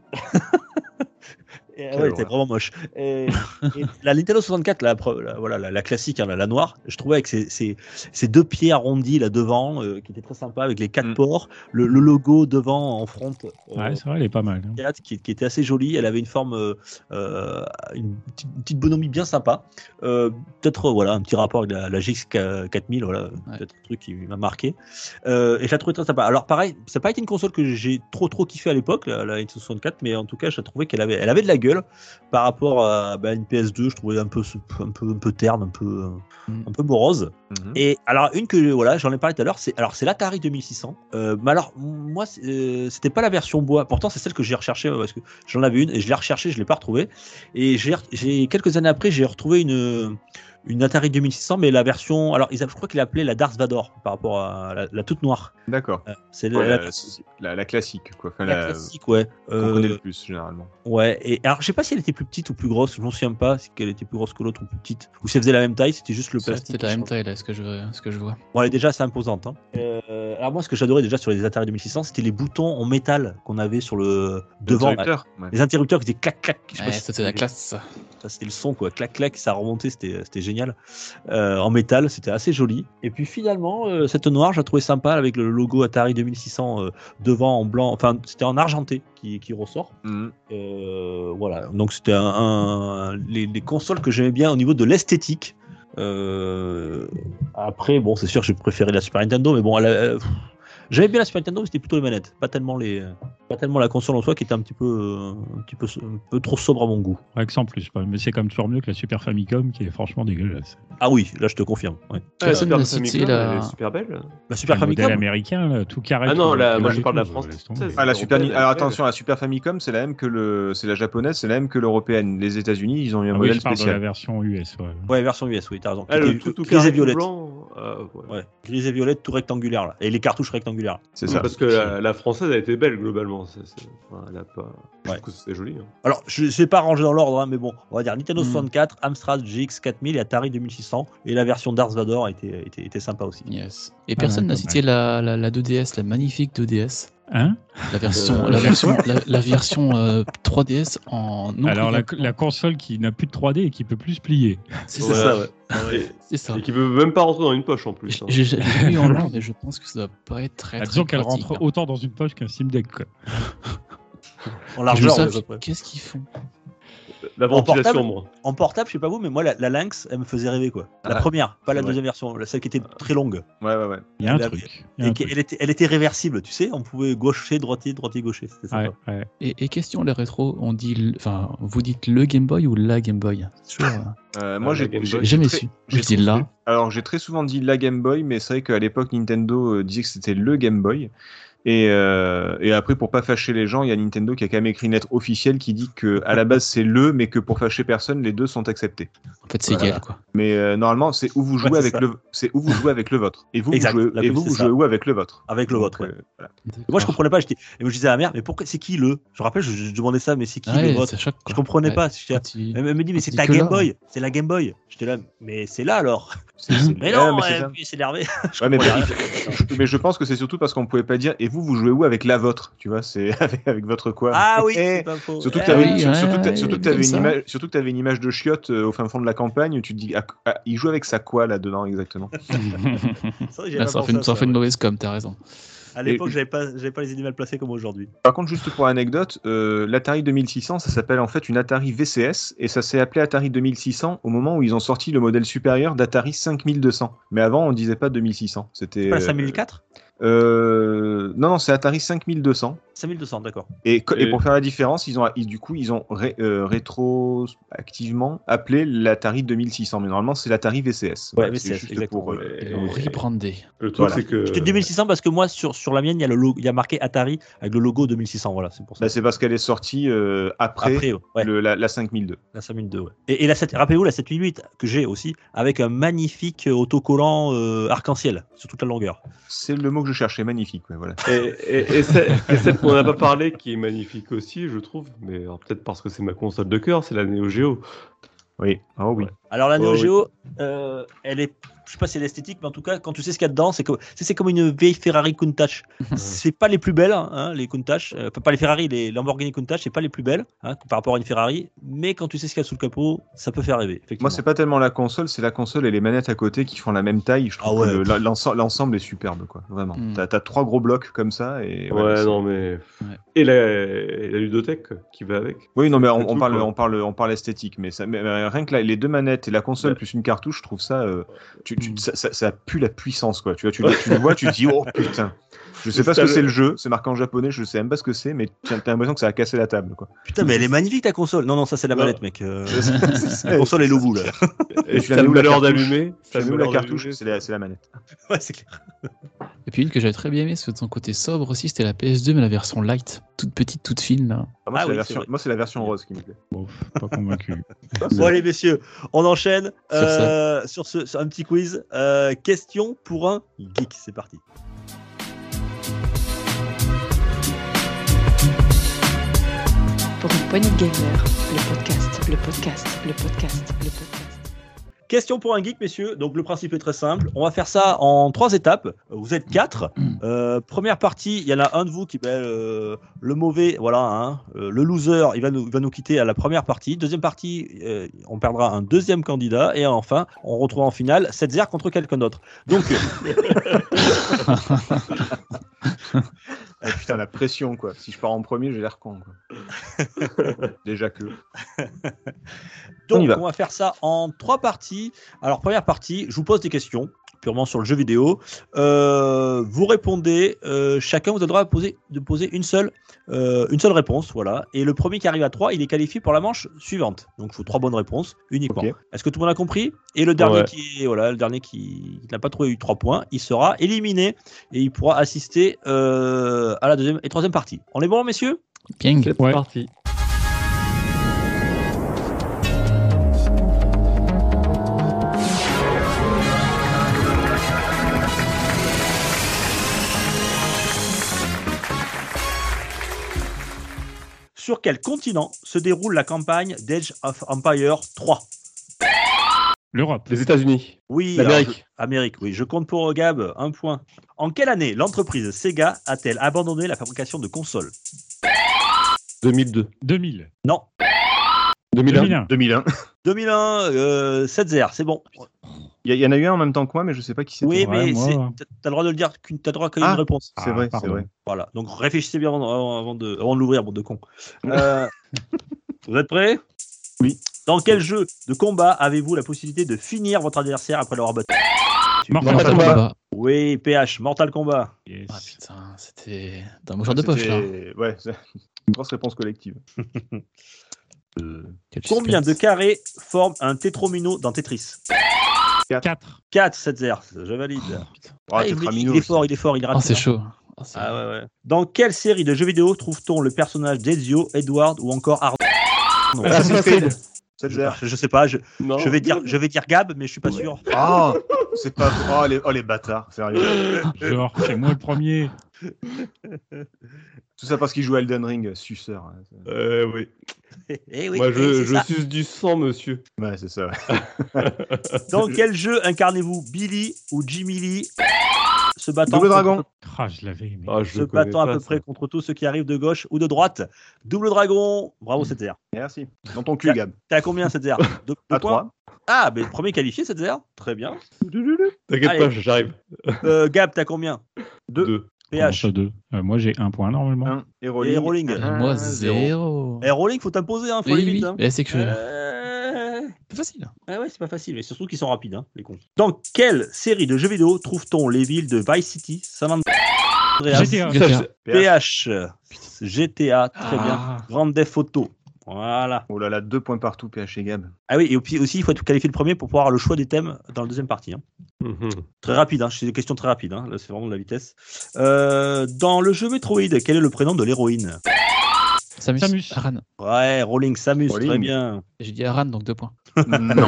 Et, Quelle ouais, horreur. c'était vraiment moche. Et, et la Nintendo soixante-quatre, la, pre- la- voilà, la, la classique, hein, la, la noire, je trouvais avec ces, ces, ces deux pieds arrondis là devant, euh, qui étaient très sympa, avec les quatre Mm. ports, le, le logo devant en front, euh, Ouais, c'est vrai, elle est pas mal. hein. quatre, qui, qui était assez jolie. Elle avait une forme, euh, euh, une, petite, une petite bonhomie bien sympa. Euh, peut-être euh, voilà, un petit rapport avec la, la G X quatre mille, voilà, Ouais. peut-être un truc qui m'a marqué. Euh, et je la trouvais très sympa. Alors pareil, ça n'a pas été une console que j'ai trop trop kiffé à l'époque, la, la Nintendo soixante-quatre, mais en tout cas, je trouvais qu'elle avait, elle avait de la gueule par rapport à bah, une P S deux. Je trouvais un peu, un peu, un peu terne, un peu, Mm. un peu morose. Mhm. Et alors une que voilà, j'en ai parlé tout à l'heure, c'est alors c'est l'Atari deux mille six cents. Euh, mais alors moi c'est, euh, c'était pas la version bois. Pourtant c'est celle que j'ai recherchée euh, parce que j'en avais une et je l'ai recherchée, je l'ai pas retrouvée. Et j'ai, j'ai quelques années après j'ai retrouvé une une Atari deux mille six cents, mais la version, alors ils, a- je crois qu'il l'appelait la Darth Vador par rapport à la, la toute noire. D'accord. Euh, c'est Ouais, la, la, la- la classique, quoi. Enfin, la la, classique, ouais. qu'on Euh, connaît le plus, généralement. Ouais, et alors je sais pas si elle était plus petite ou plus grosse, je m'en souviens pas si elle était plus grosse que l'autre ou plus petite, ou si elle faisait la même taille, c'était juste le C'est plastique. c'est la qui même changeait. taille, là, ce que je, ce que je vois. Bon, elle est déjà assez imposante. Hein. Euh, alors moi, ce que j'adorais déjà sur les Atari deux mille six cents, c'était les boutons en métal qu'on avait sur le devant. Interrupteur, ouais. Les interrupteurs qui faisaient clac clac. Je sais pas Ouais, si ça, c'est la classe, ça. ça, c'était le son quoi, clac clac, ça remontait, c'était c'était génial. Euh, en métal, c'était assez joli. Et puis finalement, euh, cette noire, je la trouvais sympa avec le logo Atari deux mille six cents euh, devant en blanc. Enfin, c'était en argenté qui, qui ressort. Mhm. Euh, voilà, donc c'était un, un- les, les consoles que j'aimais bien au niveau de l'esthétique. Euh, après, bon, c'est sûr que j'ai préféré la Super Nintendo, mais bon, elle a- euh, pff, j'aimais bien la Super Nintendo, mais c'était plutôt les manettes, pas tellement les, pas tellement la console en soi qui était un petit peu, euh, un petit peu, un peu trop sobre à mon goût. Ouais, que sans plus, quoi. Mais c'est quand même toujours mieux que la Super Famicom qui est franchement dégueulasse. Ah oui, là je te confirme. Ouais. Ouais, la Personne Super n'a cité Famicom, la- elle est super belle. La Super Le modèle Famicom. américain, là, tout carré. Ah non, tout- la- tout moi, lavé je parle de la tout, France. laisse tomber. C'est- Ah, la Super... européenne, Alors elle est attention, la Super Famicom, c'est la même que le, c'est la japonaise, c'est la même que l'européenne. Les États-Unis, ils ont eu un Ah oui, modèle je parle de la spécial. version U S. Ouais. Ouais, version U S, oui, t'as raison. Ah, Qui le était tout, tout grise carré, et tout violette. blanc. euh, ouais. Ouais, grise et violette, tout rectangulaire là, et les cartouches rectangulaires. C'est Oui, ça. parce que la, la française a été belle globalement. C'est, c'est- enfin, elle a pas... Je Ouais. trouve que c'est joli. hein. Alors, je ne sais pas ranger dans l'ordre, hein, mais bon, on va dire Nintendo Mm. soixante-quatre, Amstrad G X quatre mille et Atari deux mille six cents. Et la version Darth Vador était, était, était sympa aussi. Yes. Et personne ouais, n'a pas cité la, la, la deux D S, la magnifique deux D S. Hein La version, Euh, la version, la, la version euh, trois D S en non Alors, la, pliable. la console qui n'a plus de trois D et qui peut plus se plier. C'est C'est ça. ça, ouais. Et, C'est ça. et qui peut même pas rentrer dans une poche en plus. hein. J'ai j'ai jamais eu en main, mais je pense que ça doit pas être très, Ah, très disons qu'elle pratique, rentre hein. autant dans une poche qu'un Steam Deck. Quoi. En Je me largeur, sens- ouais, à peu près. Qu'est-ce qu'ils font? La En portable ventilation, moi. En portable, je sais pas vous, mais moi, la, la Lynx, elle me faisait rêver, quoi. La Ah, première, pas la c'est vrai. deuxième version, la- celle qui était très longue. Ouais, ouais, ouais. Il y a un La- truc. il y a Et un qui- truc. elle, était, elle était réversible, tu sais, on pouvait gaucher, droitier, droitier, gaucher. C'était Ouais, sympa. ouais. Et, et question les rétro, on dit, le- enfin, vous dites le Game Boy ou la Game Boy? C'est toujours, euh, Euh, moi, Ah, j'ai la Game j'ai- Boy. j'ai jamais très- su. j'ai Je dis trouvé- là. Alors, j'ai très souvent dit la Game Boy, mais c'est vrai qu'à l'époque, Nintendo euh, disait que c'était le Game Boy. Et, euh, et après, pour pas fâcher les gens, il y a Nintendo qui a quand même écrit une lettre officielle qui dit que à la base c'est le, mais que pour fâcher personne, les deux sont acceptés. En fait, c'est Voilà. égal, quoi. Mais euh, normalement, c'est où vous jouez Ouais, c'est avec ça. le, c'est où vous jouez avec le vôtre. Et vous, vous Exact. jouez, La et pub, vous, c'est vous ça. jouez où avec le vôtre. Avec le Donc, vôtre, ouais. euh, voilà. Et moi, je comprenais pas, j'étais, et moi, je disais à ma mère, mais pourquoi, c'est qui le Je rappelle, je, je demandais ça, mais c'est qui Ouais, le vôtre ça choque, Je quoi. comprenais Ouais. pas. J'étais là- Quand il- Elle me dit, mais quand c'est il ta dit que Game là, Boy, c'est la Game Boy. J'étais là, mais c'est là alors. C'est, c'est... Mais Ah, non, mais c'est ouais, ça. puis c'est énervé. Ouais, mais, comprends bah, rien. je, mais je pense que c'est surtout parce qu'on pouvait pas dire. Et vous, vous jouez où avec la vôtre, tu vois, c'est avec, avec votre quoi. Ah oui, Eh, c'est pas faux. Surtout que Eh, tu avais, oui, sur- ouais, surtout que t'a- ouais, surtout que vu t'avais comme une ça. image, surtout que t'avais une image de chiotte euh, au fin fond de la campagne. Tu te dis, ah, ah, il joue avec sa quoi là-dedans exactement. c'est vrai que j'avais Là, pas ça en pensé fait, à ça en ça, fait une ouais. mauvaise com, t'as raison. À l'époque, Et- j'avais pas, j'avais pas les idées mal placées comme aujourd'hui. Par contre, juste pour anecdote, euh, l'Atari deux mille six cents, ça s'appelle en fait une Atari V C S et ça s'est appelé Atari deux mille six cents au moment où ils ont sorti le modèle supérieur d'Atari cinq mille deux cents. Mais avant, on disait pas deux mille six cents. C'était. C'est pas la euh, cinq mille quatre euh, Non, non, c'est Atari cinq mille deux cents. cinq mille deux cents, d'accord. Et, co- et Et- pour faire la différence, ils ont, ils- du coup, ils ont ré- euh, rétroactivement appelé l'Atari deux mille six cents. Mais normalement, c'est l'Atari V C S. Ouais, Voilà, V C S, c'est juste exactement. pour. euh, Ils ont rebrandé. Le truc, Voilà. c'est que. Je te dis deux mille six cents parce que moi, sur, sur la mienne, il y a, le logo, il y a marqué Atari avec le logo deux mille six cents. Voilà, c'est pour ça. Bah, c'est parce qu'elle est sortie euh, après, Après, ouais, le- la, la cinq mille deux. la cinq mille deux, ouais. Et, et la sept, rappelez-vous, la sept mille huit que j'ai aussi, avec un magnifique autocollant euh, arc-en-ciel sur toute la longueur. C'est le mot que je cherchais, magnifique. Ouais, voilà. Et, et, et celle, et celle qu'on n'a pas parlé, qui est magnifique aussi, je trouve, mais alors peut-être parce que c'est ma console de cœur, c'est la Neo Geo. Oui, oh oui. Alors la Neo Oh, oui. Geo, euh, elle est, je sais pas si elle est esthétique, mais en tout cas, quand tu sais ce qu'il y a dedans, c'est comme, c'est, c'est comme une vieille Ferrari Countach. C'est pas les plus belles, hein, les Countach, euh, enfin, pas les Ferrari, les Lamborghini Countach, c'est pas les plus belles hein, par rapport à une Ferrari, mais quand tu sais ce qu'il y a sous le capot, ça peut faire rêver. Effectivement. Moi, c'est pas tellement la console, c'est la console et les manettes à côté qui font la même taille. Je trouve Ah ouais. que le- l'ensemble, l'ensemble est superbe, quoi. Vraiment. Mm. T'as, t'as trois gros blocs comme ça et. Ouais, voilà, c'est- non, mais. Ouais. Et, la, et la ludothèque quoi, qui va avec. Oui, non, mais on, C'est on tout, parle, quoi. on parle, on parle esthétique, mais, ça, mais, mais rien que la- les deux manettes et la console Ouais. plus une cartouche, je trouve ça, euh, tu, tu- Mm. ça, ça, ça pue la puissance, quoi. Tu vois, tu, le- tu le vois, tu te dis, oh putain. Je sais pas ce que c'est le jeu, c'est marqué en japonais, je sais même pas ce que c'est, mais t'as t'as l'impression que ça a cassé la table, quoi. Putain, mais elle est magnifique ta console. Non, non, ça c'est la Non. manette, mec. Euh, C'est- la console est au bout là. Et tu ça la mets me où, la l'heure cartouche d'allumer. Tu Ça mets me où la l'heure cartouche, d'allumer. c'est la, c'est la manette. Ouais, c'est clair. Et puis une que j'avais très bien aimée, c'est de son côté sobre aussi, c'était la P S deux, mais la version light, toute petite, toute fine là. Ah, moi, Ah c'est oui, la c'est version, vrai. moi, c'est la version rose qui me plaît. Bon, pas convaincu. Bon allez messieurs, on enchaîne Sur euh, sur, ce, sur un petit quiz. Euh, question pour un geek, c'est parti. Pour une poignée de gamers, le podcast, le podcast, le podcast, le podcast. Question pour un geek, messieurs. Donc le principe est très simple. On va faire ça en trois étapes. Vous êtes quatre. Euh, première partie, il y en a un de vous qui ben, euh, le mauvais, voilà, hein, euh, le loser, il va nous, il va nous quitter à la première partie. Deuxième partie, euh, on perdra un deuxième candidat et enfin, on retrouve en finale sept zéro contre quelqu'un d'autre. Donc Ah, putain, la pression, quoi. Si je pars en premier, j'ai l'air con, quoi. Déjà que. On y Donc, va. on va faire ça en trois parties. Alors, première partie, je vous pose des questions purement sur le jeu vidéo. Euh, vous répondez, euh, chacun vous a le droit de poser, de poser une seule, euh, une seule réponse, voilà. Et le premier qui arrive à trois, il est qualifié pour la manche suivante. Donc, il faut trois bonnes réponses uniquement. Ok. Est-ce que tout le monde a compris? Et le dernier Ouais. qui, est- voilà, le dernier qui n'a pas trouvé eu trois points, il sera éliminé et il pourra assister euh, à la deuxième et troisième partie. On est bon, messieurs? Bien. C'est Ouais. parti. Sur quel continent se déroule la campagne d'Age of Empire trois? L'Europe. Les États-Unis. Oui, L'Amérique. alors, je- Amérique, oui. Je compte pour Gab, un point. En quelle année l'entreprise Sega a-t-elle abandonné la fabrication de consoles? deux mille deux. deux mille. Non. deux mille un. deux mille un. deux mille un. deux mille un, euh, sept zéro, c'est bon. Il y, y en a eu un en même temps que moi, mais je sais pas qui c'était. Oui, Ouais, mais moi, c'est- ouais. t'as t'as le droit de le dire, qu'une- t'as le droit qu'à une Ah. réponse. C'est Ah, vrai, c'est pardon. vrai. Voilà, donc réfléchissez bien avant, avant- avant de, avant de l'ouvrir, bande de cons. Euh, vous êtes prêts? Oui. Dans quel jeu de combat avez-vous la possibilité de finir votre adversaire après l'avoir battu? Mortal Mortal Kombat. Kombat. Oui, P H, Mortal Kombat. Yes. Ah putain, c'était dans mon genre de poche là. C'était- Ouais, c'est une grosse réponse collective. Euh, Quel Combien de suspense. carrés forme un tétromino dans Tetris? quatre. quatre, sept zéro, je valide. oh, Ah, il, Tetramino, il est fort, il est fort, il rate. Ah, c'est chaud. Ah, c'est- Ah ouais, ouais. Dans quelle série de jeux vidéo trouve-t-on le personnage d'Ezio, Edward ou encore Arnold? Non, Assassin's Creed. sept je, zéro. je sais pas, je, Non. je vais dire, je vais dire Gab, mais je suis pas sûr. Ah, c'est pas. Oh les, oh, les bâtards, sérieux. Genre, c'est moi le premier. Tout ça parce qu'il joue à Elden Ring, suceur. hein. Euh, oui. Eh oui, Moi, eh, je, c'est je ça. suce du sang, monsieur. Ouais, c'est ça. Ouais. Dans quel jeu incarnez-vous Billy ou Jimmy Lee se battant Double contre- Dragon. Ah, je l'avais. mais- Ah, je se le connais battant à pas, peu ça. près contre tous ceux qui arrivent de gauche ou de droite. Double Dragon. Bravo, C T R. Merci. Dans ton cul, Gab. T'es à combien, C T R? Deux, deux À points. trois. Ah, mais premier qualifié, C T R. Très bien. T'inquiète Allez. pas, j'arrive. Euh, Gab, t'as combien? Deux. Deux. Comment P H. ça, deux Euh, Moi, j'ai un point normalement. Un. Et Rolling. Et Rolling. Euh, Un, Moi, zéro. zéro. Et Rolling, faut t'imposer, hein, faut Oui, aller vite. oui. Hein. Mais c'est que je... Euh... C'est facile. Ah ouais, c'est pas facile, mais surtout qu'ils sont rapides, hein, les cons. Dans quelle série de jeux vidéo trouve-t-on les villes de Vice City, San Andreas, G T A. G T A. P H, G T A, très bien. Ah. Grande Theft Auto. Voilà. Oh là là, deux points partout, P H et Gab. Ah oui, et puis aussi, il faut être qualifié le premier pour pouvoir avoir le choix des thèmes dans la deuxième partie. hein. Mhm. Très rapide, hein, c'est des questions très rapides. Hein. Là, c'est vraiment de la vitesse. Euh, dans le jeu Metroid, quel est le prénom de l'héroïne? Samus. Samus. Aran. Ouais, Rolling, Samus, Rolling. très bien. J'ai dit Aran, donc deux points. Non,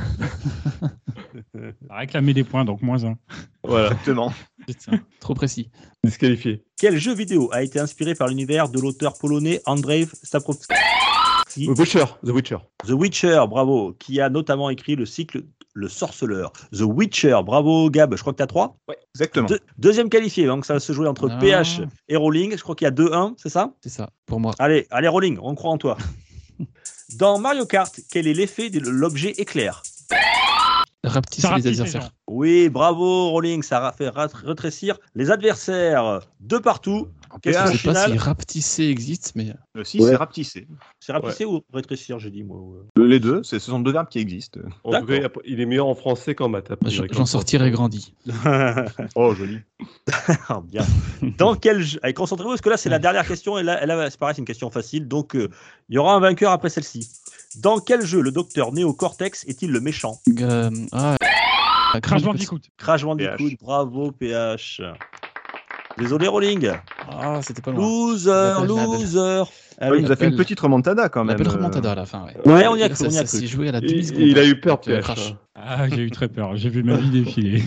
A réclamé des points, donc moins un. Voilà, exactement. Putain, trop précis. disqualifié. Quel jeu vidéo a été inspiré par l'univers de l'auteur polonais Andrzej Sapkowski? The Witcher. The Witcher. The Witcher, bravo, qui a notamment écrit le cycle Le Sorceleur. The Witcher, bravo Gab, je crois que tu as trois. Exactement. Deux- deuxième qualifié, donc ça va se jouer entre Ah. P H et Rolling. Je crois qu'il y a deux un, c'est ça? C'est ça, pour moi. Allez, allez Rolling, on croit en toi. Dans Mario Kart, quel est l'effet de l'objet éclair? Rapetisser Ça les rapetisse les adversaires. gens. Oui, bravo Rolling, ça a fait rat- rétrécir les adversaires de partout. En Qu'est-ce Je que P H, sais pas final- si rapetisser existe, mais le six, c'est rapetissé. C'est rapetissé ou rétrécir, j'ai dit moi. ouais. Le- Les deux, c'est- ce sont deux verbes qui existent. En tout cas, il a- il est meilleur en français qu'en maths. a moi, priori, j'en comme sortirai ça. grandi. Oh, joli. Ah, bien. Dans quel jeu? Allez, concentrez-vous parce que là c'est la dernière question et là, et là c'est pareil, c'est une question facile. Donc euh, il y aura un vainqueur après celle-ci. Dans quel jeu le docteur Neo Cortex est-il le méchant? Euh, ah, Crash Bandicoot. Crash Bandicoot, P H. bravo P H. Désolé Rolling. Ah, c'était pas loin. Loser, L'appel, l'appel. loser. Ah Ouais, oui. il nous a fait une l'appel- petite remontada quand On même. appelle euh. remontada à la fin. Ouais, Ouais, on y a cru, Ça- on y a ça cru. s'est joué à la Il, demi-seconde. il a eu peur, Donc, euh, P H. Crash. Ah, j'ai eu très peur. J'ai vu ma vie défiler.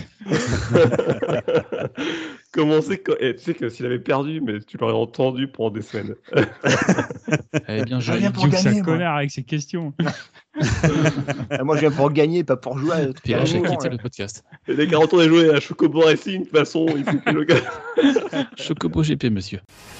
Comment c'est que... eh, tu sais que s'il avait perdu, mais tu l'aurais entendu pendant des semaines. Eh bien, Je joué. viens pour Dieu, ça gagner, moi. colère avec ses questions. Ah, moi, je viens pour gagner, pas pour jouer. à- P H a carrément, quitté là. le podcast. Et dès qu'il a retourné jouer à Chocobo Racing, de toute façon, il faut que le gars. Chocobo G P, monsieur.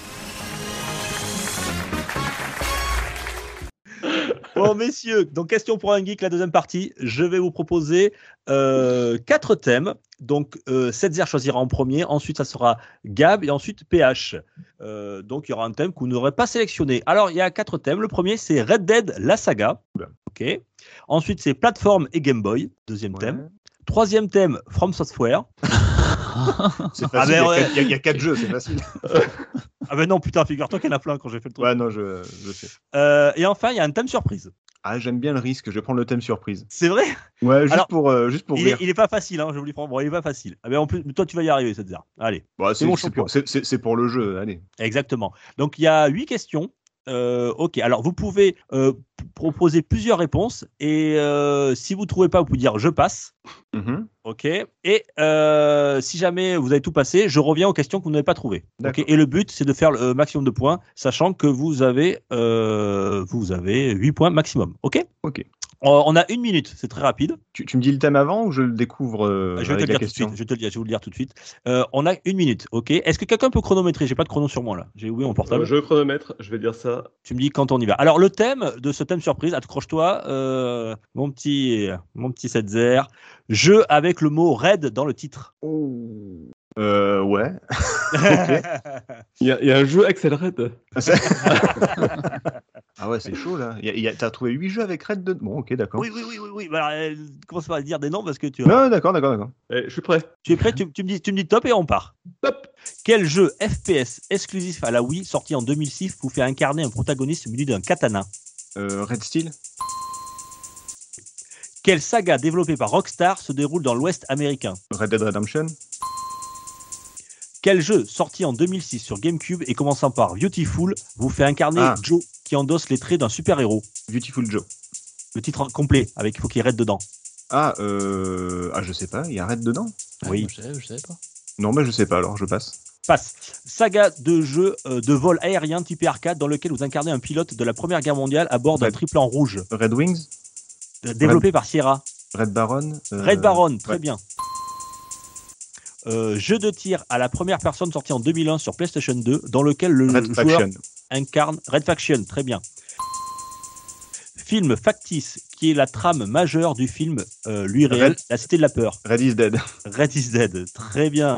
Bon, messieurs, donc question pour un geek, la deuxième partie. Je vais vous proposer euh, quatre thèmes. Donc, euh, Setzer choisira en premier. Ensuite, ça sera Gab et ensuite P H. Euh, donc, il y aura un thème que vous n'aurez pas sélectionné. Alors, il y a quatre thèmes. Le premier, c'est Red Dead, la saga. Ok. Ensuite, c'est plateforme et Game Boy. Deuxième Ouais. thème. Troisième thème, From Software. C'est Ah, facile, ben il y a ouais. quatre- il y a- il y a quatre jeux, c'est facile. Ah ben non, putain, figure-toi qu'il y en a plein quand j'ai fait le truc. Ouais, non, je, je sais. Euh, et enfin, il y a un thème surprise. Ah, j'aime bien le risque, je vais prendre le thème surprise. C'est vrai? Ouais, juste Alors, pour, euh, juste pour Il est, rire. il est pas facile, hein, je vous le prends. Bon, il est pas facile. Ah ben en plus, toi, tu vas y arriver, Setzer. Allez. Bah, c'est c'est mon c'est champion. pour, c'est- c'est- c'est pour le jeu, allez. Exactement. Donc il y a huit questions. Euh, ok, alors vous pouvez euh, p- proposer plusieurs réponses et euh, si vous trouvez pas, vous pouvez dire je passe. Mhm. Ok. Et euh, si jamais vous avez tout passé, je reviens aux questions que vous n'avez pas trouvées. Ok. D'accord. Et le but c'est de faire le maximum de points, sachant que vous avez euh, vous avez huit points maximum. Ok. Ok. Euh, on a une minute, c'est très rapide. Tu, tu me dis le thème avant ou je le découvre euh, je vais te avec le la dire tout de question suite. Je vais te le dire, je vais vous le dire tout de suite. Euh, on a une minute. Ok. Est-ce que quelqu'un peut chronométrer? J'ai pas de chrono sur moi là. J'ai oublié mon portable. Euh, je chronomètre, je vais dire ça. Tu me dis quand on y va. Alors le thème de ce thème surprise, accroche-toi, euh, mon petit, mon petit Setzer. Jeu avec le mot raid dans le titre. Euh, ouais. Il y, a, il y a un jeu Axel Red. Ah ouais, c'est chaud là. Il y a- il y a- T'as trouvé huit jeux avec Red dedans. Bon, ok, d'accord. Oui, oui, oui, oui, oui. Bah, alors, euh, commence pas à dire des noms parce que tu. vois. Non, d'accord, d'accord, d'accord. Eh, je suis prêt. Tu es prêt? tu, tu me dis, tu me dis top et on part. Top. Quel jeu F P S exclusif à la Wii sorti en deux mille six vous fait incarner un protagoniste muni d'un katana? Euh, Red Steel. Quelle saga développée par Rockstar se déroule dans l'Ouest américain? Red Dead Redemption. Quel jeu sorti en deux mille six sur GameCube et commençant par Beautiful vous fait incarner Ah. Joe qui endosse les traits d'un super-héros? Beautiful Joe. Le titre complet, avec il faut qu'il y ait raid dedans. Ah, euh... ah, je sais pas, il y a Red dedans? Oui. Je savais, je savais pas. Non, mais je sais pas alors, je passe. Passe. Saga de jeu euh, de vol aérien typé arcade dans lequel vous incarnez un pilote de la Première Guerre mondiale à bord d'un Red- triplan rouge. Red Wings, euh, Développé par Sierra. Red Baron. euh, Red Baron, très ouais. bien. Euh, jeu de tir à la première personne sorti en deux mille un sur PlayStation deux dans lequel le Red joueur Faction. incarne Red Faction, très bien. Film factice qui est la trame majeure du film euh, lui réel, Red- La Cité de la Peur. Red is Dead. Red is Dead, très bien.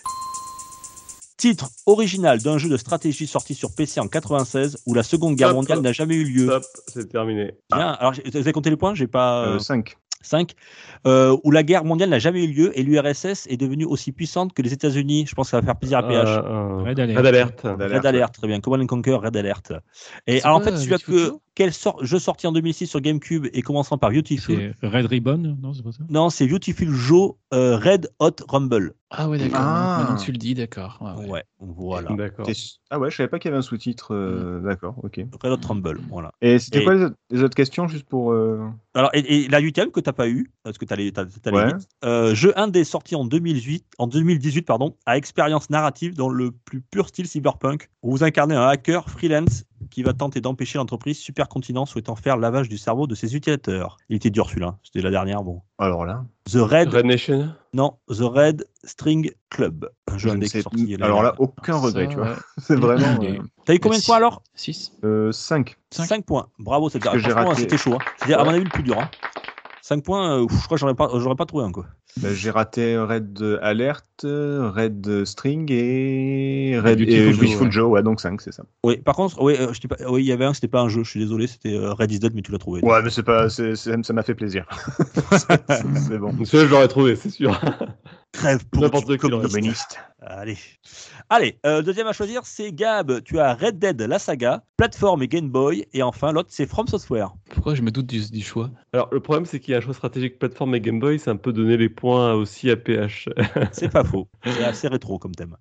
Titre original d'un jeu de stratégie sorti sur P C en quatre-vingt-seize où la Seconde Guerre Stop. mondiale n'a jamais eu lieu. Stop, c'est terminé. Bien. Alors, j'ai- vous avez compté les points? J'ai pas. Euh, cinq. cinq. Euh, où la guerre mondiale n'a jamais eu lieu et l'U R S S est devenue aussi puissante que les États-Unis. Je pense que ça va faire plaisir à P H. Euh, euh, Red Alert. Red Alert. Red Red Alert, Alert, très bien. Command and Conquer, Red Alert. Et C'est alors, en quoi, fait, celui-là Beautiful que Joe quel sort, jeu sorti en deux mille six sur GameCube et commençant par Beautiful. C'est Red Ribbon, non, c'est pas ça? Non, c'est Beautiful Joe euh, Red Hot Rumble. Ah ouais, d'accord. Ah. Maintenant que tu le dis, d'accord. Ouais, ouais. Ouais, voilà. D'accord. T'es su- Ah ouais, je savais pas qu'il y avait un sous-titre. euh, D'accord, ok. Red Hot Rumble, voilà. Et c'était Et- quoi les autres, les autres questions juste pour. euh, Alors, et, et la huitième que t'as pas eu, parce que t'as allé, t'as, t'as allé Ouais. vite. Euh, jeu indé sorti en deux mille huit, en deux mille dix-huit, pardon, à expérience narrative dans le plus pur style cyberpunk, où vous incarnez un hacker freelance qui va tenter d'empêcher l'entreprise Supercontinent souhaitant faire lavage du cerveau de ses utilisateurs. Il était dur celui-là, c'était la dernière, bon. Alors là. The Red, Red Nation. non, The Red String Club, un jeu je ne indé qui sais- est sorti. l'année Alors là, dernière. aucun regret, Ça, tu vois. ouais. C'est vraiment. Et- euh, T'as eu combien de points alors? six. euh, cinq. Cinq. cinq points. Bravo, c'était, Parce que j'ai franchement, raté. c'était chaud. Hein. C'est à Ouais. mon avis le plus dur. Hein. cinq points, euh, ouf, je crois que j'aurais pas, j'aurais pas trouvé un quoi. Bah, j'ai raté Red Alert, Red String et Red Beautiful et Joe, Beautiful ouais. Joe, ouais, donc cinq, c'est ça. Oui, par contre, oui, euh, je dis pas, oui, il y avait un, c'était pas un jeu, je suis désolé, c'était euh, Red is Dead, mais tu l'as trouvé. Ouais, mais c'est pas, c'est, c'est- ça m'a fait plaisir. c'est, c'est bon. Celui-là, je l'aurais trouvé, c'est sûr. Crève pour N'importe du qui l'aurait communiste. Allez. Allez, euh, deuxième à choisir, c'est Gab. Tu as Red Dead, la saga, plateforme et Game Boy, et enfin l'autre, c'est From Software. Pourquoi je me doute du, du choix? Alors, le problème, c'est qu'il y a un choix stratégique plateforme et Game Boy, c'est un peu donner les points aussi à P H. C'est pas faux. C'est assez rétro comme thème.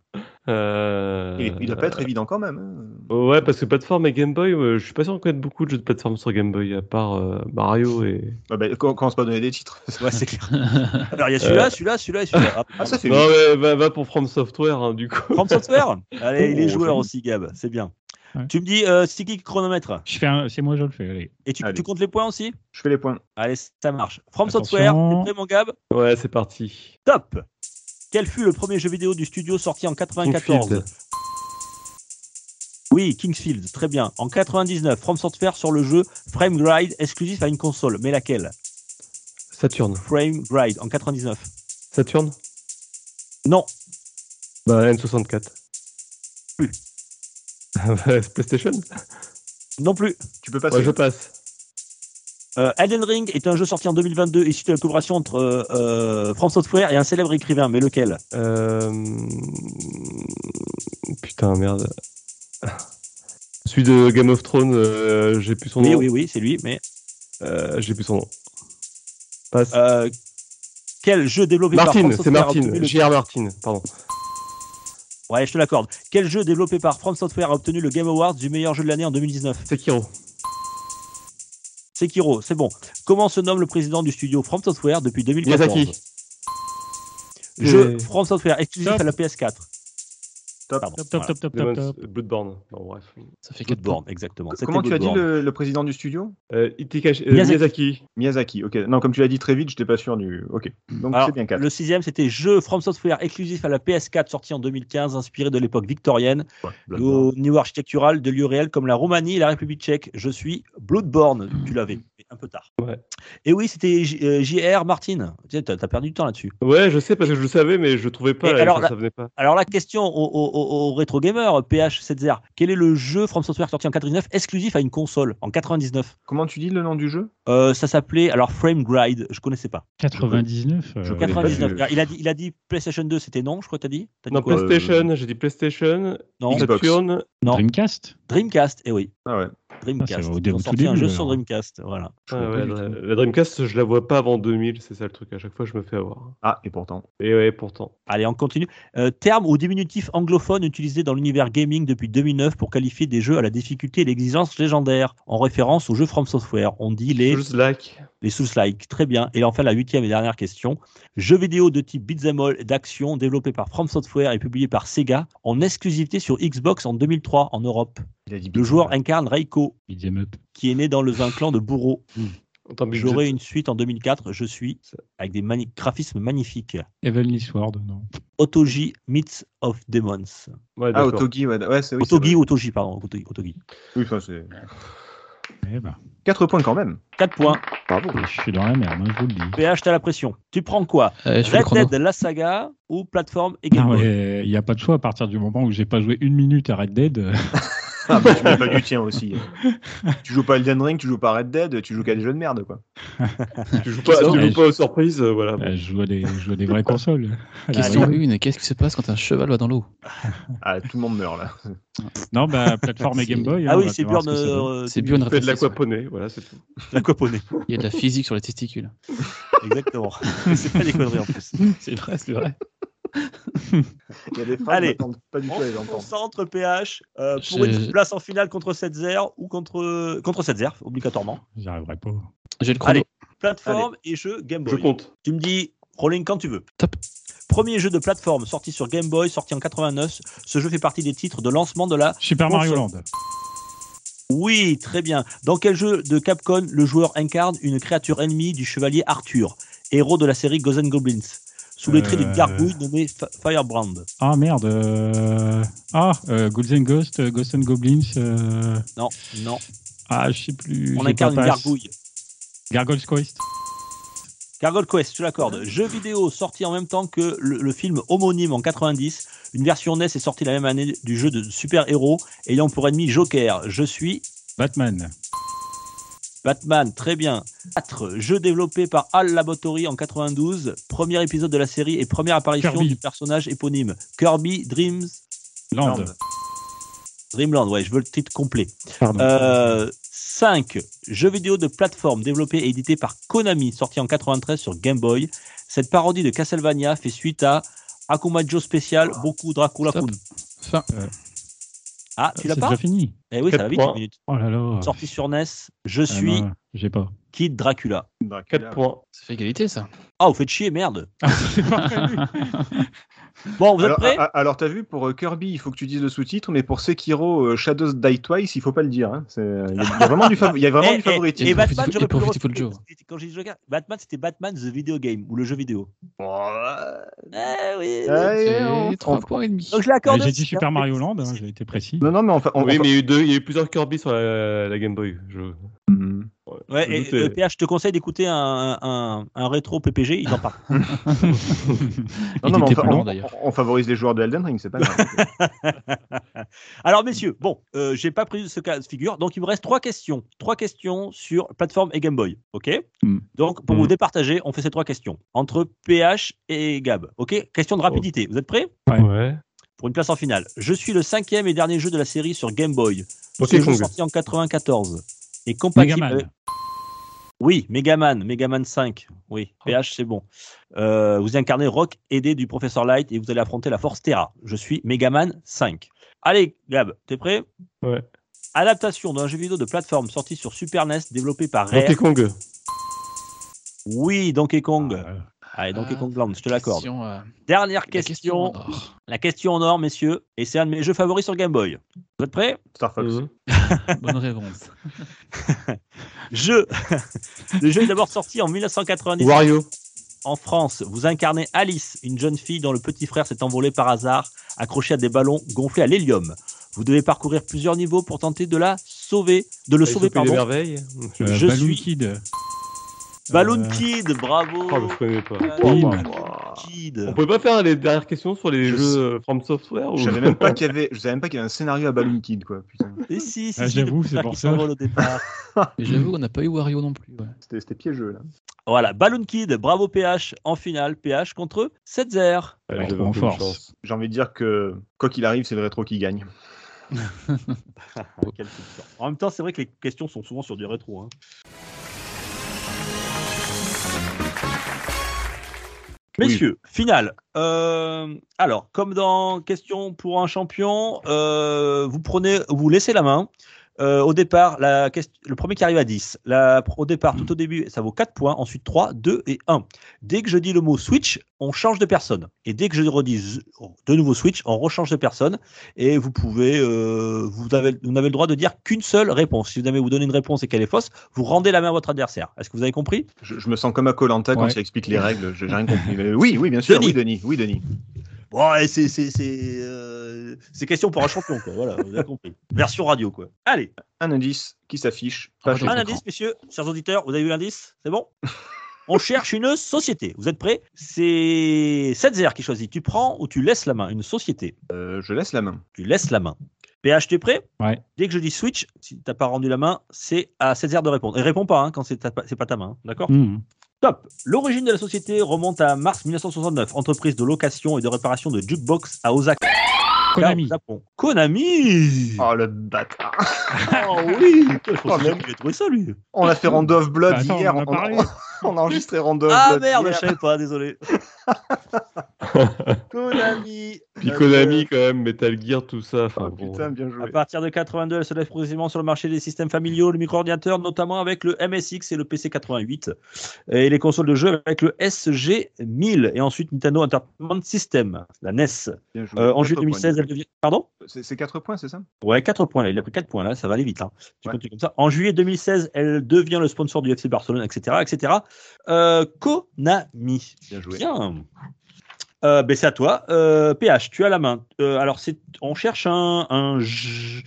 Euh, Il, il doit pas être évident quand même. hein. Ouais, parce que plateforme et Game Boy, euh, je suis pas sûr de connaître beaucoup de jeux de plateforme sur Game Boy, à part euh, Mario et. Ah bah, com- commence pas à donner des titres. Ouais, c'est clair. Alors, il y a celui-là, celui-là, celui-là et celui-là. Hop. Ah, ça fait Non, vite. mais va, va pour From Software, hein, du coup. From Software. Allez, il est Oh, joueur joli. aussi, Gab. C'est bien. Ouais. Tu me dis, euh, c'est qui le chronomètre? Je fais un... C'est moi, je le fais, allez. Et tu, Allez. tu comptes les points aussi? Je fais les points. Allez, ça marche. From Attention. Software, t'es prêt, mon Gab? Ouais, c'est parti. Top. Quel fut le premier jeu vidéo du studio sorti en quatre-vingt-quatorze? Kingsfield. Oui, Kingsfield, très bien. En quatre-vingt-dix-neuf, From Software sur le jeu Frame Gride exclusif à une console. Mais laquelle? Saturn. Frame Gride en quatre-vingt-dix-neuf. Saturn. Non, Bah, N soixante-quatre. Plus. PlayStation. non plus. Tu peux passer. Ouais, je passe. Euh, Elden Ring est un jeu sorti en deux mille vingt-deux issu de la collaboration entre euh, euh, From Software et un célèbre écrivain. Mais lequel? Euh... Putain, merde. Celui de Game of Thrones, euh, j'ai plus son Oui, nom. oui, oui, c'est lui. Mais Euh, j'ai plus son nom. Passe. euh, quel jeu développé par Martin, From c'est Software a Martin. obtenu le- J R. Martin, pardon. Ouais, je te l'accorde. Quel jeu développé par From Software a obtenu le Game Awards du meilleur jeu de l'année en deux mille dix-neuf? Sekiro. Sekiro, c'est bon. Comment se nomme le président du studio From Software depuis deux mille quatorze? Miyazaki. Jeu Et- From Software exclusif Top. à la P S quatre. Top. Pardon, Top, top, voilà. top, top, top, Demon's- top. Bloodborne. Bon, bref. Ça fait quatre Bloodborne, points. exactement. C- C'était Comment tu as dit Bloodborne. le, le président du studio? Euh, Itikashi- euh, Miyazaki. Miyazaki. Miyazaki, ok. Non, comme tu l'as dit très vite, j'étais pas sûr du. Ok. Donc Alors, c'est bien quatre. le sixième, c'était jeu From Software exclusif à la P S quatre sorti en deux mille quinze, inspiré de l'époque victorienne, Ouais, Bloodborne. au niveau architectural de lieux réels comme la Roumanie et la République tchèque. Je suis Bloodborne, tu l'avais, mais un peu tard. Ouais. Et oui, c'était J- euh, J R. Martin. Tu sais, t'as t'as perdu du temps là-dessus. Ouais, je sais parce que je le savais, mais je le trouvais pas. Et là, alors, ça, là- ça venait pas. Alors la question au, au, au- au rétro gamer, P H sept zéro, quel est le jeu From Software sorti en quatre-vingt-dix-neuf exclusif à une console en quatre-vingt-dix-neuf? Comment tu dis le nom du jeu? euh, Ça s'appelait alors Frame Gride, je connaissais pas. quatre-vingt-dix-neuf. euh, Je connais pas quatre-vingt-dix-neuf. du- Alors, il a dit, il a dit PlayStation deux, c'était non, je crois que t'as dit. T'as dit Non, quoi PlayStation, j'ai dit PlayStation, Non, Xbox. Saturn. non. Dreamcast. Dreamcast, eh oui, Ah ouais. Dreamcast. Ah, c'est au Ils dé- ont au tout sorti un début, jeu alors. sur Dreamcast, voilà. Je Ah connais ouais, pas du la, tout. la Dreamcast, je la vois pas avant deux mille, c'est ça le truc. À chaque fois, je me fais avoir. Ah, et pourtant. Et ouais, pourtant. Allez, on continue. Euh, terme ou diminutif anglophone utilisé dans l'univers gaming depuis deux mille neuf pour qualifier des jeux à la difficulté et l'exigence légendaire, en référence aux jeux From Software. On dit les Et Souls-like. les Souls-like, très bien. Et enfin, la huitième et dernière question. Jeu vidéo de type beat'em all et d'action développé par From Software et publié par Sega en exclusivité sur Xbox en deux mille trois en Europe. Il a dit Le joueur incarne Reiko, Beat'em up. qui est né dans le, un clan de bourreaux. Autant budget. J'aurai une suite en deux mille quatre, je suis, avec des mani- graphismes magnifiques. Heavenly Sword, non. Otogi Myths of Demons. Ouais, Ah, d'accord. Otogi, ouais, ouais c'est oui, c'est Otogi vrai. ou Otogi, pardon. Otogi. Otogi. Oui, enfin, c'est Eh ben, quatre points quand même. quatre points. Bravo. je suis dans la merde, hein, je vous le dis. P H, t'as la pression. Tu prends quoi? Euh, je fais le Red chrono. Dead, la saga ou plateforme et Game Non, Boy? il n'y a pas de choix à partir du moment où j'ai pas joué une minute à Red Dead. euh, Ah, bah, tu mets pas du tien aussi. Tu joues pas à Elden Ring, tu joues pas à Red Dead, tu joues qu'à des jeux de merde, quoi. Tu joues pas, tu Ouais, joues je- pas aux surprises, euh, voilà. euh, je, joue à des, je joue à des vraies consoles. Question Allez. une, qu'est-ce qui se passe quand un cheval va dans l'eau? Ah, tout le monde meurt, là. Non, bah, plateforme et C'est- Game Boy. hein, Ah on oui, va c'est voir Bjorn. ce que ça donne. euh, C'est Bjorn Tu fais de réfléchisse, ouais. l'aquaponie, voilà, c'est tout. l'aquaponie. Il y a de la physique sur les testicules. Exactement. Mais c'est pas des conneries en plus. C'est vrai, c'est vrai. Il y a des phrases Allez. qui m'attendent pas du tout On à les se entendre. concentre, P H, euh, pour Je- une place en finale contre Setzer ou contre, contre Setzer, obligatoirement. J'y arriverai pas. J'ai le chrono. Allez. Plateforme et jeu Game Je Boy. compte. Tu me dis, rolling quand tu veux. Top. Premier jeu de plateforme sorti sur Game Boy, sorti en quatre-vingt-neuf. Ce jeu fait partie des titres de lancement de la... Super Mario Console. Land. Oui, très bien. Dans quel jeu de Capcom le joueur incarne une créature ennemie du chevalier Arthur, héros de la série Ghosts and Goblins, sous les traits d'une Euh. gargouille nommée F- Firebrand? Ah merde. euh, Ah, euh, Ghouls and Ghosts, euh, Ghosts and Goblins. euh, Non, non. Ah, je sais plus. On j'ai incarne pas une passe. gargouille. Gargoyle's Quest. Gargoyle Quest, je l'accorde. Jeu vidéo sorti en même temps que le, le film homonyme en quatre-vingt-dix. Une version N E S est sortie la même année du jeu de super-héros ayant pour ennemi Joker. Je suis Batman. Batman, très bien. quatre. Jeu développé par Hal Laboratory en quatre-vingt-douze. Premier épisode de la série et première apparition Kirby. du personnage éponyme. Kirby Dreams Land. Land. Dreamland, ouais, je veux le titre complet. Pardon. Euh, cinq. Jeu vidéo de plateforme développé et édité par Konami, sorti en quatre-vingt-treize sur Game Boy. Cette parodie de Castlevania fait suite à Akumajo Spécial, Boku Dracula Stop. Kun. Fin. Ah, tu l'as C'est pas? déjà fini. Eh oui, ça Quatre va vite, points. une minute. Oh là là. Sorti sur N E S, je Ah suis non, j'ai pas. Kid Dracula. Dracula. quatre points. Ça fait égalité, ça. Ah, vous faites chier, merde. Ah, c'est pas prévu. Bon, vous êtes Alors, prêts? a- a- alors, t'as vu, pour euh, Kirby, il faut que tu dises le sous-titre, mais pour Sekiro, euh, Shadows Die Twice, il faut pas le dire. hein. C'est- Il y, a- il y a vraiment du, fav- il y a vraiment Eh, du eh, favoritisme. Et Batman, Profitez- j'aurais et pu le profitez pour le retrouver. jeu. C'était- Quand j'ai dit Joker, Batman, c'était Batman The Video Game, ou le jeu vidéo. Ouais. Eh oui. Allez, C'est on- trois on- points et demi. Donc je l'accorde. J'ai aussi, dit Super hein. Mario Land, hein, j'ai été précis. Non, non, mais enfin. on- Oui, on- mais il y a eu, deux, il y a eu plusieurs Kirby sur la, la Game Boy. Je... Mhm. Ouais, je et doutais. euh, P H, je te conseille d'écouter un, un, un rétro P P G, il en parle. Non, Il non, mais était on, plus long, on- d'ailleurs. on favorise les joueurs de Elden Ring, c'est pas grave. Alors, messieurs, bon, euh, j'ai pas pris ce cas de figure, donc il me reste trois questions. Trois questions sur plateforme et Game Boy, ok? Mm. Donc, pour Mm. vous départager, on fait ces trois questions entre P H et Gab, ok? Question de rapidité, vous êtes prêts? Ouais. Ouais. Pour une place en finale. Je suis le cinquième et dernier jeu de la série sur Game Boy. Donkey Ce jeu Kong. sorti en quatre-vingt-quatorze. Et compatible Megaman. avec- Oui, Megaman, Megaman cinq. Oui, P H, c'est bon. Euh, vous incarnez Rock, aidé du professeur Light, et vous allez affronter la Force Terra. Je suis Megaman cinq. Allez, Gab, t'es prêt? Ouais. Adaptation d'un jeu vidéo de plateforme sorti sur Super N E S, développé par Rare. Donkey Kong. Oui, Donkey Kong. Ah, Allez, Donkey Ah, Kong Land, je te l'accorde. Question, euh, Dernière la question. en or. La question en or, messieurs. Et c'est un de mes jeux favoris sur Game Boy. Vous êtes prêts? Star Fox. Mhm. Bonne réponse. Jeu. Le jeu est d'abord sorti en mille neuf cent quatre-vingt-dix Wario. en France. Vous incarnez Alice, une jeune fille dont le petit frère s'est envolé par hasard, accroché à des ballons gonflés à l'hélium. Vous devez parcourir plusieurs niveaux pour tenter de la sauver, de le Allez, sauver, Sophie les pardon. merveilles. Euh, Je Balloon suis- Kid. Balloon Euh, Kid, bravo. Oh, mais je connais pas. Balloon Bim. Kid. On pouvait pas faire les dernières questions sur les Je jeux sais. euh, From Software ou... Je savais même pas qu'il y avait, je savais même pas qu'il y avait un scénario à Balloon Kid, quoi. Putain, Et si, si, Ah, si, j'avoue, le c'est petit pour qui ça. s'envole au départ. Mais j'avoue, on n'a pas eu Wario non plus. ouais. c'était, c'était piégeux là. Voilà, Balloon Kid, bravo P H en finale. P H contre Setzer. Ouais, Alors, j'avais en aucune force. chance. J'ai envie de dire que quoi qu'il arrive, c'est le rétro qui gagne. Quel coup de cœur. En même temps, c'est vrai que les questions sont souvent sur du rétro. Hein. Messieurs, finale. Euh, alors, comme dans Question pour un champion, euh, vous prenez, vous laissez la main. Euh, au départ, la question, le premier qui arrive à dix. La, au départ, tout au début, ça vaut quatre points. Ensuite, trois, deux et un. Dès que je dis le mot switch, on change de personne. Et dès que je redis de nouveau switch, on rechange de personne. Et vous pouvez, euh, vous, avez, vous n'avez le droit de dire qu'une seule réponse. Si vous avez vous donner une réponse et qu'elle est fausse, vous rendez la main à votre adversaire. Est-ce que vous avez compris? je, je me sens comme à Koh-Lanta quand Ouais. il explique les règles. J'ai rien compris. Mais oui, oui, bien sûr. Denis. Oui, Denis. Oui, Denis. Bon, et c'est, c'est, c'est, euh, c'est question pour un champion, quoi. Voilà, vous avez compris. Version radio, quoi. Allez, Un indice qui s'affiche. Ah, Page dans un l'écran. indice, messieurs, chers auditeurs. Vous avez eu l'indice? C'est bon? On cherche une société. Vous êtes prêts? C'est Setzer qui choisit. Tu prends ou tu laisses la main? Une société. Euh, je laisse la main. Tu laisses la main. P H, tu es prêt? Ouais. Dès que je dis switch, si tu n'as pas rendu la main, c'est à Setzer de répondre. Et réponds pas hein, quand c'est, ta, c'est pas ta main. hein, D'accord? Mmh. Top. L'origine de la société remonte à mars mille neuf cent soixante-neuf. Entreprise de location et de réparation de jukebox à Osaka, Konami. au Japon. Konami. Oh, le bâtard. Oh oui. Je Oh, pensais même- qu'il avait trouvé ça lui. On a fait Round of Blood Bah, attends, hier. on en a parlé. on a enregistré Round of Ah Blood merde, hier. je savais pas, désolé. Konami. Puis Euh, Konami, quand même, Metal Gear, tout ça. Enfin, Oh, bon. putain, bien À joué. partir de quatre-vingt-deux, elle se lève progressivement sur le marché des systèmes familiaux, le micro-ordinateur, notamment avec le M S X et le P C quatre-vingt-huit, et les consoles de jeux avec le S G mille, et ensuite Nintendo Entertainment System, la N E S. Bien joué. Euh, en Quatre juillet deux mille seize, points. elle devient... Pardon? C'est c'est quatre points, c'est ça? Ouais, quatre points, là. Il a pris quatre points, là, ça va aller vite. Hein. Tu Ouais. continues comme ça. En juillet deux mille seize, elle devient le sponsor du F C Barcelone, et cetera, et cetera. Euh, Konami. Bien joué. Bien. Euh, ben c'est à toi. Euh, P H, tu as la main. Euh, alors, c'est, on cherche un, un, jeu-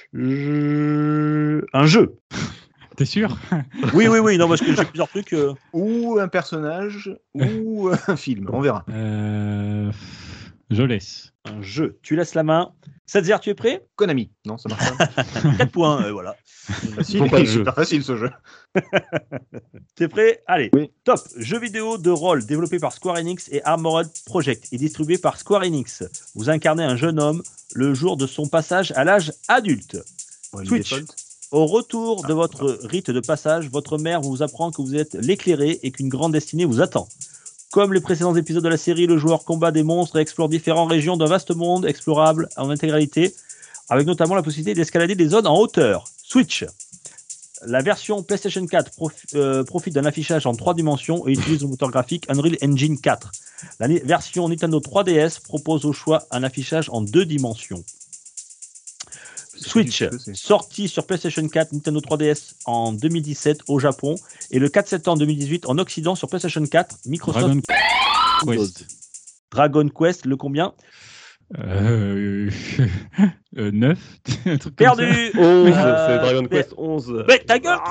jeu- un jeu. T'es sûr? Oui, oui, oui. Non, parce que j'ai plusieurs trucs. euh. Ou un personnage, ou un film. On verra. Euh, Je laisse. Un jeu. Tu laisses la main. Setzer, tu es prêt? Konami. Non, ça marche pas. quatre points. euh, voilà. Facile, Faut pas il de est jeu. super facile ce jeu. T'es prêt? Allez. Oui. Top. Jeu vidéo de rôle développé par Square Enix et Armored Project et distribué par Square Enix. Vous incarnez un jeune homme le jour de son passage à l'âge adulte. Ouais, Switch. default. Au retour de votre rite de passage, votre mère vous apprend que vous êtes l'éclairé et qu'une grande destinée vous attend. Comme les précédents épisodes de la série, le joueur combat des monstres et explore différentes régions d'un vaste monde explorable en intégralité, avec notamment la possibilité d'escalader des zones en hauteur. Switch. La version PlayStation quatre profi- euh, profite d'un affichage en trois dimensions et utilise le moteur graphique Unreal Engine quatre. La ni- version Nintendo trois D S propose au choix un affichage en deux dimensions. Switch, C'est- sorti sur PlayStation quatre, Nintendo trois D S en deux mille dix-sept au Japon et le quatre septembre deux mille dix-huit en Occident sur PlayStation quatre, Microsoft Dragon Windows. Quest. Dragon Quest, le combien? Euh... euh, neuf. Un truc comme Perdu. onze, Euh, c'est Dragon mais- Quest onze. Mais ta gueule.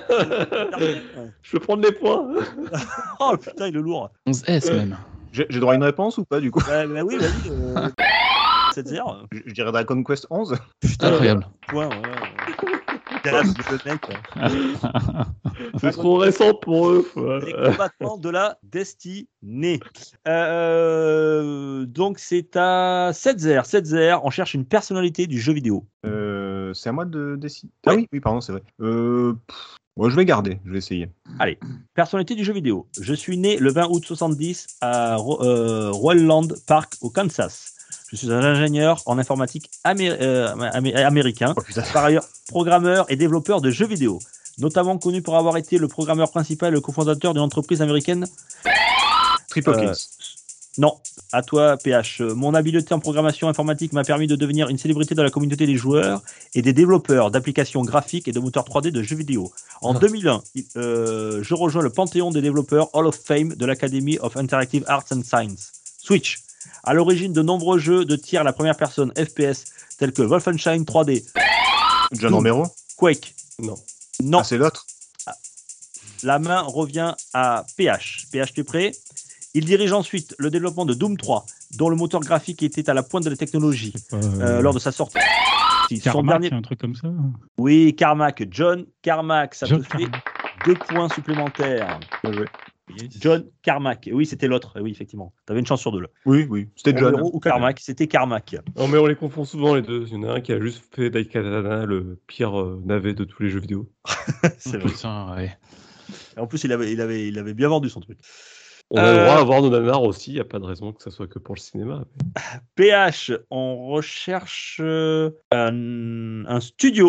Je peux prendre les points. Oh putain, il est lourd. onze S même. J'ai j'ai droit à une réponse ou pas du coup? Bah, bah oui, vas-y. Euh... Setzer, Je, je dirais Dragon Quest onze. Incroyable. point. Ouais. Derrière le mec, quoi. C'est trop récent pour eux. quoi. Les combattants de la destinée. Euh, donc c'est à Setzer. Setzer, on cherche une personnalité du jeu vidéo. Euh, c'est à moi de décider. Ouais. Ah oui, oui, pardon, c'est vrai. Euh, pff, ouais, je vais garder, je vais essayer. Personnalité du jeu vidéo. Je suis né le vingt août soixante-dix à Ro- euh, Royland Park au Kansas. Je suis un ingénieur en informatique amé- euh, amé- américain. Oh putain. Par ailleurs, programmeur et développeur de jeux vidéo. Notamment connu pour avoir été le programmeur principal et le cofondateur d'une entreprise américaine. Triple Euh, Kills. Non, à toi P H. Euh, Mon habileté en programmation informatique m'a permis de devenir une célébrité dans la communauté des joueurs et des développeurs d'applications graphiques et de moteurs trois D de jeux vidéo. En Ah. deux mille un, il- euh, je rejoins le panthéon des développeurs Hall of Fame de l'Academy of Interactive Arts and Science. Switch. À l'origine de nombreux jeux de tir à la première personne F P S tels que Wolfenstein trois D, John Romero. Quake. Non. Non, Ah, c'est l'autre. la main revient à P H. P H, tu es prêt? Il dirige ensuite le développement de Doom trois, dont le moteur graphique était à la pointe de la technologie Euh, euh, lors de sa sortie. Son Carmack, dernier... un truc comme ça. Oui, Carmack. John Carmack, ça John te fait Carmack. deux points supplémentaires. Bien joué. John Carmack. Oui, c'était l'autre. Oui, effectivement. Tu avais une chance sur deux là. Oui, oui, c'était John. Romero ou Carmack, c'était Carmack. Non, mais on les confond souvent les deux. Il y en a un qui a juste fait Daikatana, le pire euh, navet de tous les jeux vidéo. C'est vrai. Putain, ouais. Et en plus, il avait, il, avait, il avait bien vendu son truc. On a Euh, le droit à avoir nos nanars aussi. Il n'y a pas de raison que ça soit que pour le cinéma. P H, on recherche euh, un, un studio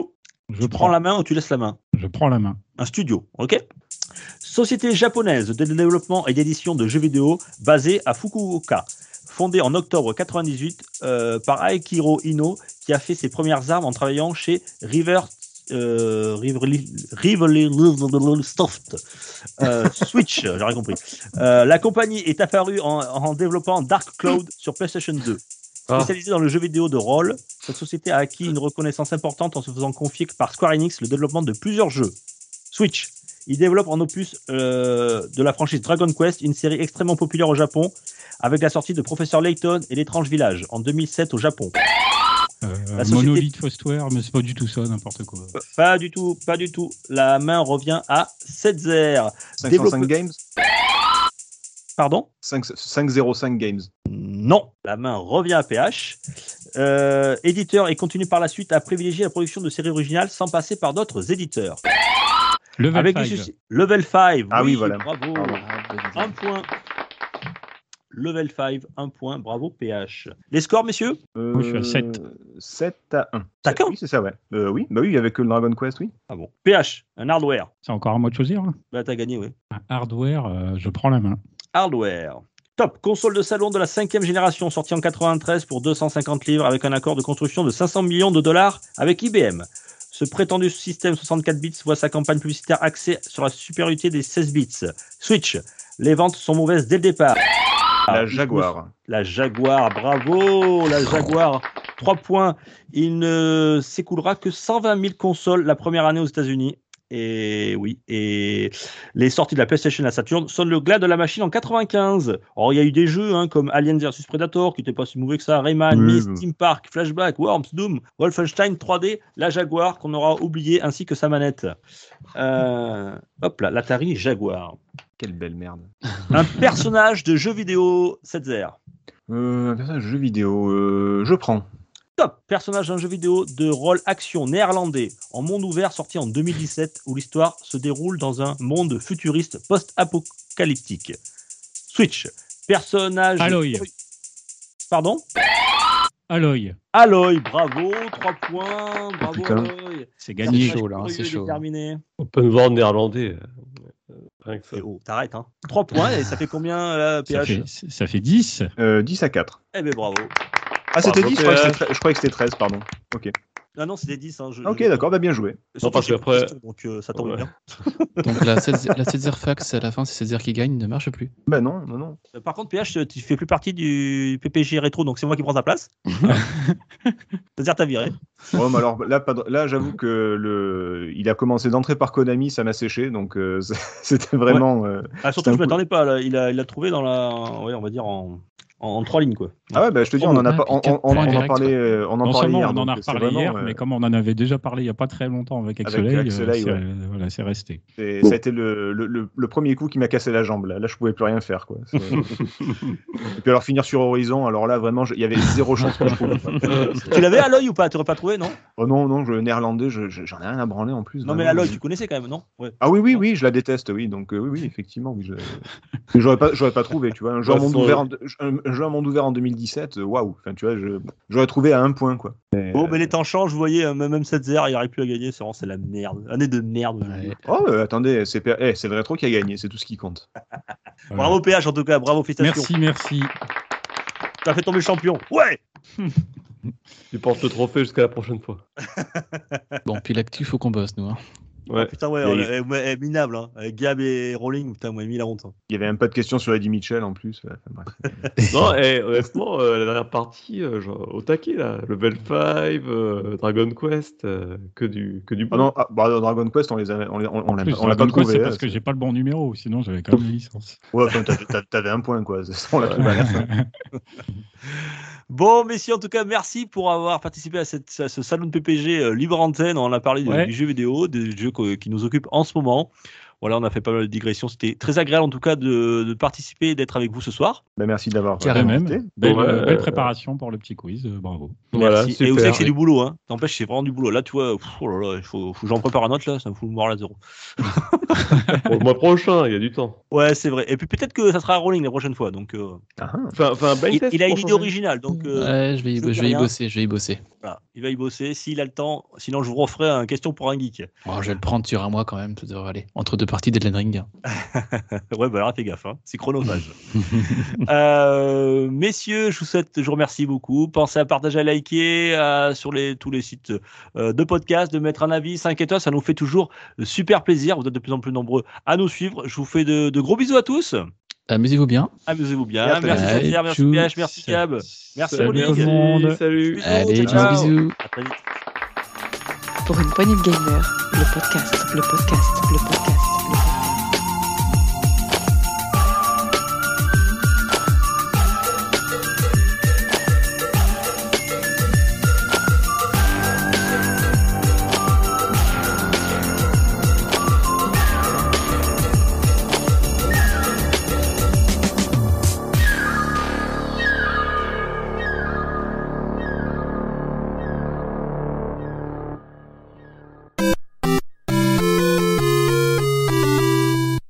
Je Tu prends la main ou tu laisses la main? Je prends la main. Un studio, ok. Société japonaise de développement et d'édition de jeux vidéo basée à Fukuoka. Fondée en octobre quatre-vingt-dix-huit euh, par Akihiro Ino, qui a fait ses premières armes en travaillant chez River euh, Rivoli Rivoli Soft euh, Switch, j'aurais compris. Euh, la compagnie est apparue en, en développant Dark Cloud sur PlayStation deux. Spécialisée dans le jeu vidéo de rôle, cette société a acquis une reconnaissance importante en se faisant confier par Square Enix le développement de plusieurs jeux. Switch. Il développe en opus euh, de la franchise Dragon Quest, une série extrêmement populaire au Japon, avec la sortie de Professeur Layton et l'étrange village en deux mille sept au Japon. Euh, La société- Monolith Software, mais c'est pas du tout ça, n'importe quoi. Pas du tout, pas du tout. La main revient à Setzer. cinq cent cinq Développe- Games Pardon? cinq cent cinq Games. Non, la main revient à P H. Euh, éditeur et continue par la suite à privilégier la production de séries originales sans passer par d'autres éditeurs. Level Avec des five. soucis- Level cinq. Ah oui, voilà. Bravo. Pardon. Un point. Level cinq, un point. Bravo P H. Les scores, messieurs? Euh, Moi, je suis à sept. sept à un. D'accord. Oui, c'est ça, ouais. Euh, oui, bah oui, avec le Dragon Quest, oui. Ah bon. P H, un hardware. C'est encore à moi de choisir. Là. Bah, t'as gagné, oui. Un hardware, euh, je prends la main. Hardware. Top. Console de salon de la cinquième génération, sortie en quatre-vingt-treize pour deux cent cinquante livres avec un accord de construction de cinq cents millions de dollars avec I B M. Ce prétendu système soixante-quatre bits voit sa campagne publicitaire axée sur la supériorité des seize bits. Switch. Les ventes sont mauvaises dès le départ. La Jaguar. La Jaguar, bravo, la Jaguar. trois points. Il ne s'écoulera que cent vingt mille consoles la première année aux États-Unis. Et oui, et les sorties de la PlayStation et la Saturn sonnent le glas de la machine en quatre-vingt-quinze. Or, il y a eu des jeux hein, comme Alien versus Predator qui n'étaient pas si mauvais que ça, Rayman, Oui, Myst, oui. Team Park, Flashback, Worms, Doom, Wolfenstein trois D, la Jaguar qu'on aura oublié ainsi que sa manette. Euh, hop là, l'Atari Jaguar. Quelle belle merde. Un personnage de jeu vidéo, Setzer. Euh, un personnage de jeu vidéo, euh, je prends. Top. Personnage d'un jeu vidéo de rôle action néerlandais en monde ouvert sorti en deux mille dix-sept où l'histoire se déroule dans un monde futuriste post-apocalyptique. Switch. Personnage... Aloy. Pardon? Aloy. Aloy, bravo, trois points, bravo putain. Aloy. C'est gagné. chaud, là, hein, c'est chaud. Terminé. Open world néerlandais. euh, Rien que ça. Et oh, t'arrêtes, hein. trois points, et ça fait combien, là, P Ça H? fait, ça fait dix. Euh, dix à quatre. Eh ben bravo. Ah, c'était Bravo, dix, je croyais que P H. c'était tre- je croyais que c'était treize, pardon. Ok. Ah non, c'était dix. Hein, je, Ok, je- d'accord, bah bien joué. Surtout parce que j'ai qu'après- une question, Donc euh, ça tombe Ouais. bien. Donc la Setzer la Setzer Fax à la fin, c'est Setzer qui gagne, ne marche plus. Bah non, non, non. Euh, Par contre, P H, tu fais plus partie du P P J rétro, donc c'est moi qui prends ta place. C'est-à-dire, t'as viré. Ouais, mais alors là, pas de- là j'avoue que le... il a commencé d'entrer par Konami, ça m'a séché, donc euh, c'est- c'était vraiment. euh, Ah, surtout, C'est un je coup- m'attendais pas. Là. Il a, il l'a trouvé dans la, ouais, on va dire en, en, en trois lignes, quoi. Ah ouais, bah je te dis, on en a Ah, pas, puis on, quatre on, on points en direct, parlait, euh, on en Non parlait seulement hier. on en a donc c'est reparlé vraiment, hier, euh, mais comme on en avait déjà parlé il n'y a pas très longtemps avec Avec Axelay, Axelay, euh, c'est ouais. euh, voilà, c'est resté. c'est- ça a été le, le, le, le premier coup qui m'a cassé la jambe. Là, là je pouvais plus rien faire, quoi. C'est- Et puis alors finir sur Horizon, alors là vraiment, je- il y avait zéro chance que je trouve. Tu l'avais à l'œil ou pas? Tu n'aurais pas trouvé, non? Oh non, non, je néerlandais, je- je- j'en ai rien à branler en plus. Non, mais vraiment. à l'œil, tu connaissais quand même, non? Ouais. Ah oui, oui, oui, je la déteste, oui. Donc euh, oui, oui, effectivement, oui. Je... Mais J'aurais pas, j'aurais pas trouvé, tu vois, un jeu, à Ouais, monde faut- ouvert en, un, un jeu à monde ouvert en deux mille dix-sept, euh, waouh. Enfin, tu vois, je, j'aurais trouvé à un point, quoi. Mais, Bon, euh, mais les temps changent, vous voyez, euh, même Setzer, il n'arrive plus à gagner, c'est vraiment c'est la merde. Année de merde. Ouais. Oh, euh, attendez, c'est, P- eh, c'est le rétro qui a gagné, c'est tout ce qui compte. Voilà. Bravo P H en tout cas, bravo, félicitations. Merci, merci. Tu as fait tomber le champion. Ouais. Tu portes le trophée jusqu'à la prochaine fois. Bon, puis l'actu, faut qu'on bosse, nous. Hein. Ouais. Putain, ouais, Il y a on eu- est- ouais, ouais, minable. Hein. Avec Gab et Rowling, putain, moi, j'ai mis la honte. Hein. Il y avait même pas de questions sur Eddie Mitchell en plus. ouais, enfin, bref. Non, et honnêtement, euh, la dernière partie, euh, genre, au taquet, là, Level cinq, euh, Dragon Quest, euh, que du, que du Ah bon. non, ah, bah, dans Dragon Quest, on les a, on, les- on, on En l'a, plus, on l'a pas Dragon Quest, trouvé. c'est hein, parce que c'est- j'ai pas le bon numéro, sinon j'avais quand même une licence. Ouais, enfin, t'avais, t'avais- t'avais un point, quoi. C'est- On l'a trouvé à la fin. Bon, messieurs, en tout cas, merci pour avoir participé à, cette, à ce salon de P P G euh, libre antenne. On a parlé de- Ouais. du jeu vidéo, des jeux co- qui nous occupent en ce moment. Voilà, on a fait pas mal de digressions. C'était très agréable en tout cas de, de participer et d'être avec vous ce soir. Bah, merci d'avoir Carrément. invité. Belle, Ouais, belle euh, préparation pour le petit quiz, euh, bravo. Voilà, Merci. super. Et vous savez que c'est Ouais. du boulot, hein. N'empêche, c'est vraiment du boulot. Là, tu vois, pff, oh là là, il faut, faut que j'en prépare un autre là, ça me fout le moral à zéro. Pour le mois prochain, il y a du temps. Ouais, c'est vrai. Et puis peut-être que ça sera rolling la prochaine fois. Donc, euh, Ah, ah. Enfin, enfin, blind il, test il a pour une idée changer. originale, donc euh, Ouais, je vais, y, je dis je vais y rien. bosser, je vais y bosser. voilà, il va y bosser s'il a le temps. Sinon, je vous referai un question pour un geek. Oh, je vais le prendre sur un mois quand même, ça devrait aller. Entre deux parties d'Elden Ring. Ouais, bah alors fais gaffe, hein. C'est chronophage. euh, messieurs, je vous souhaite, je vous remercie beaucoup. Pensez à partager, à liker euh, sur les, tous les sites euh, de podcast, de mettre un avis, cinq étoiles, ça nous fait toujours super plaisir. Vous êtes de plus en plus nombreux à nous suivre. Je vous fais de, de gros bisous à tous. Amusez-vous bien. Amusez-vous bien. Et à très Merci vite. Pierre, merci Tchou. P H, merci Cab. Merci Salut, Rolling. tout le monde. Salut. Bisous, Allez, ciao, bisous, ciao. bisous. À très vite. Pour une poignée de gamers, le podcast, le podcast, le podcast.